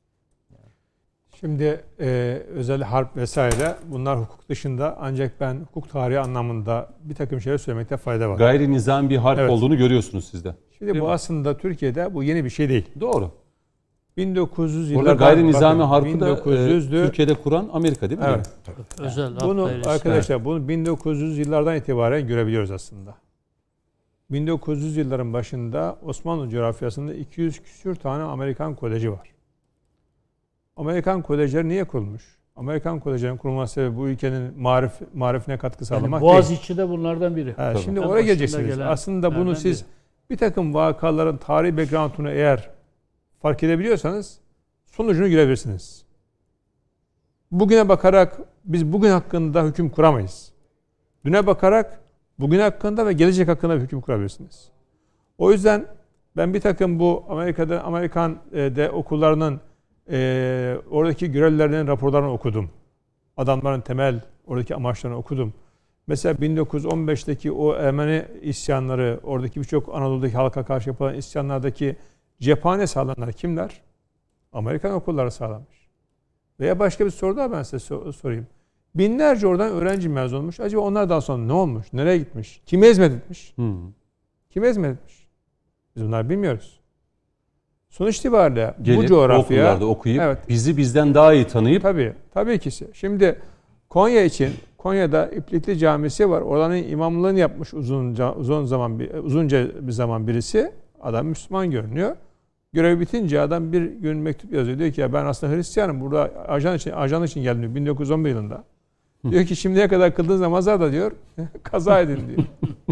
D: Şimdi özel harp vesaire bunlar hukuk dışında, ancak ben hukuk tarihi anlamında bir takım şeyler söylemekte fayda var.
A: Gayri nizami bir harp olduğunu görüyorsunuz siz de.
D: Şimdi bu aslında Türkiye'de bu yeni bir şey değil.
A: Doğru.
D: 1900
A: Burada
D: yıllarda
A: gayri nizami harpı da
D: 1900'lü
A: Türkiye'de kuran Amerika değil mi?
D: Evet.
B: Özel
D: Bunu
B: harp
D: arkadaşlar bunu 1900 yıllardan itibaren görebiliyoruz aslında. 1900 yılların başında Osmanlı coğrafyasında 200 küsür tane Amerikan koleji var. Amerikan kolejleri niye kurulmuş? Amerikan kolejlerinin kurulması sebebi bu ülkenin marifine katkı sağlamak değil.
B: Boğaziçi de bunlardan biri.
D: Şimdi oraya geleceksiniz. Aslında bunu siz bir takım vakaların tarihi background'unu eğer fark edebiliyorsanız sonucunu görebilirsiniz. Bugüne bakarak biz bugün hakkında hüküm kuramayız. Düne bakarak bugün hakkında ve gelecek hakkında bir hüküm kurabilirsiniz. O yüzden ben bir takım bu Amerikan okullarının oradaki görevlilerinin raporlarını okudum. Adamların temel oradaki amaçlarını okudum. Mesela 1915'teki o Ermeni isyanları, oradaki birçok Anadolu'daki halka karşı yapılan isyanlardaki cephane sağlayanlar kimler? Amerikan okulları sağlamış. Veya başka bir soru daha ben size sorayım. Binlerce oradan öğrenci mezun olmuş. Acaba onlardan sonra ne olmuş? Nereye gitmiş? Kimi ezmetmiş? Kimi ezmetmiş? Biz bunları bilmiyoruz. Sonuç itibariyle bu coğrafya
A: okullarda okuyup bizi bizden daha iyi tanıyıp
D: tabii ki. Şimdi Konya için Konya'da İplikli Camisi var. Oranın imamlığını yapmış uzunca bir zaman birisi. Adam Müslüman görünüyor. Görev bitince adam bir gün mektup yazıyor. Diyor ki ya ben aslında Hristiyanım. Burada ajan için geldim 1911 yılında. Diyor ki şimdiye kadar kıldığınız namazlar da diyor kaza edin diyor.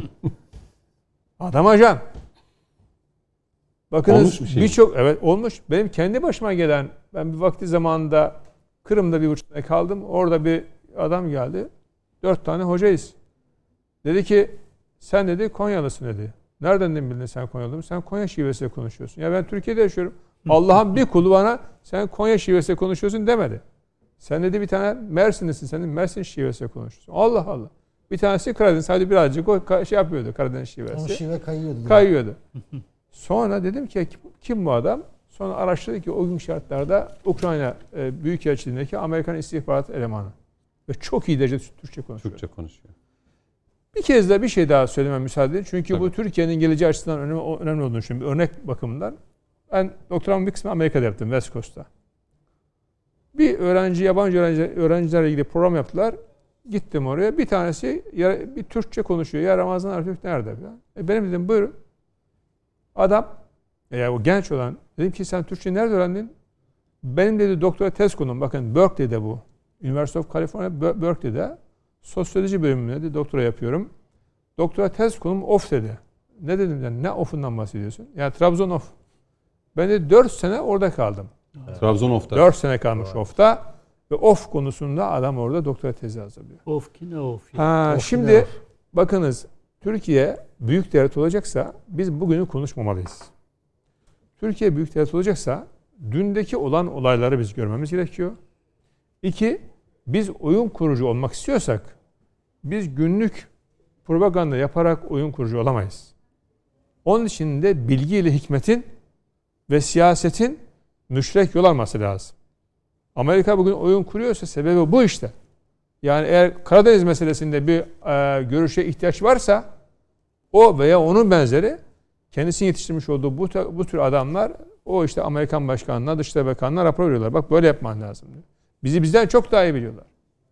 D: Adam ajan. Bakınız birçok olmuş. Benim kendi başıma gelen, ben bir vakti zamanında Kırım'da 1,5 sene kaldım. Orada bir adam geldi. 4 tane hocayız. Dedi ki sen dedi Konyalısın dedi. Nereden bildin sen Konyalı? Sen Konya şivesiyle konuşuyorsun. Ya ben Türkiye'de yaşıyorum. Allah'ın bir kulu bana sen Konya şivesiyle konuşuyorsun demedi. Sen dedi bir tane Mersinlisin, sen de Mersin şivesiyle konuşuyorsun. Allah Allah. Bir tanesi Karadeniz, sadece birazcık o yapıyordu Karadeniz şivesi.
C: O şive
D: kayıyordu. Sonra dedim ki kim bu adam? Sonra araştırdık ki o gün şartlarda Ukrayna Büyükelçiliğindeki Amerikan istihbarat elemanı. Ve çok iyi derecede Türkçe konuşuyor. Bir kez de bir şey daha söylemem müsaade edin. Çünkü bu Türkiye'nin geleceği açısından önemli olduğunu düşünüyorum. Bir örnek bakımından. Ben doktoramın bir kısmını Amerika'da yaptım, West Coast'ta. Bir yabancı öğrencilerle ilgili program yaptılar. Gittim oraya. Bir tanesi bir Türkçe konuşuyor. Ya Ramazan Artürk nerede? Benim dedim buyurun. Adam, o genç olan, dedim ki sen Türkçe nerede öğrendin? Benim dedi doktora tez konum, bakın Berkeley'de bu. University of California, Berkeley'de. Sosyoloji bölümünde de doktora yapıyorum. Doktora tez konum off dedi. Ne dedim yani, ne off'undan bahsediyorsun? Yani Trabzon off. Ben de 4 sene orada kaldım.
A: Trabzon off'ta.
D: 4 sene kalmış off'ta. Ve off konusunda adam orada doktora tezi hazırlıyor.
B: Off ki ne off?
D: Şimdi bakınız, Türkiye büyük devlet olacaksa biz bugünü konuşmamalıyız. Türkiye büyük devlet olacaksa dündeki olan olayları biz görmemiz gerekiyor. 2, biz oyun kurucu olmak istiyorsak biz günlük propaganda yaparak oyun kurucu olamayız. Onun için de bilgiyle hikmetin ve siyasetin müşterek yol alması lazım. Amerika bugün oyun kuruyorsa sebebi bu işte. Yani eğer Karadeniz meselesinde bir görüşe ihtiyaç varsa o veya onun benzeri kendisini yetiştirmiş olduğu bu tür adamlar o işte Amerikan başkanına, Dışişleri Bakanı'na rapor veriyorlar. Bak böyle yapman lazım diyor. Bizi bizden çok daha iyi biliyorlar.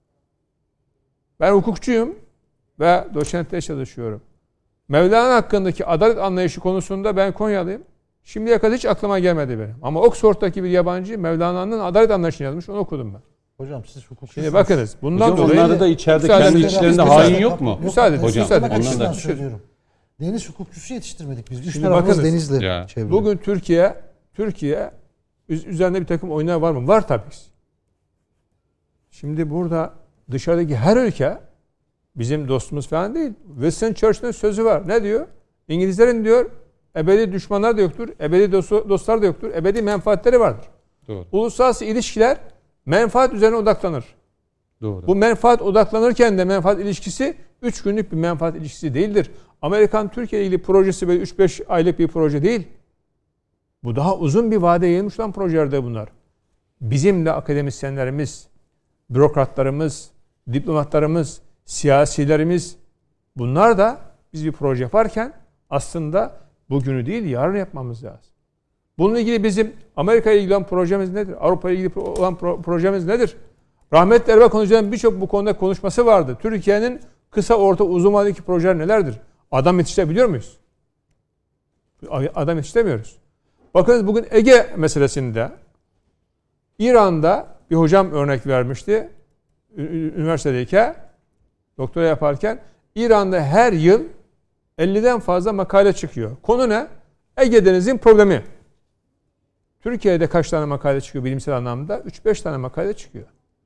D: Ben hukukçuyum ve doçentte çalışıyorum. Mevlana hakkındaki adalet anlayışı konusunda ben Konyalıyım. Şimdiye kadar hiç aklıma gelmedi benim. Ama Oxford'daki bir yabancı Mevlana'nın adalet anlayışını yazmış. Onu okudum ben.
C: Hocam siz hukukçusunuz.
D: Şimdi bakınız. Bundan
A: hocam,
D: dolayı
A: onlarda da içeride kendi içlerinde hain yok mu?
D: Müsaade.
A: Hocam,
C: ondan da söylüyorum. Deniz hukukçusu yetiştirmedik biz. Üç
D: Şimdi
C: tarafımız
D: bakınız,
C: denizle
A: ya,
C: çevrili.
D: Bugün Türkiye üzerinde bir takım oyunlar var mı? Var tabii. Şimdi burada dışarıdaki her ülke bizim dostumuz falan değil. Winston Churchill'in sözü var. Ne diyor? İngilizlerin diyor ebedi düşmanlar da yoktur, ebedi dostlar da yoktur, ebedi menfaatleri vardır.
A: Doğru.
D: Uluslararası ilişkiler menfaat üzerine odaklanır.
A: Doğru.
D: Bu menfaat odaklanırken de menfaat ilişkisi 3 günlük bir menfaat ilişkisi değildir. Amerikan Türkiye ile ilgili projesi böyle 3-5 aylık bir proje değil. Bu daha uzun bir vade yayılmış olan projelerde bunlar. Bizim de akademisyenlerimiz, bürokratlarımız, diplomatlarımız, siyasilerimiz bunlar da biz bir proje yaparken aslında bugünü değil yarın yapmamız lazım. Bununla ilgili bizim Amerika ile ilgili olan projemiz nedir? Avrupa ile ilgili olan projemiz nedir? Rahmetli Erbakan Hoca'nın birçok bu konuda konuşması vardı. Türkiye'nin kısa, orta, uzun vadedeki projeler nelerdir? Adam yetiştirebiliyor muyuz? Adam yetiştiremiyoruz. Bakınız bugün Ege meselesinde İran'da bir hocam örnek vermişti. Üniversitedeyken, doktora yaparken İran'da her yıl 50'den fazla makale çıkıyor. Konu ne? Ege Denizi'nin problemi. Türkiye'de kaç tane makale çıkıyor bilimsel anlamda? 3-5 tane makale çıkıyor.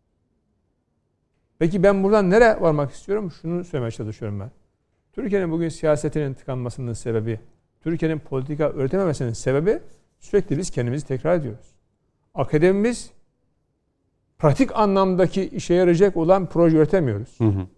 D: Peki ben buradan nereye varmak istiyorum? Şunu söylemeye çalışıyorum ben. Türkiye'nin bugün siyasetinin tıkanmasının sebebi, Türkiye'nin politika üretememesinin sebebi sürekli biz kendimizi tekrar ediyoruz. Akademimiz pratik anlamdaki işe yarayacak olan proje üretemiyoruz.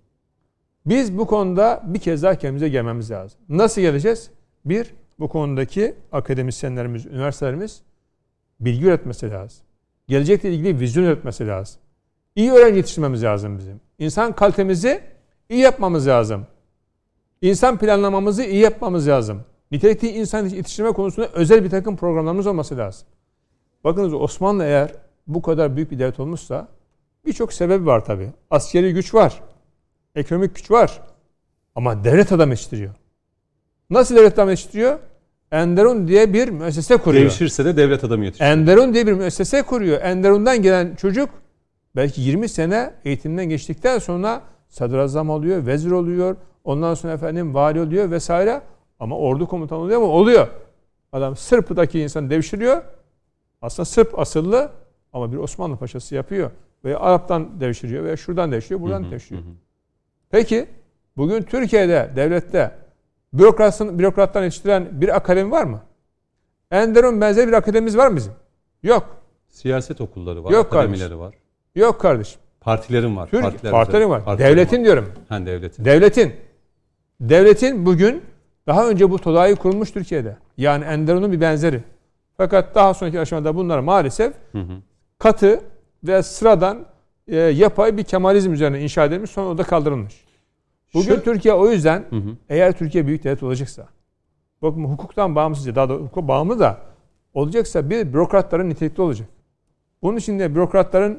D: Biz bu konuda bir kez daha kendimize gelmemiz lazım. Nasıl geleceğiz? Bir, bu konudaki akademisyenlerimiz, üniversitelerimiz bilgi üretmesi lazım. Gelecekle ilgili vizyon üretmesi lazım. İyi öğrenci yetiştirmemiz lazım bizim. İnsan kalitemizi iyi yapmamız lazım. İnsan planlamamızı iyi yapmamız lazım. Nitelikli insan yetiştirme konusunda özel bir takım programlarımız olması lazım. Bakınız Osmanlı eğer bu kadar büyük bir devlet olmuşsa birçok sebebi var tabii. Askeri güç var. Ekonomik güç var. Ama devlet adam yetiştiriyor. Nasıl devlet adam yetiştiriyor? Enderun diye bir müessese kuruyor.
A: Devşirse de devlet adamı yetiştiriyor.
D: Enderun diye bir müessese kuruyor. Enderun'dan gelen çocuk belki 20 sene eğitimden geçtikten sonra sadrazam oluyor, vezir oluyor, ondan sonra vali oluyor vesaire. Ama ordu komutanı oluyor mu? Oluyor. Adam Sırp'taki insanı devşiriyor. Aslında Sırp asıllı ama bir Osmanlı paşası yapıyor. Veya Arap'tan devşiriyor veya şuradan devşiriyor, buradan devşiriyor. Peki bugün Türkiye'de, devlette bürokrattan yetiştiren bir akademi var mı? Enderun benzeri bir akademimiz var mı bizim? Yok.
A: Siyaset okulları var,
D: Yok
A: akademileri
D: kardeşim.
A: var.
D: Yok kardeşim.
A: Partilerin var.
D: Partilerin var. Devletin diyorum.
A: Devletin.
D: Devletin bugün daha önce bu TODA'yı kurulmuş Türkiye'de. Yani Enderun'un bir benzeri. Fakat daha sonraki aşamada bunlar maalesef katı ve sıradan yapay bir Kemalizm üzerine inşa edilmiş, sonra o da kaldırılmış. Bugün Türkiye o yüzden eğer Türkiye büyük devlet olacaksa, bakın hukuktan bağımsız, daha da hukuka bağımlı da olacaksa bir bürokratların nitelikli olacak. Bunun için de bürokratların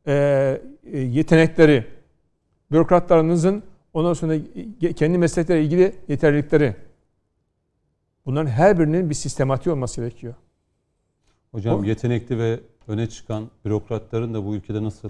D: yetenekleri, bürokratlarınızın ondan sonra kendi meslekleriyle ilgili yeterlilikleri, bunların her birinin bir sistematiği olması gerekiyor.
A: Hocam yetenekli ve öne çıkan bürokratların da bu ülkede nasıl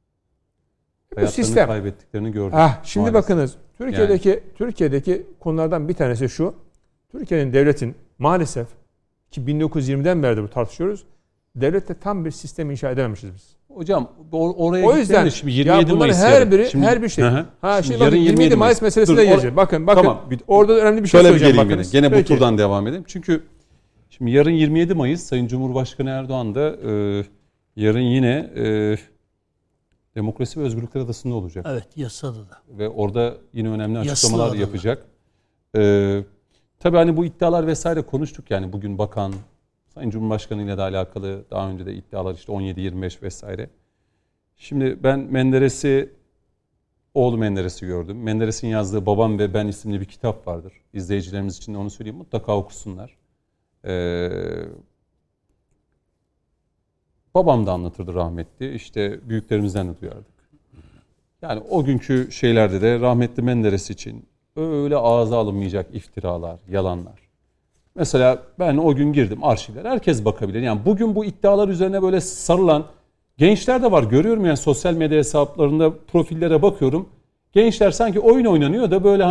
A: hayatlarını kaybettiklerini gördük.
D: Şimdi
A: maalesef.
D: Bakınız Türkiye'deki konulardan bir tanesi şu. Türkiye'nin devletin maalesef ki 1920'den beri de bu tartışıyoruz. Devlette tam bir sistem inşa edememişiz biz.
A: Hocam oraya
D: o yüzden
A: şimdi 27 Mayıs
D: her bir şey. Şimdi
A: yarın
D: 27 Mayıs meselesine geleceğiz. Bakın
A: tamam,
D: orada önemli bir şey
A: şöyle
D: söyleyeceğim.
A: Bakın. Gene bu turdan devam edelim. Çünkü şimdi yarın 27 Mayıs Sayın Cumhurbaşkanı Erdoğan da yarın yine Demokrasi ve Özgürlükler Adası'nda olacak.
B: Evet, yasada da.
A: Ve orada yine önemli açıklamalar
B: Yasada
A: yapacak. Tabii hani bu iddialar vesaire konuştuk yani bugün bakan, Sayın Cumhurbaşkanı ile de alakalı daha önce de iddialar işte 17-25 vesaire. Şimdi ben oğlu Menderes'i gördüm. Menderes'in yazdığı Babam ve Ben isimli bir kitap vardır. İzleyicilerimiz için de onu söyleyeyim, mutlaka okusunlar. Babam da anlatırdı rahmetli. İşte büyüklerimizden de duyardık. Yani o günkü şeylerde de rahmetli Menderes için öyle ağza alınmayacak iftiralar, yalanlar. Mesela ben o gün girdim arşivlere. Herkes bakabilir. Yani bugün bu iddialar üzerine böyle sarılan gençler de var. Görüyorum yani sosyal medya hesaplarında profillere bakıyorum. Gençler sanki oyun oynanıyor da böyle hani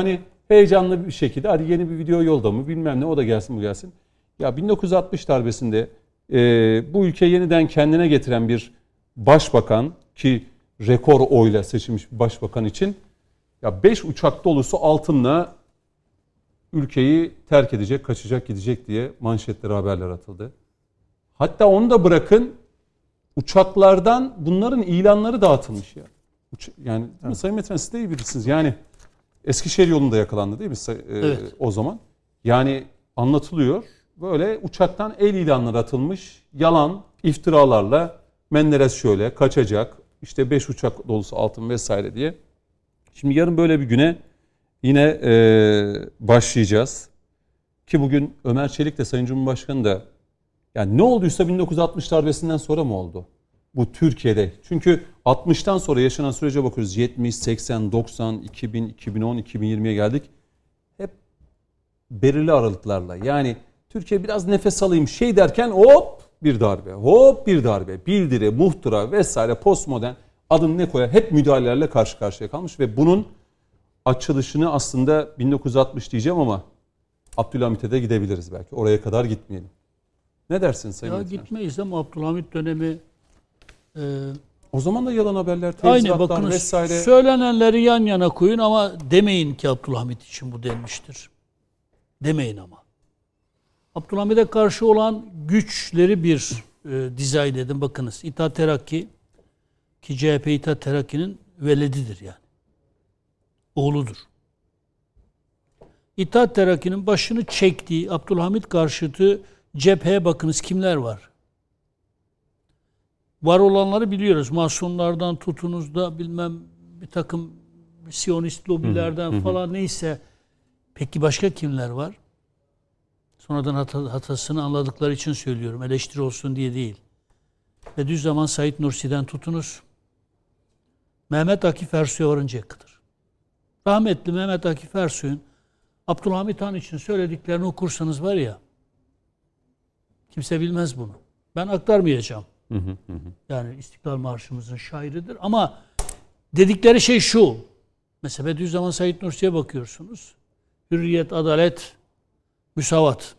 A: heyecanlı bir şekilde hadi yeni bir video yolda mı bilmem ne o da gelsin bu gelsin. Ya 1960 darbesinde bu ülke yeniden kendine getiren bir başbakan ki rekor oyla seçilmiş bir başbakan için ya 5 uçak dolusu altınla ülkeyi terk edecek, kaçacak, gidecek diye manşetlere haberler atıldı. Hatta onu da bırakın uçaklardan bunların ilanları dağıtılmış ya. Yani değil mi? Sayın Metin siz de iyi bilirsiniz. Yani Eskişehir yolunda yakalandı değil mi
B: Evet.
A: o zaman? Yani anlatılıyor. Böyle uçaktan el ilanları atılmış. Yalan, iftiralarla Menderes şöyle kaçacak. İşte 5 uçak dolusu altın vesaire diye. Şimdi yarın böyle bir güne yine başlayacağız. Ki bugün Ömer Çelik de Sayın Cumhurbaşkanı da yani ne olduysa 1960 darbesinden sonra mı oldu? Bu Türkiye'de. Çünkü 60'tan sonra yaşanan sürece bakıyoruz. 70, 80, 90, 2000, 2010, 2020'ye geldik. Hep belirli aralıklarla. Yani Türkiye biraz nefes alayım şey derken hop bir darbe. Hop bir darbe. Bildiri, muhtıra vesaire postmodern adını ne koyar hep müdahalelerle karşı karşıya kalmış ve bunun açılışını aslında 1960 diyeceğim ama Abdülhamit'e de gidebiliriz belki. Oraya kadar gitmeyelim. Ne dersiniz Sayın
B: Ya
A: Metin?
B: gitmeyiz ama Abdülhamit dönemi
A: O zaman da yalan haberler,
B: aynı
A: tezgahlar
B: bakınız
A: vesaire.
B: söylenenleri yan yana koyun ama demeyin ki Abdülhamit için bu denmiştir. Demeyin ama. Abdülhamit'e karşı olan güçleri bir dizayn edin. Bakınız İttihat Terakki ki CHP İttihat Terakki'nin veledidir yani. Oğludur. İttihat Terakki'nin başını çektiği Abdülhamit karşıtı cepheye bakınız kimler var. Var olanları biliyoruz. Masonlardan tutunuz da bilmem bir takım Siyonist lobilerden falan neyse. Peki başka kimler var? Sonradan hatasını anladıkları için söylüyorum. Eleştiri olsun diye değil. Bediüzzaman Said Nursi'den tutunuz. Mehmet Akif Ersoy'a varıncaya kadar. Rahmetli Mehmet Akif Ersoy'un Abdülhamit Han için söylediklerini okursanız var ya, kimse bilmez bunu. Ben aktarmayacağım. Yani İstiklal Marşımızın şairidir ama dedikleri şey şu. Mesela Bediüzzaman Said Nursi'ye bakıyorsunuz. Hürriyet, adalet, müsavat.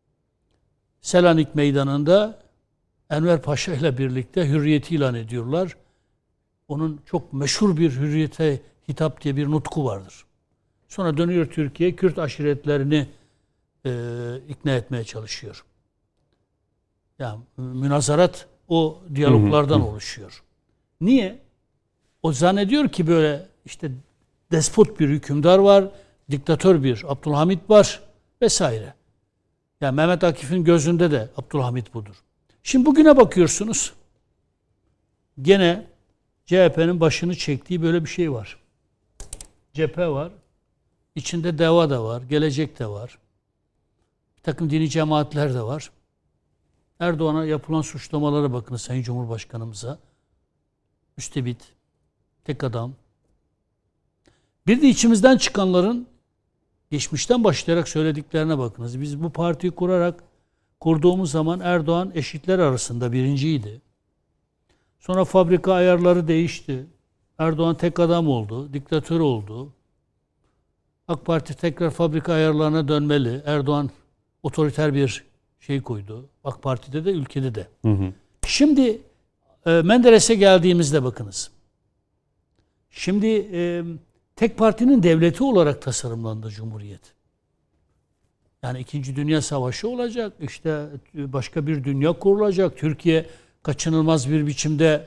B: Selanik Meydanı'nda Enver Paşa ile birlikte hürriyeti ilan ediyorlar. Onun çok meşhur bir hürriyete hitap diye bir nutku vardır. Sonra dönüyor Türkiye, Kürt aşiretlerini ikna etmeye çalışıyor. Yani münazarat o diyaloglardan oluşuyor. Niye? O zannediyor ki böyle işte despot bir hükümdar var, diktatör bir Abdülhamit var vesaire. Yani Mehmet Akif'in gözünde de Abdülhamit budur. Şimdi bugüne bakıyorsunuz. Gene CHP'nin başını çektiği böyle bir şey var. Cephe var. İçinde DEVA da var. Gelecek de var. Bir takım dini cemaatler de var. Erdoğan'a yapılan suçlamalara bakın Sayın Cumhurbaşkanımıza. Müstebit. Tek adam. Bir de içimizden çıkanların geçmişten başlayarak söylediklerine bakınız. Biz bu partiyi kurduğumuz zaman Erdoğan eşitler arasında birinciydi. Sonra fabrika ayarları değişti. Erdoğan tek adam oldu. Diktatör oldu. AK Parti tekrar fabrika ayarlarına dönmeli. Erdoğan otoriter bir şey koydu. AK Parti'de de ülkede de. Şimdi Menderes'e geldiğimizde bakınız. Şimdi tek partinin devleti olarak tasarımlandı Cumhuriyet. Yani 2. Dünya Savaşı olacak. İşte başka bir dünya kurulacak. Türkiye kaçınılmaz bir biçimde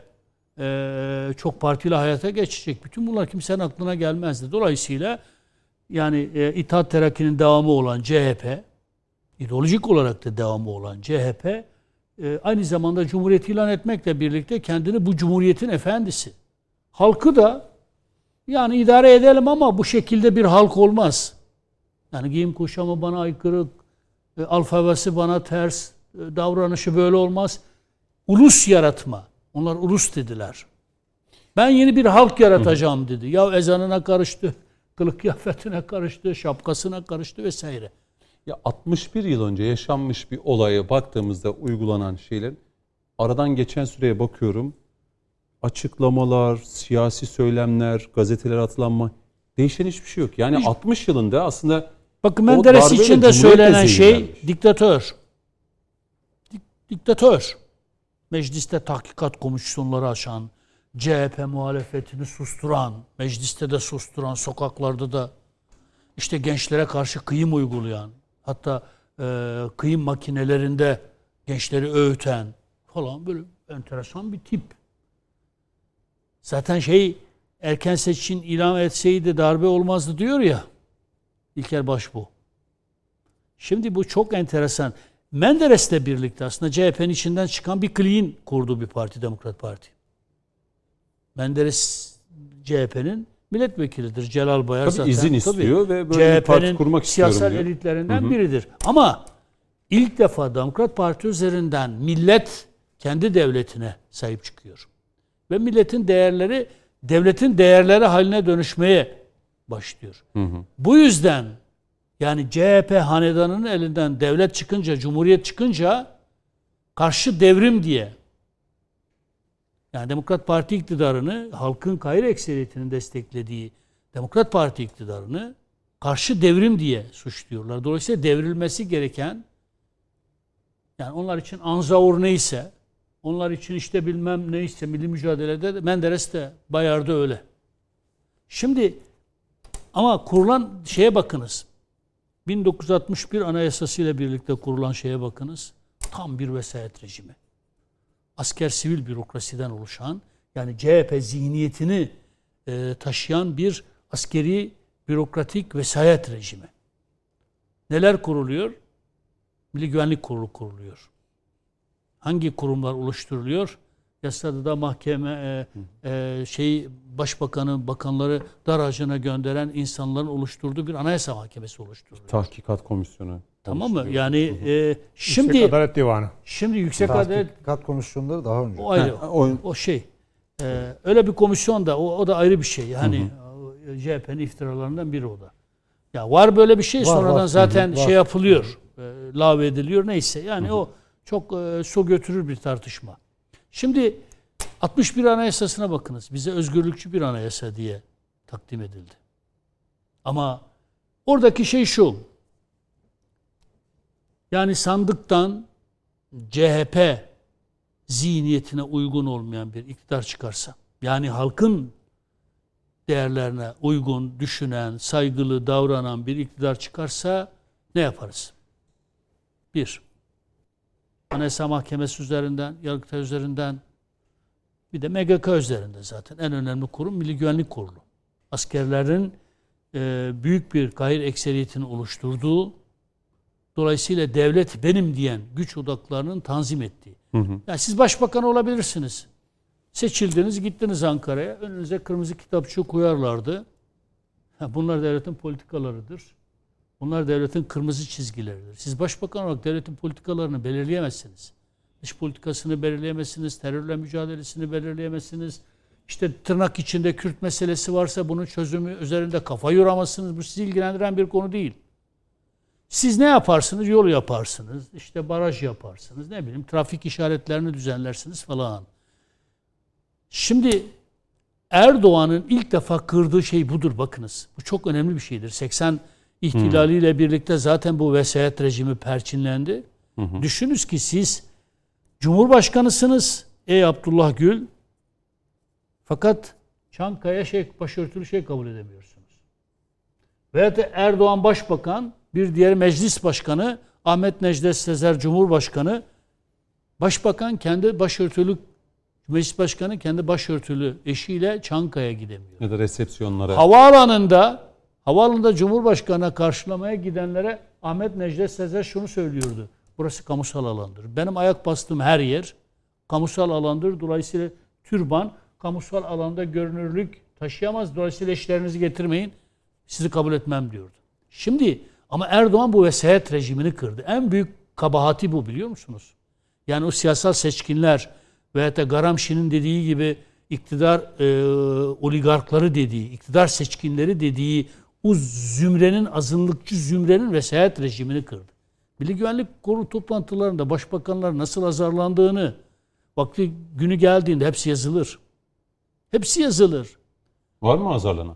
B: çok partili hayata geçecek. Bütün bunlar kimsenin aklına gelmezdi. Dolayısıyla yani İttihat Terakki'nin devamı olan CHP, ideolojik olarak da devamı olan CHP, aynı zamanda Cumhuriyeti ilan etmekle birlikte kendini bu Cumhuriyet'in efendisi. Halkı da yani idare edelim ama bu şekilde bir halk olmaz. Yani giyim kuşamı bana aykırı, alfabesi bana ters, davranışı böyle olmaz. Ulus yaratma. Onlar ulus dediler. Ben yeni bir halk yaratacağım dedi. Ya ezanına karıştı, kılık kıyafetine karıştı, şapkasına karıştı vesaire.
A: Ya 61 yıl önce yaşanmış bir olaya baktığımızda uygulanan şeyler, aradan geçen süreye bakıyorum. Açıklamalar, siyasi söylemler, gazetelere atılan Değişen hiçbir şey yok. Yani 60 yılında aslında
B: Bakın
A: o
B: Menderes
A: darbeyle
B: için de
A: Cumhuriyet
B: söylenen
A: de
B: şey
A: zehirlenmiş.
B: diktatör. Diktatör. Mecliste tahkikat komisyonları açan, CHP muhalefetini susturan, mecliste de susturan, sokaklarda da işte gençlere karşı kıyım uygulayan, hatta kıyım makinelerinde gençleri öğüten falan böyle enteresan bir tip. Zaten erken seçim ilan etseydi darbe olmazdı diyor ya İlker Başbuğ. Şimdi bu çok enteresan. Menderes'le birlikte aslında CHP'nin içinden çıkan bir kliğin kurduğu bir parti, Demokrat Parti. Menderes CHP'nin milletvekilidir. Celal Bayar
A: Tabii
B: zaten.
A: izin istiyor ve böyle bir parti kurmak istiyorum
B: siyasal
A: diyor.
B: elitlerinden biridir. Ama ilk defa Demokrat Parti üzerinden millet kendi devletine sahip çıkıyor. Ve milletin değerleri devletin değerleri haline dönüşmeye başlıyor. Bu yüzden yani CHP hanedanının elinden devlet çıkınca, cumhuriyet çıkınca karşı devrim diye yani Demokrat Parti iktidarını, halkın gayri ekseriyetinin desteklediği Demokrat Parti iktidarını karşı devrim diye suçluyorlar. Dolayısıyla devrilmesi gereken, yani onlar için Anzavur neyse, onlar için işte bilmem neyse milli mücadelede Menderes de Bayar da öyle. Şimdi ama kurulan şeye bakınız. 1961 Anayasası ile birlikte kurulan şeye bakınız. Tam bir vesayet rejimi. Asker sivil bürokrasiden oluşan, yani CHP zihniyetini taşıyan bir askeri bürokratik vesayet rejimi. Neler kuruluyor? Milli Güvenlik Kurulu kuruluyor. Hangi kurumlar oluşturuluyor? Yasada da mahkeme, başbakanı, bakanları dar ağacına gönderen insanların oluşturduğu bir anayasa mahkemesi oluşturuluyor.
A: Tahkikat komisyonu.
B: Tamam mı? Yani
D: Yüksek
B: şimdi
D: Adalet Divanı.
B: Yüksek Adalet
C: Tahkikat komisyonları daha önce.
B: o ayrı. O şey. Öyle bir komisyon da o da ayrı bir şey. Yani CHP'nin iftiralarından biri o da. Ya var böyle bir şey, sonradan
C: var.
B: zaten
C: Var.
B: şey yapılıyor. Lağvediliyor neyse. Yani o çok su götürür bir tartışma. Şimdi 61 Anayasası'na bakınız. Bize özgürlükçü bir anayasa diye takdim edildi. Ama oradaki şey şu. Yani sandıktan CHP zihniyetine uygun olmayan bir iktidar çıkarsa, yani halkın değerlerine uygun düşünen, saygılı davranan bir iktidar çıkarsa ne yaparız? Bir, Anayasa Mahkemesi üzerinden, Yargıtay üzerinden, bir de MGK üzerinde zaten en önemli kurum Milli Güvenlik Kurulu. Askerlerin büyük bir gayr ekseriyetini oluşturduğu, dolayısıyla devlet benim diyen güç odaklarının tanzim ettiği. Yani siz başbakan olabilirsiniz. Seçildiniz, gittiniz Ankara'ya. Önünüze kırmızı kitapçığı koyarlardı. Bunlar devletin politikalarıdır. Bunlar devletin kırmızı çizgileridir. Siz başbakan olarak devletin politikalarını belirleyemezsiniz. Dış politikasını belirleyemezsiniz. Terörle mücadelesini belirleyemezsiniz. İşte tırnak içinde Kürt meselesi varsa bunun çözümü üzerinde kafa yoramazsınız. Bu sizi ilgilendiren bir konu değil. Siz ne yaparsınız? Yol yaparsınız. İşte baraj yaparsınız. Ne bileyim trafik işaretlerini düzenlersiniz falan. Şimdi Erdoğan'ın ilk defa kırdığı şey budur bakınız. Bu çok önemli bir şeydir. 80 ihtilaliyle birlikte zaten bu vesayet rejimi perçinlendi. Düşününüz ki siz Cumhurbaşkanısınız ey Abdullah Gül. Fakat Çankaya başörtülü kabul edemiyorsunuz. Veyahut da Erdoğan Başbakan, bir diğer meclis başkanı Ahmet Necdet Sezer Cumhurbaşkanı, Başbakan kendi başörtülü, meclis başkanı kendi başörtülü eşiyle Çankaya gidemiyor.
A: Ya da resepsiyonlara.
B: Havaalanında Cumhurbaşkanı'na karşılamaya gidenlere Ahmet Necdet Sezer şunu söylüyordu. Burası kamusal alandır. Benim ayak bastığım her yer kamusal alandır. Dolayısıyla türban kamusal alanda görünürlük taşıyamaz. Dolayısıyla eşlerinizi getirmeyin. Sizi kabul etmem diyordu. Şimdi ama Erdoğan bu vesayet rejimini kırdı. En büyük kabahati bu, biliyor musunuz? Yani o siyasal seçkinler veyahut da Garamşi'nin dediği gibi iktidar oligarkları dediği, iktidar seçkinleri dediği o zümrenin, azınlıkçı zümrenin vesayet rejimini kırdı. Milli Güvenlik Kurulu toplantılarında başbakanlar nasıl azarlandığını, vakti günü geldiğinde hepsi yazılır. Hepsi yazılır.
A: Var mı azarlanan?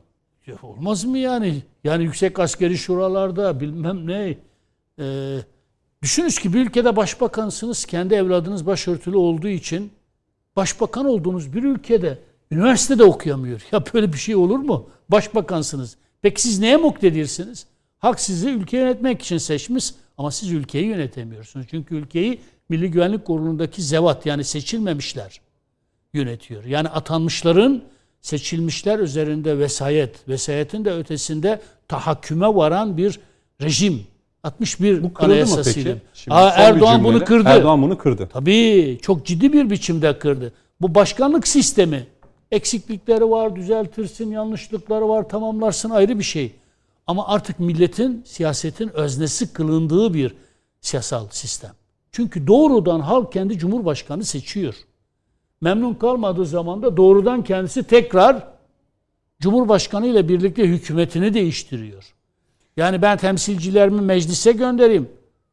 B: Olmaz mı yani? Yani yüksek askeri şuralarda bilmem ne. Düşününüz ki bir ülkede başbakansınız. Kendi evladınız başörtülü olduğu için başbakan olduğunuz bir ülkede üniversitede okuyamıyor. Ya böyle bir şey olur mu? Başbakansınız. Peki siz neye muktedirsiniz? Halk sizi ülkeyi yönetmek için seçmiş ama siz ülkeyi yönetemiyorsunuz. Çünkü ülkeyi Milli Güvenlik Kurulu'ndaki zevat yani seçilmemişler yönetiyor. Yani atanmışların seçilmişler üzerinde vesayetin de ötesinde tahakküme varan bir rejim. 61
A: Bu kırıldı mı
B: anayasasıyla.
A: peki? Şimdi son bir
B: Erdoğan bunu
A: cümleyle,
B: kırdı.
A: Erdoğan bunu kırdı.
B: Tabii çok ciddi bir biçimde kırdı. Bu başkanlık sistemi eksiklikleri var, düzeltirsin, yanlışlıkları var, tamamlarsın ayrı bir şey. Ama artık milletin, siyasetin öznesi kılındığı bir siyasal sistem. Çünkü doğrudan halk kendi cumhurbaşkanı seçiyor. Memnun kalmadığı zaman da doğrudan kendisi tekrar cumhurbaşkanı ile birlikte hükümetini değiştiriyor. Yani ben temsilcilerimi meclise göndereyim.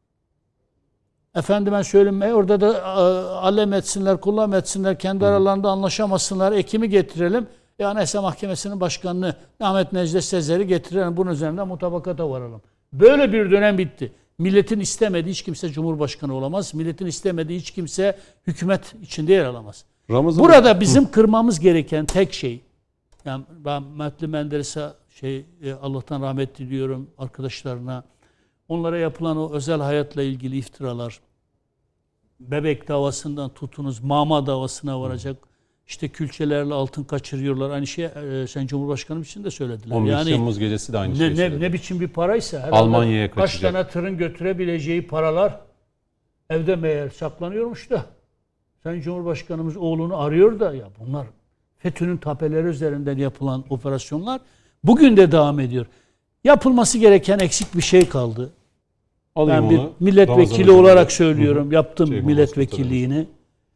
B: Efendime söyleyeyim orada da allem etsinler, kullam etsinler, kendi aralarında anlaşamasınlar, ekimi getirelim. Anayasa Mahkemesi'nin başkanını Ahmet Necdet Sezer'i getirelim. Bunun üzerinden mutabakata varalım. Böyle bir dönem bitti. Milletin istemediği hiç kimse cumhurbaşkanı olamaz. Milletin istemediği hiç kimse hükümet içinde yer alamaz. Burada bizim kırmamız gereken tek şey, yani ben Metli Menderes'e Allah'tan rahmet diliyorum arkadaşlarına. Onlara yapılan o özel hayatla ilgili iftiralar, bebek davasından tutunuz mama davasına varacak. İşte külçelerle altın kaçırıyorlar. Aynı şey sen Cumhurbaşkanım için de söylediler.
A: 15
B: yani
A: Temmuz gecesi de aynı şeyi söyledi.
B: Ne biçim bir paraysa
A: Almanya'ya
B: kaç
A: kaçacak.
B: tane tırın götürebileceği paralar evde meğer saklanıyormuş da Sayın Cumhurbaşkanımız oğlunu arıyor da ya bunlar FETÖ'nün tapeleri üzerinden yapılan operasyonlar bugün de devam ediyor. Yapılması gereken eksik bir şey kaldı.
A: Alayım
B: Ben bir
A: onu.
B: milletvekili
A: Ramazan
B: olarak
A: hocam.
B: söylüyorum. Yaptım
A: Şey,
B: milletvekilliğini.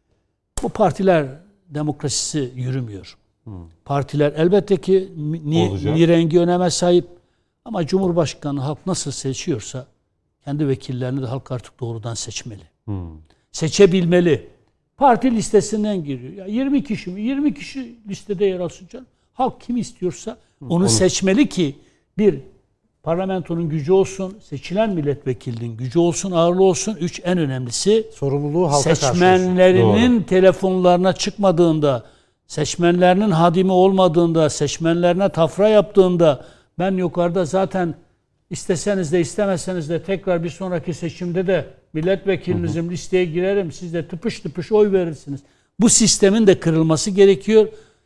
B: Bu partiler demokrasisi yürümüyor. Partiler elbette ki
A: Olacak.
B: nirengi öneme sahip ama Cumhurbaşkanı halk nasıl seçiyorsa kendi vekillerini de halk artık doğrudan seçmeli. Seçebilmeli. Parti listesinden giriyor. Ya 20 kişi mi? 20 kişi listede yer alsın canım. Halk kim istiyorsa onu seçmeli ki bir parlamentonun gücü olsun, seçilen milletvekilinin gücü olsun, ağırlığı olsun. 3 en önemlisi
C: sorumluluğu halka karşı olsun.
B: seçmenlerinin telefonlarına çıkmadığında, seçmenlerinin hadimi olmadığında, seçmenlerine tafra yaptığında ben yukarıda zaten isteseniz de istemeseniz de tekrar bir sonraki seçimde de milletvekilinizin listeye girerim. Siz de tıpış tıpış oy verirsiniz. Bu sistemin de kırılması gerekiyor.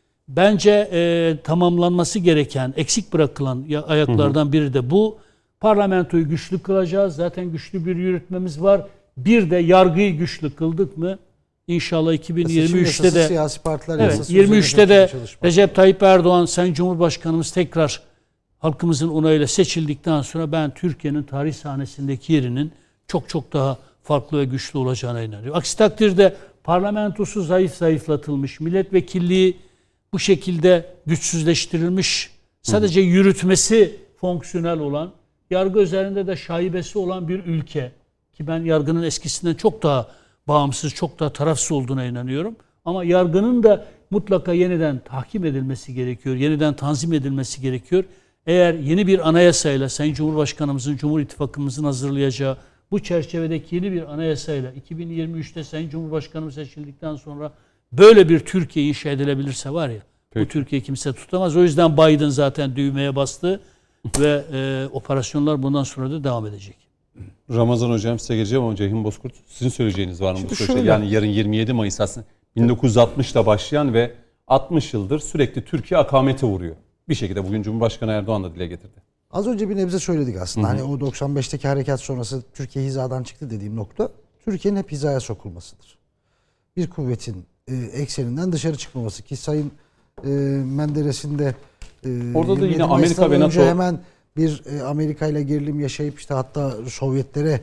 B: Bence tamamlanması gereken, eksik bırakılan ayaklardan biri de bu. Parlamentoyu güçlü kılacağız. Zaten güçlü bir yürütmemiz var. Bir de yargıyı güçlü kıldık mı? İnşallah 2023'te de
C: siyasi partiler
B: evet,
C: yasası
B: 23'te de
C: çalışma.
B: Recep Tayyip Erdoğan, Sayın Cumhurbaşkanımız tekrar halkımızın onayıyla seçildikten sonra ben Türkiye'nin tarih sahnesindeki yerinin çok çok daha farklı ve güçlü olacağına inanıyorum. Aksi takdirde parlamentosu zayıflatılmış, milletvekilliği bu şekilde güçsüzleştirilmiş, sadece yürütmesi fonksiyonel olan, yargı üzerinde de şaibesi olan bir ülke ki ben yargının eskisinden çok daha bağımsız, çok daha tarafsız olduğuna inanıyorum. Ama yargının da mutlaka yeniden tahkim edilmesi gerekiyor, yeniden tanzim edilmesi gerekiyor. Eğer yeni bir anayasayla Sayın Cumhurbaşkanımızın, Cumhur İttifakımızın hazırlayacağı bu çerçevedeki yeni bir anayasayla 2023'te Sayın Cumhurbaşkanımız seçildikten sonra böyle bir Türkiye inşa edilebilirse var ya,
A: peki,
B: bu Türkiye kimse tutamaz. O yüzden Biden zaten düğmeye bastı ve operasyonlar bundan sonra da devam edecek.
A: Ramazan hocam size geleceğim ama Ceyhun Bozkurt sizin söyleyeceğiniz var mı bu süreçte?
C: şöyle.
A: Yani yarın 27 Mayıs aslında 1960'da başlayan ve 60 yıldır sürekli Türkiye akamete uğruyor. Bir şekilde bugün Cumhurbaşkanı Erdoğan da dile getirdi.
C: Az önce bir nebze söyledik aslında. Hani o 95'teki harekat sonrası Türkiye hizadan çıktı dediğim nokta Türkiye'nin hep hizaya sokulmasıdır. Bir kuvvetin ekseninden dışarı çıkmaması ki Sayın Menderes'in de
A: orada da yine
C: 27 Mayıs'tan
A: Amerika ve
C: önce
A: NATO
C: hemen bir Amerika ile gerilim yaşayıp işte hatta Sovyetlere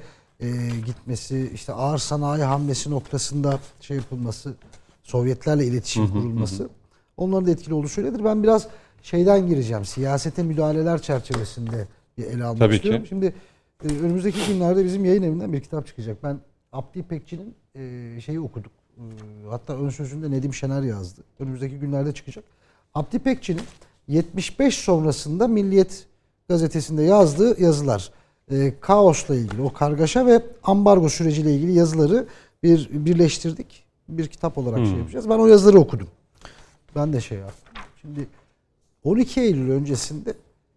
C: gitmesi, işte ağır sanayi hamlesi noktasında şey yapılması, Sovyetlerle iletişim kurulması onların da etkili olduğu söylenir. Ben biraz şeyden gireceğim. Siyasete müdahaleler çerçevesinde bir ele almak
A: Tabii
C: istiyorum.
A: ki.
C: Şimdi önümüzdeki günlerde bizim yayın evinden bir kitap çıkacak. Ben Abdi İpekçi'nin şeyi okuduk. Hatta ön sözünde Nedim Şener yazdı. Önümüzdeki günlerde çıkacak. Abdi İpekçi'nin 75 sonrasında Milliyet gazetesinde yazdığı yazılar. Kaosla ilgili, o kargaşa ve ambargo süreciyle ilgili yazıları birleştirdik. Bir kitap olarak şey yapacağız. Ben o yazıları okudum. Ben de şey yaptım. Şimdi 12 Eylül öncesinde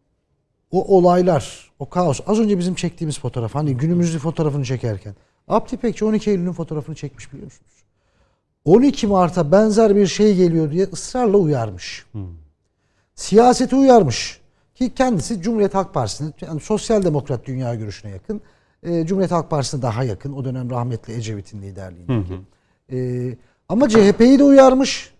C: o olaylar, o kaos, az önce bizim çektiğimiz fotoğraf, hani günümüzün fotoğrafını çekerken Abdi İpekçi 12 Eylül'ün fotoğrafını çekmiş, biliyor musunuz? 12 Mart'a benzer bir şey geliyor diye ısrarla uyarmış. Siyaseti uyarmış. Ki kendisi Cumhuriyet Halk Partisi'nin, yani sosyal demokrat dünya görüşüne yakın, Cumhuriyet Halk Partisi'ne daha yakın, o dönem rahmetli Ecevit'in liderliğindeki. Ama CHP'yi de uyarmış.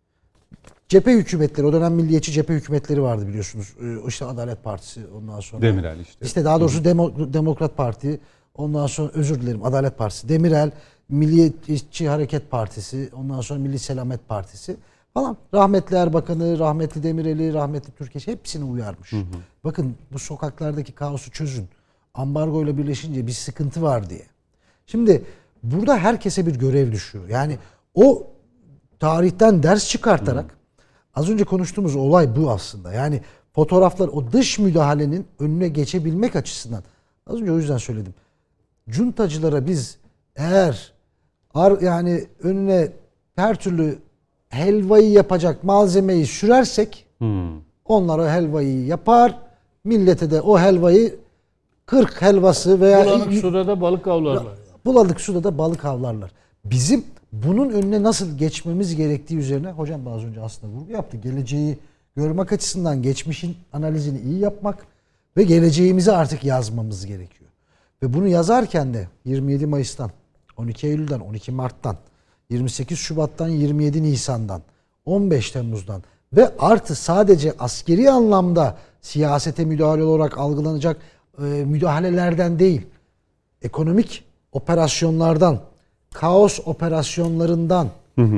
C: Cephe hükümetleri, o dönem milliyetçi cephe hükümetleri vardı biliyorsunuz. İşte Adalet Partisi, ondan sonra
A: Demirel işte.
C: İşte daha doğrusu Demokrat Parti, ondan sonra özür dilerim Adalet Partisi, Demirel, Milliyetçi Hareket Partisi, ondan sonra Milli Selamet Partisi falan. Rahmetli Erbakan'ı, rahmetli Demirel'i, rahmetli Türkeş'i hepsini uyarmış. Bakın bu sokaklardaki kaosu çözün. Ambargo ile birleşince bir sıkıntı var diye. Şimdi burada herkese bir görev düşüyor. Yani o tarihten ders çıkartarak az önce konuştuğumuz olay bu aslında. Yani fotoğraflar o dış müdahalenin önüne geçebilmek açısından. Az önce o yüzden söyledim. Cuntacılara biz eğer yani önüne her türlü helvayı yapacak malzemeyi sürersek onlar o helvayı yapar. Millete de o helvayı 40 helvası veya
B: Bulanık suda da balık avlarlar.
C: Bulanık suda da balık avlarlar. Bizim bunun önüne nasıl geçmemiz gerektiği üzerine hocam az önce aslında vurgu yaptı. Geleceği görmek açısından geçmişin analizini iyi yapmak ve geleceğimizi artık yazmamız gerekiyor. Ve bunu yazarken de 27 Mayıs'tan, 12 Eylül'den, 12 Mart'tan, 28 Şubat'tan, 27 Nisan'dan, 15 Temmuz'dan ve artı sadece askeri anlamda siyasete müdahale olarak algılanacak müdahalelerden değil, ekonomik operasyonlardan, kaos operasyonlarından,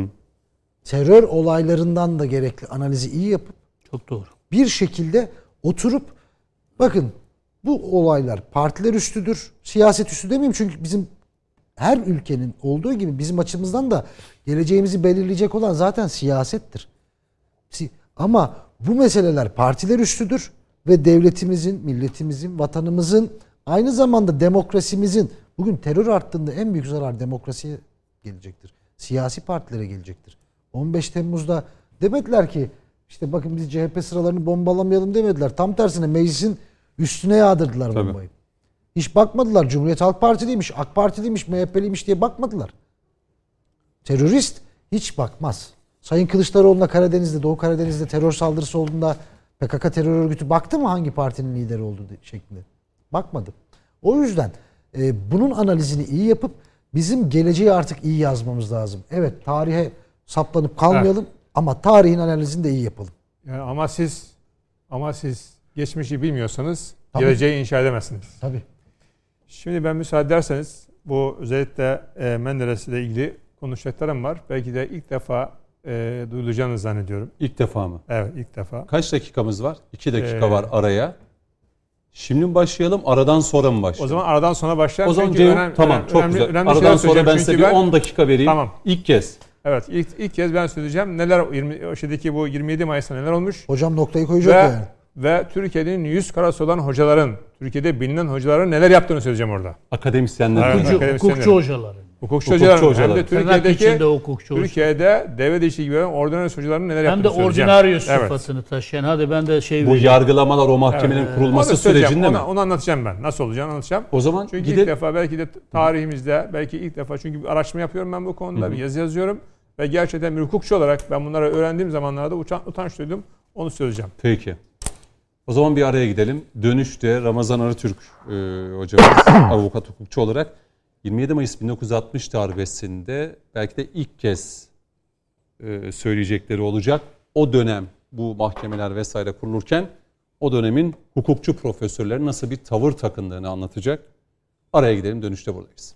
C: terör olaylarından da gerekli analizi iyi yapıp
B: Çok doğru.
C: bir şekilde oturup bakın bu olaylar partiler üstüdür, siyaset üstü demeyeyim çünkü bizim her ülkenin olduğu gibi bizim açımızdan da geleceğimizi belirleyecek olan zaten siyasettir. Ama bu meseleler partiler üstüdür ve devletimizin, milletimizin, vatanımızın, aynı zamanda demokrasimizin, bugün terör arttığında en büyük zarar demokrasiye gelecektir. Siyasi partilere gelecektir. 15 Temmuz'da demediler ki işte bakın biz CHP sıralarını bombalamayalım demediler. Tam tersine meclisin üstüne yağdırdılar bombayı. Hiç bakmadılar. Cumhuriyet Halk Partiliymiş, AK Partiliymiş, MHP'liymiş diye bakmadılar. Terörist hiç bakmaz. Sayın Kılıçdaroğlu'na Karadeniz'de, Doğu Karadeniz'de terör saldırısı olduğunda PKK terör örgütü baktı mı hangi partinin lideri olduğu şeklinde? Bakmadı. O yüzden bunun analizini iyi yapıp bizim geleceği artık iyi yazmamız lazım. Evet, tarihe saplanıp kalmayalım ama tarihin analizini de iyi yapalım.
D: Yani ama siz geçmişi bilmiyorsanız
C: Tabii.
D: geleceği inşa edemezsiniz.
C: Tabii.
D: Şimdi ben müsaade ederseniz bu özellikle Menderes'le ilgili konuşacaklarım var. Belki de ilk defa duyulacağını zannediyorum.
A: İlk defa mı?
D: Evet, ilk defa.
A: Kaç dakikamız var? 2 dakika var araya. Şimdi mi başlayalım, aradan sonra mı başlayalım?
D: O zaman aradan sonra başlayalım.
A: O zaman
D: Çünkü
A: Ceyhun, tamam çok
D: önemli,
A: güzel.
D: önemli
A: Aradan
D: şeyler
A: sonra ben
D: söyleyeceğim.
A: size
D: Çünkü
A: bir 10 dakika vereyim.
D: Tamam.
A: İlk kez.
D: Evet, ilk kez ben söyleyeceğim. Bu 27 Mayıs'ta neler olmuş?
C: Hocam noktayı koyacak yani.
D: Ve Türkiye'nin yüz karası olan hocaların, Türkiye'de bilinen hocaların neler yaptığını söyleyeceğim orada.
A: Akademisyenler.
D: Evet.
B: Hukukçu hocaları.
D: Hukukçu hocaların hem
A: hocalar.
D: de
B: Tırnak içinde
D: Türkiye'deki
B: hukukçu hocaları.
D: Türkiye'de devlet işi gibi ordinarius hocaların neler
B: Hem
D: yaptığını
B: de
D: söyleyeceğim.
B: ordinaryus
D: Evet.
B: sıfatını taşıyan. Hadi ben de
A: Bu yargılamalar o mahkemenin
D: Onu
A: kurulması
D: söyleyeceğim.
A: sürecinde mi?
D: Onu anlatacağım ben. Nasıl olacağını anlatacağım.
A: O zaman
D: Çünkü ilk defa belki de tarihimizde belki ilk defa çünkü bir araştırma yapıyorum ben bu konuda. Bir yazı yazıyorum. Ve gerçekten bir hukukçu olarak ben bunları öğrendiğim zamanlarda utanç duydum. Onu söyleyeceğim.
A: Peki. O zaman bir araya gidelim. Dönüşte Ramazan Arıtürk hocamız avukat hukukçu olarak 27 Mayıs 1960 darbesinde belki de ilk kez söyleyecekleri olacak. O dönem bu mahkemeler vesaire kurulurken o dönemin hukukçu profesörleri nasıl bir tavır takındığını anlatacak. Araya gidelim, dönüşte buradayız.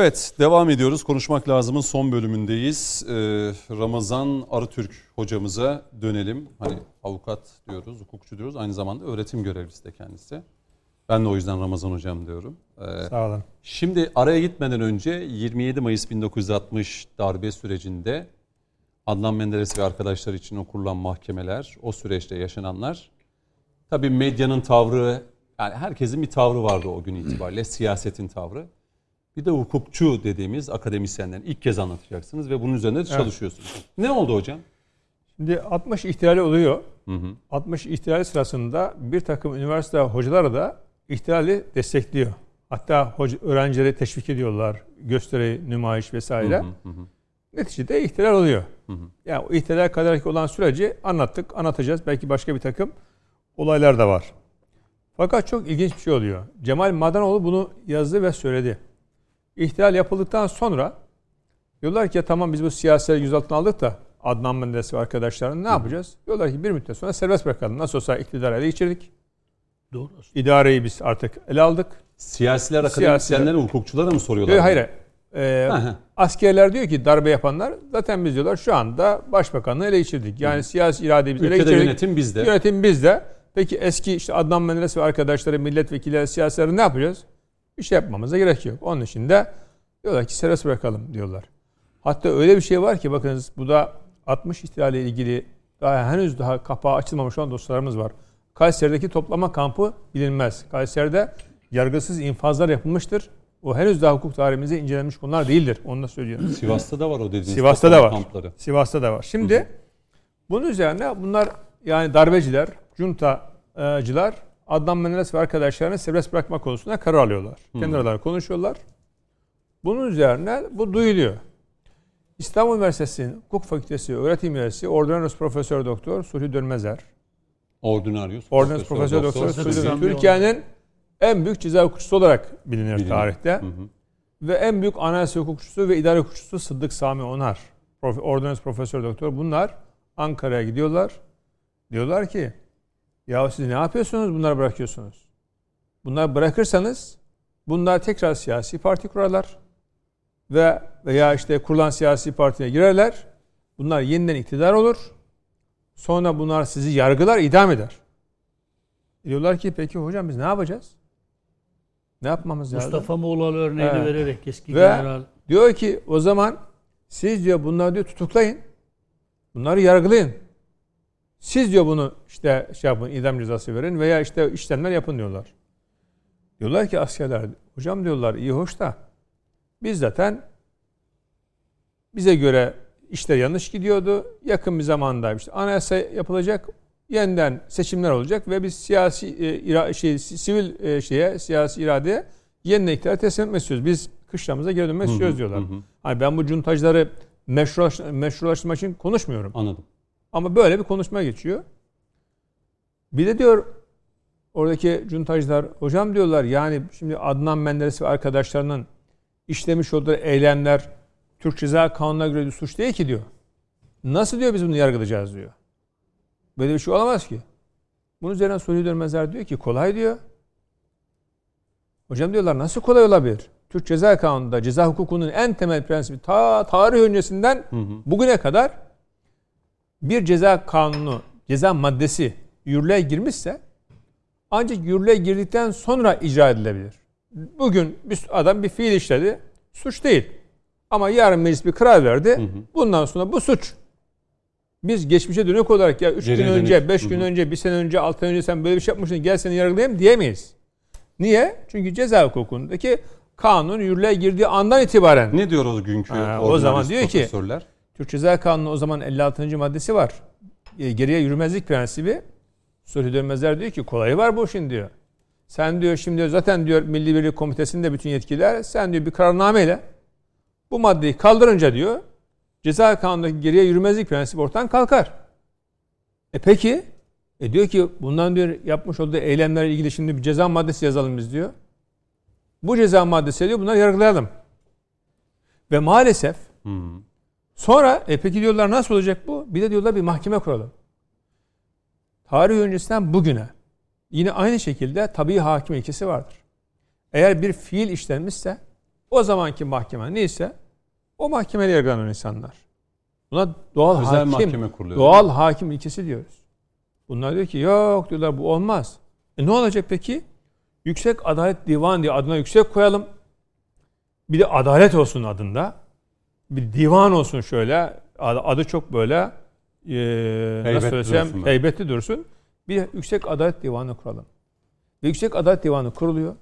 A: Evet, devam ediyoruz. Konuşmak lazımın son bölümündeyiz. Ramazan Arıtürk hocamıza dönelim. Hani avukat diyoruz, hukukçu diyoruz. Aynı zamanda öğretim görevlisi de kendisi. Ben de o yüzden Ramazan hocam diyorum.
D: Sağ olun.
A: Şimdi araya gitmeden önce 27 Mayıs 1960 darbe sürecinde Adnan Menderes ve arkadaşlar için o kurulan mahkemeler, o süreçte yaşananlar. Tabii medyanın tavrı, yani herkesin bir tavrı vardı o gün itibariyle, siyasetin tavrı. Bir de hukukçu dediğimiz akademisyenlerin ilk kez anlatacaksınız ve bunun üzerinde de çalışıyorsunuz. Ne oldu hocam?
D: Şimdi 60 ihtilali oluyor.
A: Hı hı.
D: 60 ihtilali sırasında bir takım üniversite hocaları da ihtilali destekliyor. Hatta öğrencileri teşvik ediyorlar. Gösteri, nümayiş vesaire.
A: Hı hı hı.
D: Neticede ihtilal oluyor.
A: Hı hı.
D: Yani o ihtilal kadar olan süreci anlattık, anlatacağız. Belki başka bir takım olaylar da var. Fakat çok ilginç bir şey oluyor. Cemal Madanoğlu bunu yazdı ve söyledi. İhtilal yapıldıktan sonra diyorlar ki ya tamam biz bu siyasileri gözaltına aldık da Adnan Menderes ve arkadaşlarını ne yapacağız? Diyorlar ki bir müddet sonra serbest bırakalım. Nasıl olsa iktidarı ele geçirdik.
B: Doğru.
D: İdareyi biz artık ele aldık.
A: Siyasiler akademisyenlere, hukukçulara mı soruyorlar?
D: Hayır. Askerler diyor ki darbe yapanlar zaten biz diyorlar şu anda başbakanlığı ele geçirdik. Yani siyasi iradeyi biz ele geçirdik.
A: Ülkede yönetim bizde.
D: Yönetim bizde. Peki eski işte Adnan Menderes ve arkadaşları, milletvekilleri, siyasileri ne yapacağız? Bir şey yapmamıza gerek yok. Onun için de diyorlar ki serbest bırakalım diyorlar. Hatta öyle bir şey var ki bakınız bu da 60 ihtilaliyle ilgili henüz daha kapağı açılmamış olan dosyalarımız var. Kayseri'deki toplama kampı bilinmez. Kayseri'de yargısız infazlar yapılmıştır. O henüz daha hukuk tarihimizde incelenmiş konular değildir. Onu da söylüyorum.
A: Sivas'ta da var o dediğiniz
D: Sivas'ta da var.
A: Kampları.
D: Sivas'ta da var. Şimdi bunun üzerine bunlar yani darbeciler, cuntacılar Adnan Menderes ve arkadaşlarını serbest bırakma konusunda karar alıyorlar. Kendi aralarında konuşuyorlar. Bunun üzerine bu duyuluyor. İstanbul Üniversitesi'nin Hukuk Fakültesi öğretim üyesi Ordinarius Profesör Doktor Sulhi Dönmezer.
A: Ordinarius
D: Profesör Doktor Sulhi Dönmezer. Türkiye'nin en büyük ceza hukukçusu olarak bilinir tarihte. Ve en büyük anayasa hukukçusu ve idare hukukçusu Sıddık Sami Onar. Ordinarius Profesör Doktor. Bunlar Ankara'ya gidiyorlar. Diyorlar ki ya siz ne yapıyorsunuz? Bunları bırakıyorsunuz. Bunları bırakırsanız bunlar tekrar siyasi parti kurarlar. Veya işte kurulan siyasi partiye girerler. Bunlar yeniden iktidar olur. Sonra bunlar sizi yargılar, idam eder. Diyorlar ki peki hocam biz ne yapacağız? Ne yapmamız lazım?
B: Mustafa Moğolalı örneğini vererek eski
D: ve
B: general.
D: Diyor ki o zaman siz diyor bunları diyor tutuklayın. Bunları yargılayın. Siz diyor bunu işte şey yapın, idam cezası verin veya işte işlemler yapın diyorlar. Diyorlar ki askerler hocam diyorlar iyi hoş da biz zaten bize göre işler yanlış gidiyordu. Yakın bir zamanda işte anayasa yapılacak, yeniden seçimler olacak ve biz siyasi iradeye yeniden iktidara teslim etmek istiyoruz. Biz kışlamıza geri dönmek istiyoruz diyorlar. Hani ben bu cuntajları meşrulaştırmak için konuşmuyorum.
A: Anladım.
D: Ama böyle bir konuşma geçiyor. Bir de diyor oradaki cuntajlar hocam diyorlar yani şimdi Adnan Menderes ve arkadaşlarının işlemiş olduğu eylemler Türk Ceza Kanunu'na göre bir suç değil ki diyor. Nasıl diyor biz bunu yargılayacağız diyor. Böyle bir şey olamaz ki. Bunun üzerine Sulhi Dönmezer diyor ki kolay diyor. Hocam diyorlar nasıl kolay olabilir? Türk Ceza Kanunu'nda ceza hukukunun en temel prensibi tarih öncesinden bugüne kadar bir ceza kanunu, ceza maddesi yürürlüğe girmişse ancak yürürlüğe girdikten sonra icra edilebilir. Bugün bir adam bir fiil işledi, suç değil. Ama yarın meclis bir karar verdi. Bundan sonra bu suç. Biz geçmişe dönük olarak ya 3 gün önce, 5 gün önce, 1 sene önce, 6 ay önce sen böyle bir şey yapmışsın gel seni yargılayayım diyemeyiz. Niye? Çünkü ceza hukukundaki kanun yürürlüğe girdiği andan itibaren.
A: Ne diyor o günkü
D: o zaman diyor ki
A: profesörler?
D: Türk Ceza Kanunu o zaman 56. maddesi var. Geriye yürümezlik prensibi. Sulhi Dönmezer diyor ki kolayı var bu işin diyor. Sen diyor şimdi zaten diyor Milli Birlik Komitesi'nde bütün yetkiler sen diyor bir kararnameyle bu maddeyi kaldırınca diyor Ceza Kanunu'ndaki geriye yürümezlik prensibi ortadan kalkar. Peki diyor ki bundan diyor yapmış olduğu eylemlerle ilgili şimdi bir ceza maddesi yazalım biz diyor. Bu ceza maddesi diyor bunları yargılayalım. Ve maalesef sonra peki diyorlar nasıl olacak bu? Bir de diyorlar bir mahkeme kuralım. Tarih öncesinden bugüne yine aynı şekilde tabii hakim ilkesi vardır. Eğer bir fiil işlenmişse O zamanki mahkeme neyse o mahkemeyle yargılanan insanlar. Buna doğal
A: Özel
D: hakim,
A: mahkeme kuruluyor.
D: doğal hakim ilkesi diyoruz. Bunlar diyor ki yok diyorlar bu olmaz. Ne olacak peki? Yüksek Adalet Divanı diye adına yüksek koyalım. Bir de adalet olsun adında. Bir divan olsun şöyle. Adı çok böyle nasıl söylesem heybetli dursun. Bir Yüksek Adalet Divanı kuralım. Ve Yüksek Adalet Divanı kuruluyor.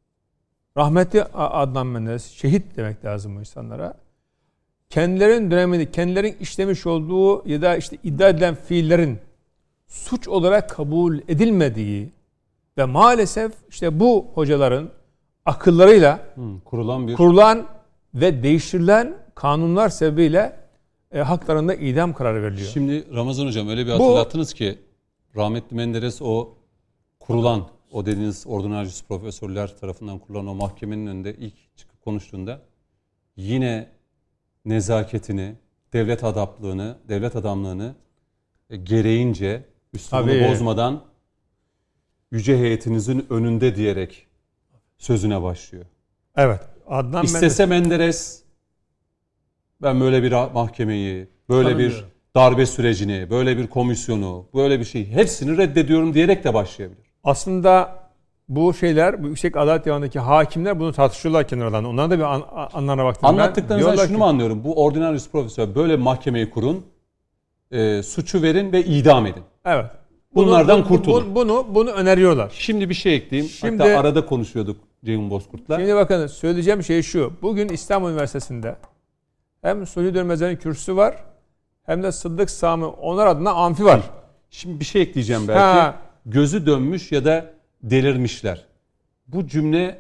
D: Rahmetli Adnan Menderes, şehit demek lazım bu insanlara. Kendilerinin döneminde, kendilerinin işlemiş olduğu ya da işte iddia edilen fiillerin suç olarak kabul edilmediği ve maalesef işte bu hocaların akıllarıyla kurulan ve değiştirilen kanunlar sebebiyle haklarında idam kararı veriliyor.
A: Şimdi Ramazan Hocam öyle bir hatırlattınız ki rahmetli Menderes o kurulan, o dediğiniz ordinarius profesörler tarafından kurulan o mahkemenin önünde ilk çıkıp konuştuğunda yine nezaketini, devlet adamlığını gereğince üslubunu bozmadan yüce heyetinizin önünde diyerek sözüne başlıyor.
D: Evet. Adnan
A: İstese Menderes ben böyle bir mahkemeyi, böyle bir darbe sürecini, böyle bir komisyonu, böyle bir şey hepsini reddediyorum diyerek de başlayabilir.
D: Aslında bu şeyler, bu Yüksek Adalet Divanı'ndaki hakimler bunu tartışıyorlar kenarlarında. Onların da bir anlarına baktım.
A: Anlattıklarınızdan şunu mu anlıyorum? Bu ordinarius profesör böyle mahkemeyi kurun, suçu verin ve idam edin.
D: Evet.
A: Bunlardan kurtulun.
D: Bunu öneriyorlar.
A: Şimdi bir şey ekleyeyim. Hatta arada konuşuyorduk Ceyhun Bozkurt'la.
D: Şimdi bakın söyleyeceğim şey şu. Bugün İstanbul Üniversitesi'nde hem Suni Dönmezler'in kürsüsü var hem de Sıddık Sami Onar adına amfi var.
A: Şimdi bir şey ekleyeceğim belki. Gözü dönmüş ya da delirmişler. Bu cümle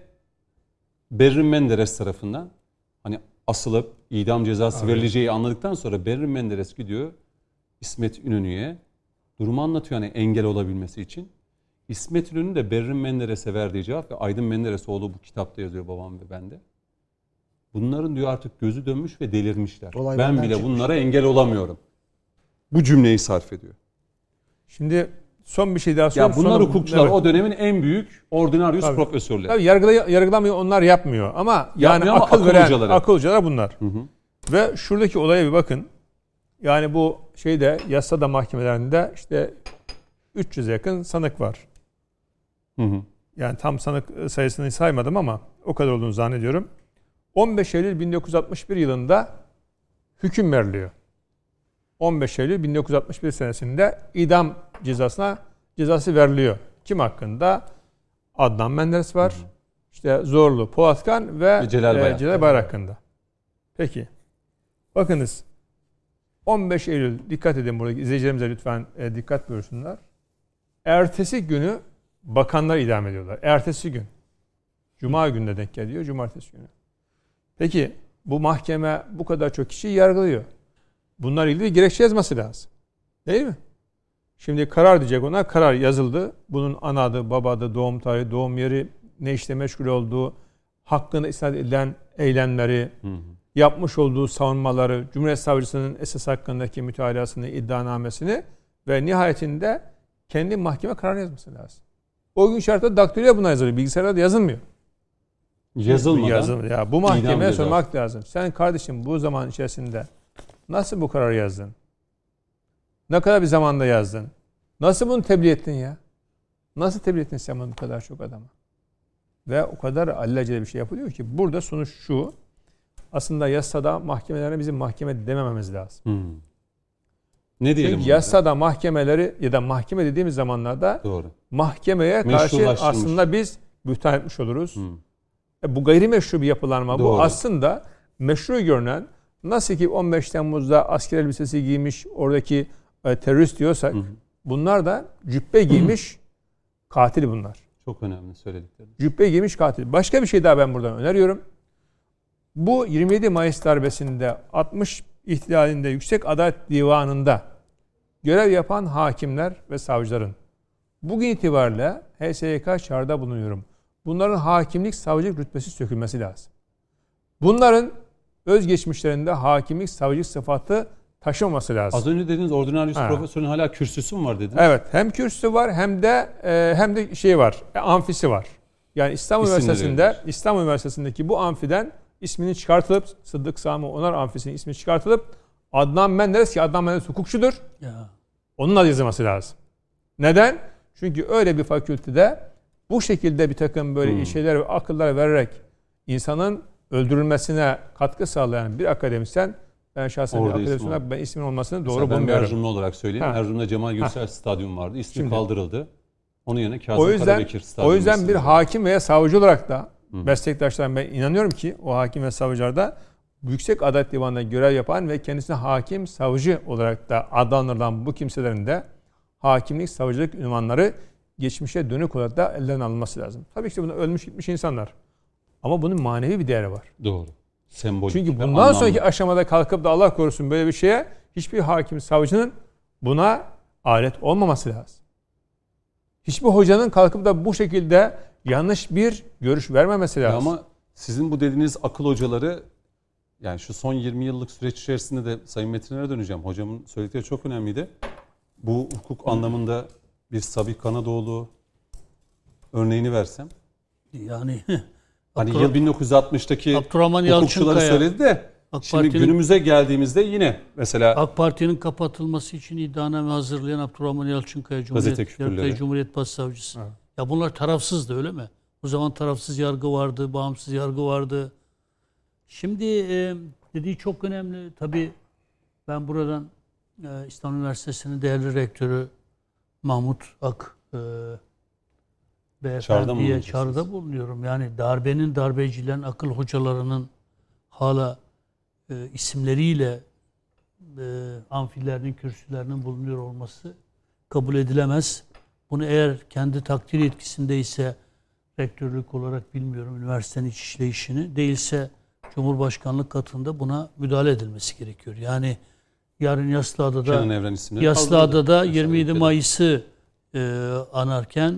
A: Berrin Menderes tarafından hani asılıp idam cezası verileceği anladıktan sonra Berrin Menderes gidiyor İsmet İnönü'ye durumu anlatıyor hani engel olabilmesi için. İsmet İnönü de Berrin Menderes'e verdiği cevap ve Aydın Menderesoğlu bu kitapta yazıyor babam ve bende. Bunların diyor artık gözü dönmüş ve delirmişler. Ben bile bunlara engel olamıyorum. Bu cümleyi sarf ediyor.
D: Şimdi son bir şey daha söyleyeyim.
A: Ya bunlar hukukçular o dönemin en büyük ordinarius profesörleri.
D: Tabii yargılamayı onlar yapmıyor ama yani
A: ama
D: akıl veren
A: hocaları.
D: akıl hocaları bunlar. Ve şuradaki olaya bir bakın. Yani bu yasada mahkemelerinde işte 300'e yakın sanık var. Yani tam sanık sayısını saymadım ama o kadar olduğunu zannediyorum. 15 Eylül 1961 yılında hüküm veriliyor. 15 Eylül 1961 senesinde idam cezası veriliyor. Kim hakkında? Adnan Menderes var. İşte Zorlu, Polatkan ve Celal Bayar hakkında. Peki. Bakınız. 15 Eylül dikkat edin buradaki izleyicilerimize lütfen dikkat buyursunlar. Ertesi günü bakanlar idam ediyorlar. Ertesi gün. Cuma gününe denk geliyor. Cumartesi günü. Peki bu mahkeme bu kadar çok kişiyi yargılıyor. Bunlarla ilgili gerekçe yazması lazım. Değil mi? Şimdi karar diyecek ona. Karar yazıldı. Bunun ana adı, baba adı, doğum tarihi, doğum yeri, ne işle meşgul olduğu, hakkında isnat edilen eylemleri, yapmış olduğu savunmaları, Cumhuriyet Savcısının esas hakkındaki mütalasını, iddianamesini ve nihayetinde kendi mahkeme kararını yazması lazım. O gün şartta daktiloya buna yazılıyor. Bilgisayarda da yazılmıyor.
A: Yazılmadan.
D: Ya bu mahkemeye sormak lazım. Sen kardeşim bu zaman içerisinde nasıl bu kararı yazdın? Ne kadar bir zamanda yazdın? Nasıl bunu tebliğ ettin ya? Nasıl tebliğ ettin sen bunu bu kadar çok adama? Ve o kadar alelacele bir şey yapılıyor ki burada sonuç şu. Aslında yasada mahkemelerine bizim mahkeme demememiz lazım.
A: Ne diyelim?
D: Çünkü yasada mahkemeleri ya da mahkeme dediğimiz zamanlarda mahkemeye karşı aslında biz bühtan etmiş oluruz. Bu gayrimeşru bir yapılanma. Bu aslında meşru görünen, nasıl ki 15 Temmuz'da asker elbisesi giymiş oradaki terörist diyorsak bunlar da cübbe giymiş katil bunlar.
A: Çok önemli söylediklerim.
D: Cübbe giymiş katil. Başka bir şey daha ben buradan öneriyorum. Bu 27 Mayıs darbesinde 60 ihtilalinde Yüksek Adalet Divanı'nda görev yapan hakimler ve savcıların bugün itibariyle HSYK çağrıda bulunuyorum. Bunların hakimlik, savcılık rütbesi sökülmesi lazım. Bunların özgeçmişlerinde hakimlik, savcılık sıfatı taşımaması lazım.
A: Az önce dediğiniz ordinarius profesörün hala kürsüsü mü var dediniz?
D: Evet, hem kürsüsü var hem de şey var, amfisi var. Yani İstanbul Üniversitesi'ndeki bu amfiden isminin çıkartılıp Sıddık Sami Onar Amfisi'nin ismi çıkartılıp Adnan Menderes ki Adnan Menderes hukukçudur.
B: Ya.
D: Onun adı yazılması lazım. Neden? Çünkü öyle bir fakültede bu şekilde bir takım böyle şeyler ve akıllar vererek insanın öldürülmesine katkı sağlayan bir akademisyen, ben şahsen
A: Orada
D: bir akademisyen olarak ben ismin olmasını doğru
A: Ben bir
D: bulmuyorum.
A: Erzurumlu olarak söyleyeyim.
D: Ha.
A: Erzurum'da Cemal Gürsel Stadyum vardı. İsmi
D: Şimdi,
A: kaldırıldı. Onun yerine Kazım Karabekir Stadyumu.
D: O yüzden bir
A: isimli.
D: hakim veya savcı olarak da meslektaşlarım, ben inanıyorum ki o hakim ve savcılar da Yüksek Adalet Divanı'nda görev yapan ve kendisine hakim, savcı olarak da adlandırılan bu kimselerin de hakimlik, savcılık ünvanları geçmişe dönük olarak da ellerine alınması lazım. Tabii ki bunlar ölmüş gitmiş insanlar. Ama bunun manevi bir değeri var.
A: Doğru. Sembolik.
D: Çünkü
A: ve
D: bundan
A: anlamlı.
D: sonraki aşamada kalkıp da Allah korusun böyle bir şeye hiçbir hakim, savcının buna alet olmaması lazım. Hiçbir hocanın kalkıp da bu şekilde yanlış bir görüş vermemesi lazım.
A: Ama sizin bu dediğiniz akıl hocaları, yani şu son 20 yıllık süreç içerisinde de Sayın Metin'e döneceğim. Hocamın söyledikleri çok önemliydi. Bu hukuk anlamında bir Sabih Kanadoğlu örneğini versem.
B: Yani
A: Hani yıl 1960'taki
B: Abdurrahman
A: hukukçuları
B: Yalçınkaya,
A: söyledi de
B: AK
A: şimdi
B: Parti'nin-
A: günümüze geldiğimizde yine mesela
B: AK Parti'nin kapatılması için iddianame hazırlayan Abdurrahman Yalçınkaya
A: Gazete küpürleri.
B: Cumhuriyet Başsavcısı. Ya bunlar tarafsızdı, öyle mi? O zaman tarafsız yargı vardı, bağımsız yargı vardı. Şimdi dediği çok önemli. Tabii ben buradan İstanbul Üniversitesi'nin değerli rektörü Mahmut Ak beyefendiye çağrıda bulunuyorum. Yani darbenin, darbecilerin, akıl hocalarının hala isimleriyle amfilerinin, kürsülerinin bulunuyor olması kabul edilemez. Bunu eğer kendi takdir yetkisindeyse rektörlük olarak bilmiyorum üniversitenin iç işleyişini, değilse Cumhurbaşkanlık katında buna müdahale edilmesi gerekiyor. Yani yarın
A: Kenan Evren isimleri
B: Yassıada'da
A: kaldırıldı.
B: 27
A: Mesela
B: Mayıs'ı anarken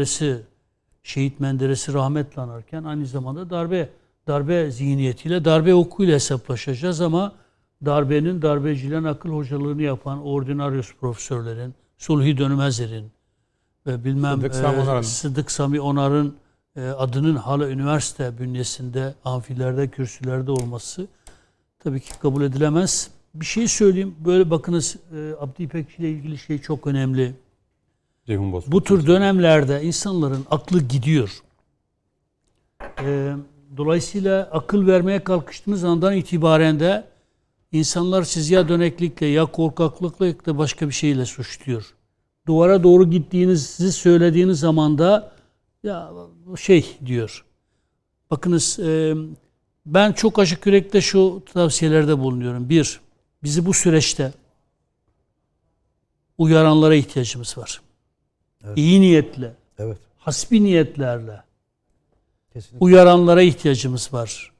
B: Şehit Menderes'i rahmetle anarken aynı zamanda darbe zihniyetiyle, darbe hukukuyla hesaplaşacağız ama darbenin, darbecilerin akıl hocalığını yapan ordinaryus profesörlerin, Sulhi Dönmezer'in ve bilmem Sıddık Sami Onar'ın adının hala üniversite bünyesinde, amfilerde, kürsülerde olması tabii ki kabul edilemez. Bir şey söyleyeyim. Böyle bakınız, Abdi İpekçi ile ilgili şey çok önemli. Bu tür dönemlerde insanların aklı gidiyor. Dolayısıyla akıl vermeye kalkıştığınız andan itibaren de insanlar sizi ya döneklikle ya korkaklıkla ya da başka bir şeyle suçluyor. Duvara doğru gittiğinizi söylediğiniz zaman da ya diyor. Bakınız, ben çok açık yürekle şu tavsiyelerde bulunuyorum. Bir, bizi bu süreçte uyaranlara ihtiyacımız var.
C: Evet.
B: İyi niyetle,
C: Evet.
B: hasbi niyetlerle
C: Kesinlikle.
B: uyaranlara ihtiyacımız var.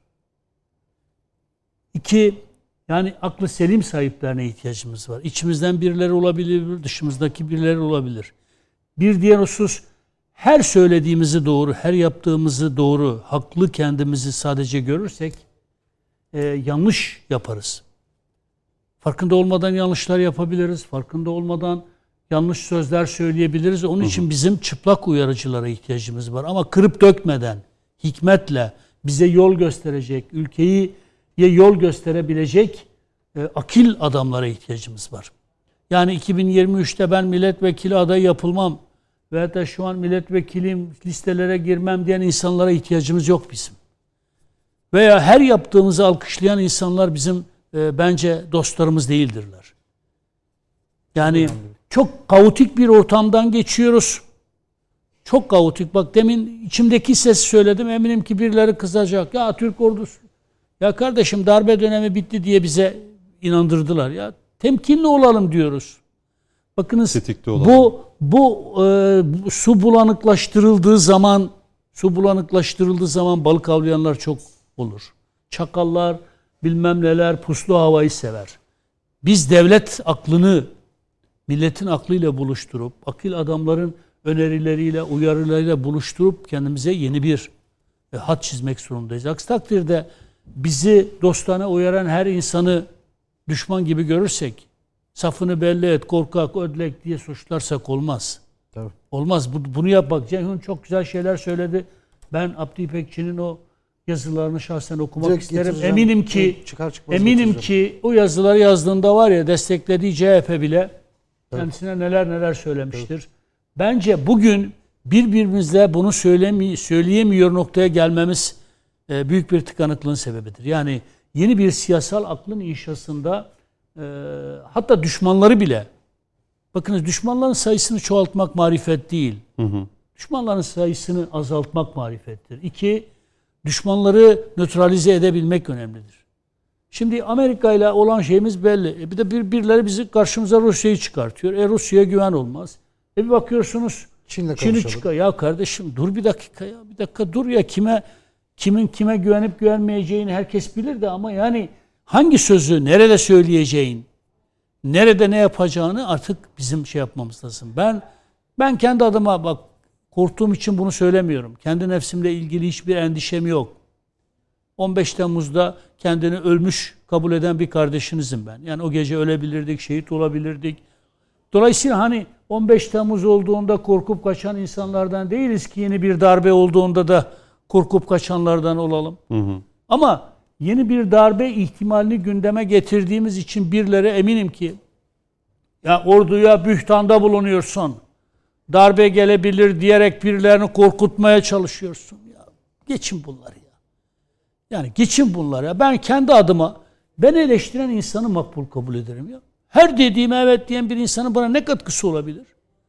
B: İki, yani aklı selim sahiplerine ihtiyacımız var. İçimizden birileri olabilir, dışımızdaki birileri olabilir. Bir diğer husus, her söylediğimizi doğru, her yaptığımızı doğru, haklı kendimizi sadece görürsek yanlış yaparız. Farkında olmadan yanlışlar yapabiliriz. Farkında olmadan yanlış sözler söyleyebiliriz. Onun için bizim çıplak uyarıcılara ihtiyacımız var. Ama kırıp dökmeden, hikmetle bize yol gösterecek, ülkeyi yol gösterebilecek akil adamlara ihtiyacımız var. Yani 2023'te ben milletvekili adayı yapılmam veyahut da şu an milletvekilim listelere girmem diyen insanlara ihtiyacımız yok bizim. Veya her yaptığımızı alkışlayan insanlar bizim bence dostlarımız değildirler. Yani çok kaotik bir ortamdan geçiyoruz. Çok kaotik. Bak demin içimdeki sesi söyledim. Eminim ki birileri kızacak. Ya Türk ordusu. Ya kardeşim darbe dönemi bitti diye bize inandırdılar. Ya temkinli olalım diyoruz. Bakınız bu su bulanıklaştırıldığı zaman balık avlayanlar çok olur. Çakallar, bilmem neler puslu havayı sever. Biz devlet aklını milletin aklıyla buluşturup, akil adamların önerileriyle, uyarılarıyla buluşturup kendimize yeni bir hat çizmek zorundayız. Aksi takdirde bizi dostane uyaran her insanı düşman gibi görürsek, safını belli et, korkak, ödlek diye suçlarsak olmaz.
C: Tabii.
B: Olmaz. Bunu yap bak. Ceyhun çok güzel şeyler söyledi. Ben Abdi İpekçi'nin o yazılarını şahsen okumak
C: Direkt
B: isterim.
C: getireceğim.
B: Eminim ki
C: Çıkar çıkmaz
B: eminim
C: getireceğim.
B: ki o yazıları yazdığında var ya, desteklediği CHP bile kendisine neler söylemiştir. Bence bugün birbirimizle bunu söyleyemiyor noktaya gelmemiz büyük bir tıkanıklığın sebebidir. Yani yeni bir siyasal aklın inşasında hatta düşmanları bile, bakınız, düşmanların sayısını çoğaltmak marifet değil. Düşmanların sayısını azaltmak marifettir. 2, düşmanları nötralize edebilmek önemlidir. Şimdi Amerika ile olan şeyimiz belli. Bir de birileri bizi karşımıza Rusya'yı çıkartıyor. Rusya'ya güven olmaz. Bir bakıyorsunuz Çin'i çıkar. Ya kardeşim dur bir dakika ya. Bir dakika dur ya, kimin kime güvenip güvenmeyeceğini herkes bilir de, ama yani hangi sözü nerede söyleyeceğin, nerede ne yapacağını artık bizim şey yapmamız lazım. Ben kendi adıma bak, korktuğum için bunu söylemiyorum. Kendi nefsimle ilgili hiçbir endişem yok. 15 Temmuz'da kendini ölmüş kabul eden bir kardeşinizim ben. Yani o gece ölebilirdik, şehit olabilirdik. Dolayısıyla hani 15 Temmuz olduğunda korkup kaçan insanlardan değiliz ki yeni bir darbe olduğunda da korkup kaçanlardan olalım. Ama yeni bir darbe ihtimalini gündeme getirdiğimiz için birileri, eminim ki ya orduya bühtanda bulunuyorsun, darbe gelebilir diyerek birilerini korkutmaya çalışıyorsun. Ya geçin bunları ya. Yani geçin bunları ya. Ben kendi adıma, ben eleştiren insanı makbul kabul ederim ya. Her dediğime evet diyen bir insanın bana ne katkısı olabilir?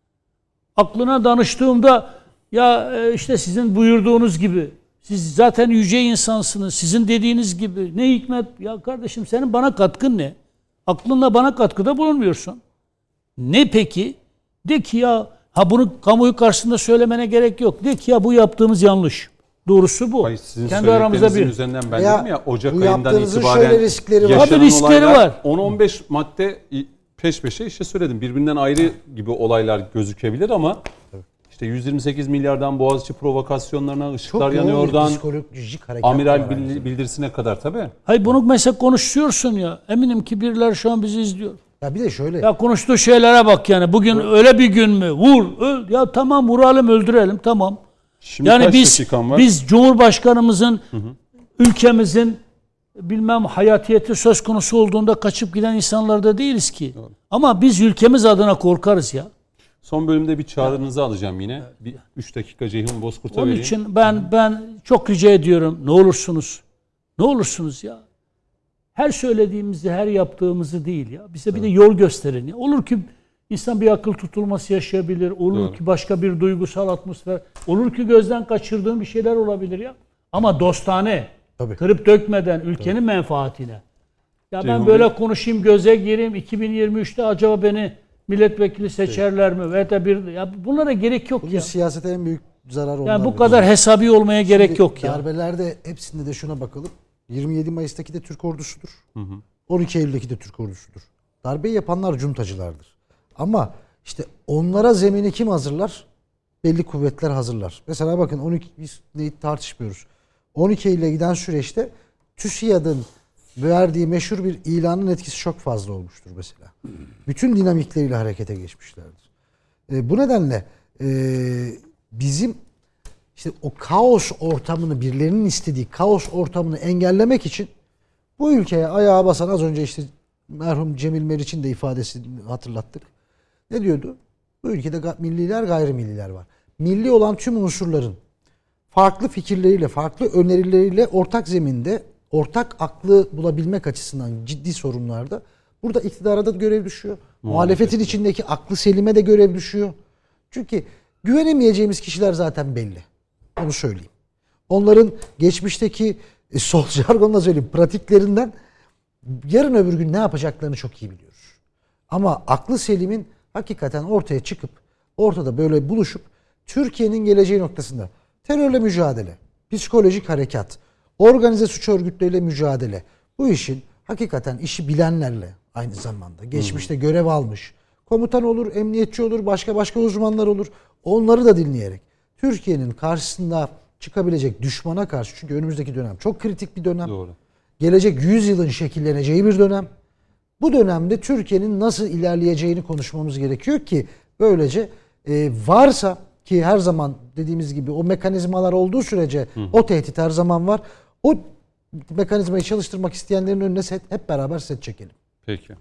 B: Aklına danıştığımda ya işte sizin buyurduğunuz gibi, siz zaten yüce insansınız, sizin dediğiniz gibi ne hikmet. Ya kardeşim senin bana katkın ne? Aklınla bana katkıda bulunmuyorsun. Ne peki? De ki ya, bunu kamuoyu karşısında söylemene gerek yok. De ki ya bu yaptığımız yanlış. Doğrusu bu.
A: Hayır, sizin
B: kendi aramızda bir.
A: üzerinden ben dedim ya, Ocak
C: bu
A: ayından
C: yaptığınızın
A: itibaren
C: şöyle riskleri var.
A: yaşanan
B: Abi riskleri
A: olaylar,
B: var.
A: 10-15 madde peş peşe işte söyledim. Birbirinden ayrı gibi olaylar gözükebilir ama işte 128 milyardan Boğaziçi provokasyonlarına, ışıklar
C: Çok yoğun bir
A: yanıyordan
C: psikolojik hareket
A: amiral
C: var bence.
A: bildirisine kadar tabii.
B: Hayır, bunu mesela konuşuyorsun ya. Eminim ki birileri şu an bizi izliyor.
C: Ya bir de şöyle.
B: Ya konuştuğu şeylere bak yani. Bugün öyle bir gün mü? Vur, öl. Ya tamam, vuralım, öldürelim, tamam.
A: Şimdi
B: Yani
A: kaç dakikan var?
B: biz Cumhurbaşkanımızın, ülkemizin bilmem hayatiyeti söz konusu olduğunda kaçıp giden insanlar da değiliz ki. Doğru. Ama biz ülkemiz adına korkarız ya.
A: Son bölümde bir çağrınızı alacağım yine. Bir 3 dakika Ceyhun Bozkurt'a
B: Onun
A: vereyim.
B: için ben çok rica ediyorum. Ne olursunuz ya. Her söylediğimizi, her yaptığımızı değil ya. Bize bir de yol gösterin ya. Olur ki insan bir akıl tutulması yaşayabilir. Olur ki başka bir duygusal atmosfer. Olur ki gözden kaçırdığım bir şeyler olabilir ya. Ama dostane, kırıp dökmeden ülkenin menfaatine. Ya
A: Ceyhun
B: ben böyle
A: Bey,
B: konuşayım, göze gireyim. 2023'te acaba beni milletvekili seçerler mi? Veya da ya bunlara gerek yok
C: Bugün
B: ya.
C: siyasete en büyük zarar onlar.
B: Yani bu kadar hesabi olmaya gerek yok ya.
C: Darbelerde hepsinde de şuna bakalım. 27 Mayıs'taki de Türk ordusudur. 12 Eylül'deki de Türk ordusudur. Darbeyi yapanlar cuntacılardır. Ama işte onlara zemini kim hazırlar? Belli kuvvetler hazırlar. Mesela bakın 12, biz tartışmıyoruz. 12 Eylül'e giden süreçte TÜSİAD'ın verdiği meşhur bir ilanın etkisi çok fazla olmuştur mesela. Bütün dinamikleriyle harekete geçmişlerdir. Bu nedenle bizim işte o kaos ortamını, birilerinin istediği kaos ortamını engellemek için bu ülkeye ayağa basan, az önce işte merhum Cemil Meriç'in de ifadesini hatırlattık. Ne diyordu? Bu ülkede milliler, gayrimilliler var. Milli olan tüm unsurların farklı fikirleriyle, farklı önerileriyle ortak zeminde, ortak aklı bulabilmek açısından ciddi sorunlarda burada iktidara da görev düşüyor. Muhalefetin içindeki aklı selime de görev düşüyor. Çünkü güvenemeyeceğimiz kişiler zaten belli. Onu söyleyeyim. Onların geçmişteki sol jargonla söyleyeyim pratiklerinden yarın öbür gün ne yapacaklarını çok iyi biliyoruz. Ama aklı selimin hakikaten ortaya çıkıp ortada böyle buluşup Türkiye'nin geleceği noktasında terörle mücadele, psikolojik harekat, organize suç örgütleriyle mücadele, bu işin hakikaten işi bilenlerle aynı zamanda geçmişte görev almış komutan olur, emniyetçi olur, başka uzmanlar olur. Onları da dinleyerek Türkiye'nin karşısında çıkabilecek düşmana karşı, çünkü önümüzdeki dönem çok kritik bir dönem.
A: Doğru.
C: Gelecek 100 yılın şekilleneceği bir dönem. Bu dönemde Türkiye'nin nasıl ilerleyeceğini konuşmamız gerekiyor ki böylece varsa, ki her zaman dediğimiz gibi o mekanizmalar olduğu sürece o tehdit her zaman var. O mekanizmayı çalıştırmak isteyenlerin önüne hep beraber set çekelim.
A: Peki.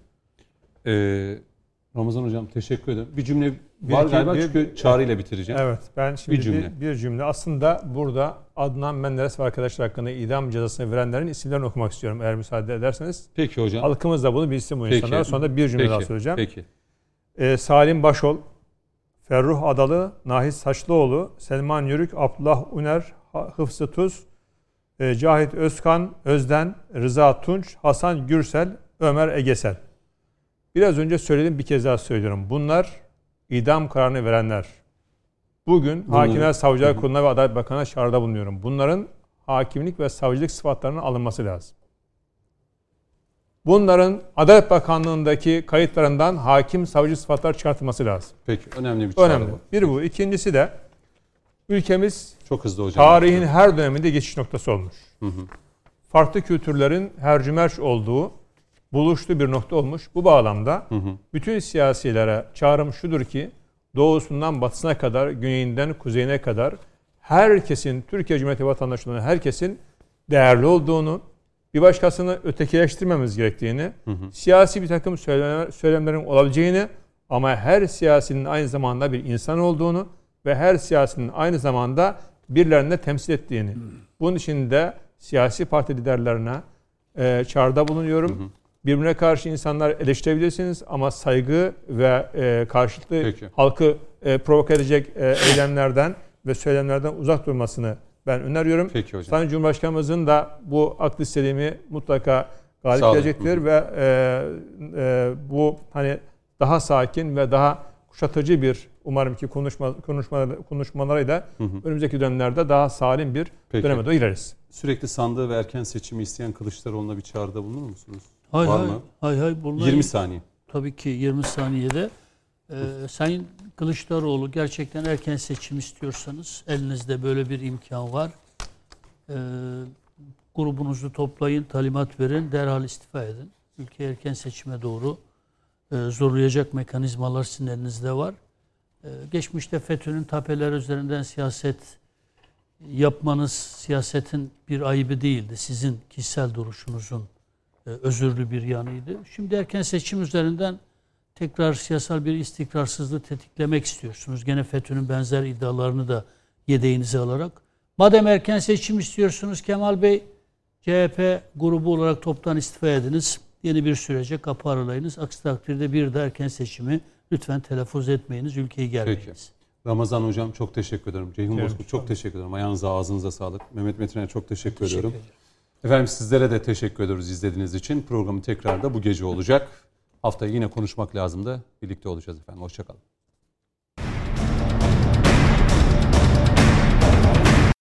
A: Ramazan Hocam teşekkür ederim. Bir cümle var galiba çünkü çağrıyla bitireceğim.
D: Evet, ben şimdi
A: Bir cümle.
D: Aslında burada Adnan Menderes ve arkadaşlar hakkında idam cezasını verenlerin isimlerini okumak istiyorum eğer müsaade ederseniz.
A: Peki hocam.
D: Halkımız da bunu bilsin bu insanlar. Sonra da bir cümle daha söyleyeceğim.
A: Peki.
D: Salim Başol, Ferruh Adalı, Nahis Saçlıoğlu, Selman Yörük, Abdullah Uner, Hıfzı Tuz, Cahit Özkan, Özden, Rıza Tunç, Hasan Gürsel, Ömer Egesel. Biraz önce söyledim, bir kez daha söylüyorum. Bunlar idam kararını verenler. Bugün Hakimler Savcılar Kurulu'na ve Adalet Bakanı'na çağrıda bulunuyorum. Bunların hakimlik ve savcılık sıfatlarının alınması lazım. Bunların Adalet Bakanlığı'ndaki kayıtlarından hakim, savcı sıfatlar çıkartılması lazım.
A: Peki, önemli bir çağrı bu.
D: Bir bu. İkincisi de ülkemiz
A: çok hızlı hocam.
D: Tarihin her döneminde geçiş noktası olmuş. Farklı kültürlerin hercümerç olduğu, buluştuğu bir nokta olmuş. Bu bağlamda bütün siyasilere çağrım şudur ki doğusundan batısına kadar, güneyinden kuzeyine kadar herkesin, Türkiye Cumhuriyeti vatandaşlarının herkesin değerli olduğunu, bir başkasını ötekileştirmemiz gerektiğini, siyasi bir takım söylemlerin olabileceğini ama her siyasinin aynı zamanda bir insan olduğunu ve her siyasinin aynı zamanda birilerini temsil ettiğini. Bunun için de siyasi parti liderlerine çağrıda bulunuyorum. Birbirine karşı insanlar eleştirebilirsiniz ama saygı ve karşıtı halkı provoke edecek eylemlerden ve söylemlerden uzak durmasını ben öneriyorum. Sayın Cumhurbaşkanımızın da bu aklı istediğimi mutlaka galip gelecektir ve bu hani daha sakin ve daha kuşatıcı bir umarım ki konuşmalarıyla önümüzdeki dönemlerde daha salim bir döneme doğru ilerleriz.
A: Sürekli sandığı ve erken seçimi isteyen Kılıçdaroğlu'na bir çağrıda bulunur musunuz?
B: Hayır.
A: 20 saniye.
B: Tabii ki 20 saniyede. Sayın Kılıçdaroğlu gerçekten erken seçim istiyorsanız elinizde böyle bir imkan var. Grubunuzu toplayın, talimat verin, derhal istifa edin. Ülkeyi erken seçime doğru zorlayacak mekanizmalar sizin elinizde var. Geçmişte FETÖ'nün tapeler üzerinden siyaset yapmanız siyasetin bir ayıbı değildi. Sizin kişisel duruşunuzun özürlü bir yanıydı. Şimdi erken seçim üzerinden tekrar siyasal bir istikrarsızlığı tetiklemek istiyorsunuz. Gene FETÖ'nün benzer iddialarını da yedeğinize alarak. Madem erken seçim istiyorsunuz Kemal Bey, CHP grubu olarak toptan istifa ediniz. Yeni bir sürece kapı aralayınız. Aksi takdirde bir de erken seçimi lütfen telaffuz etmeyiniz. Ülkeyi germeyiniz.
A: Ramazan Hocam çok teşekkür ederim. Ceyhun Bozkurt çok teşekkür ederim. Ayağınıza ağzınıza sağlık. Mehmet Metin'e çok teşekkür ediyorum. Efendim sizlere de teşekkür ediyoruz izlediğiniz için. Programı tekrar da bu gece olacak. Haftaya yine konuşmak lazım da birlikte olacağız efendim. Hoşça kalın.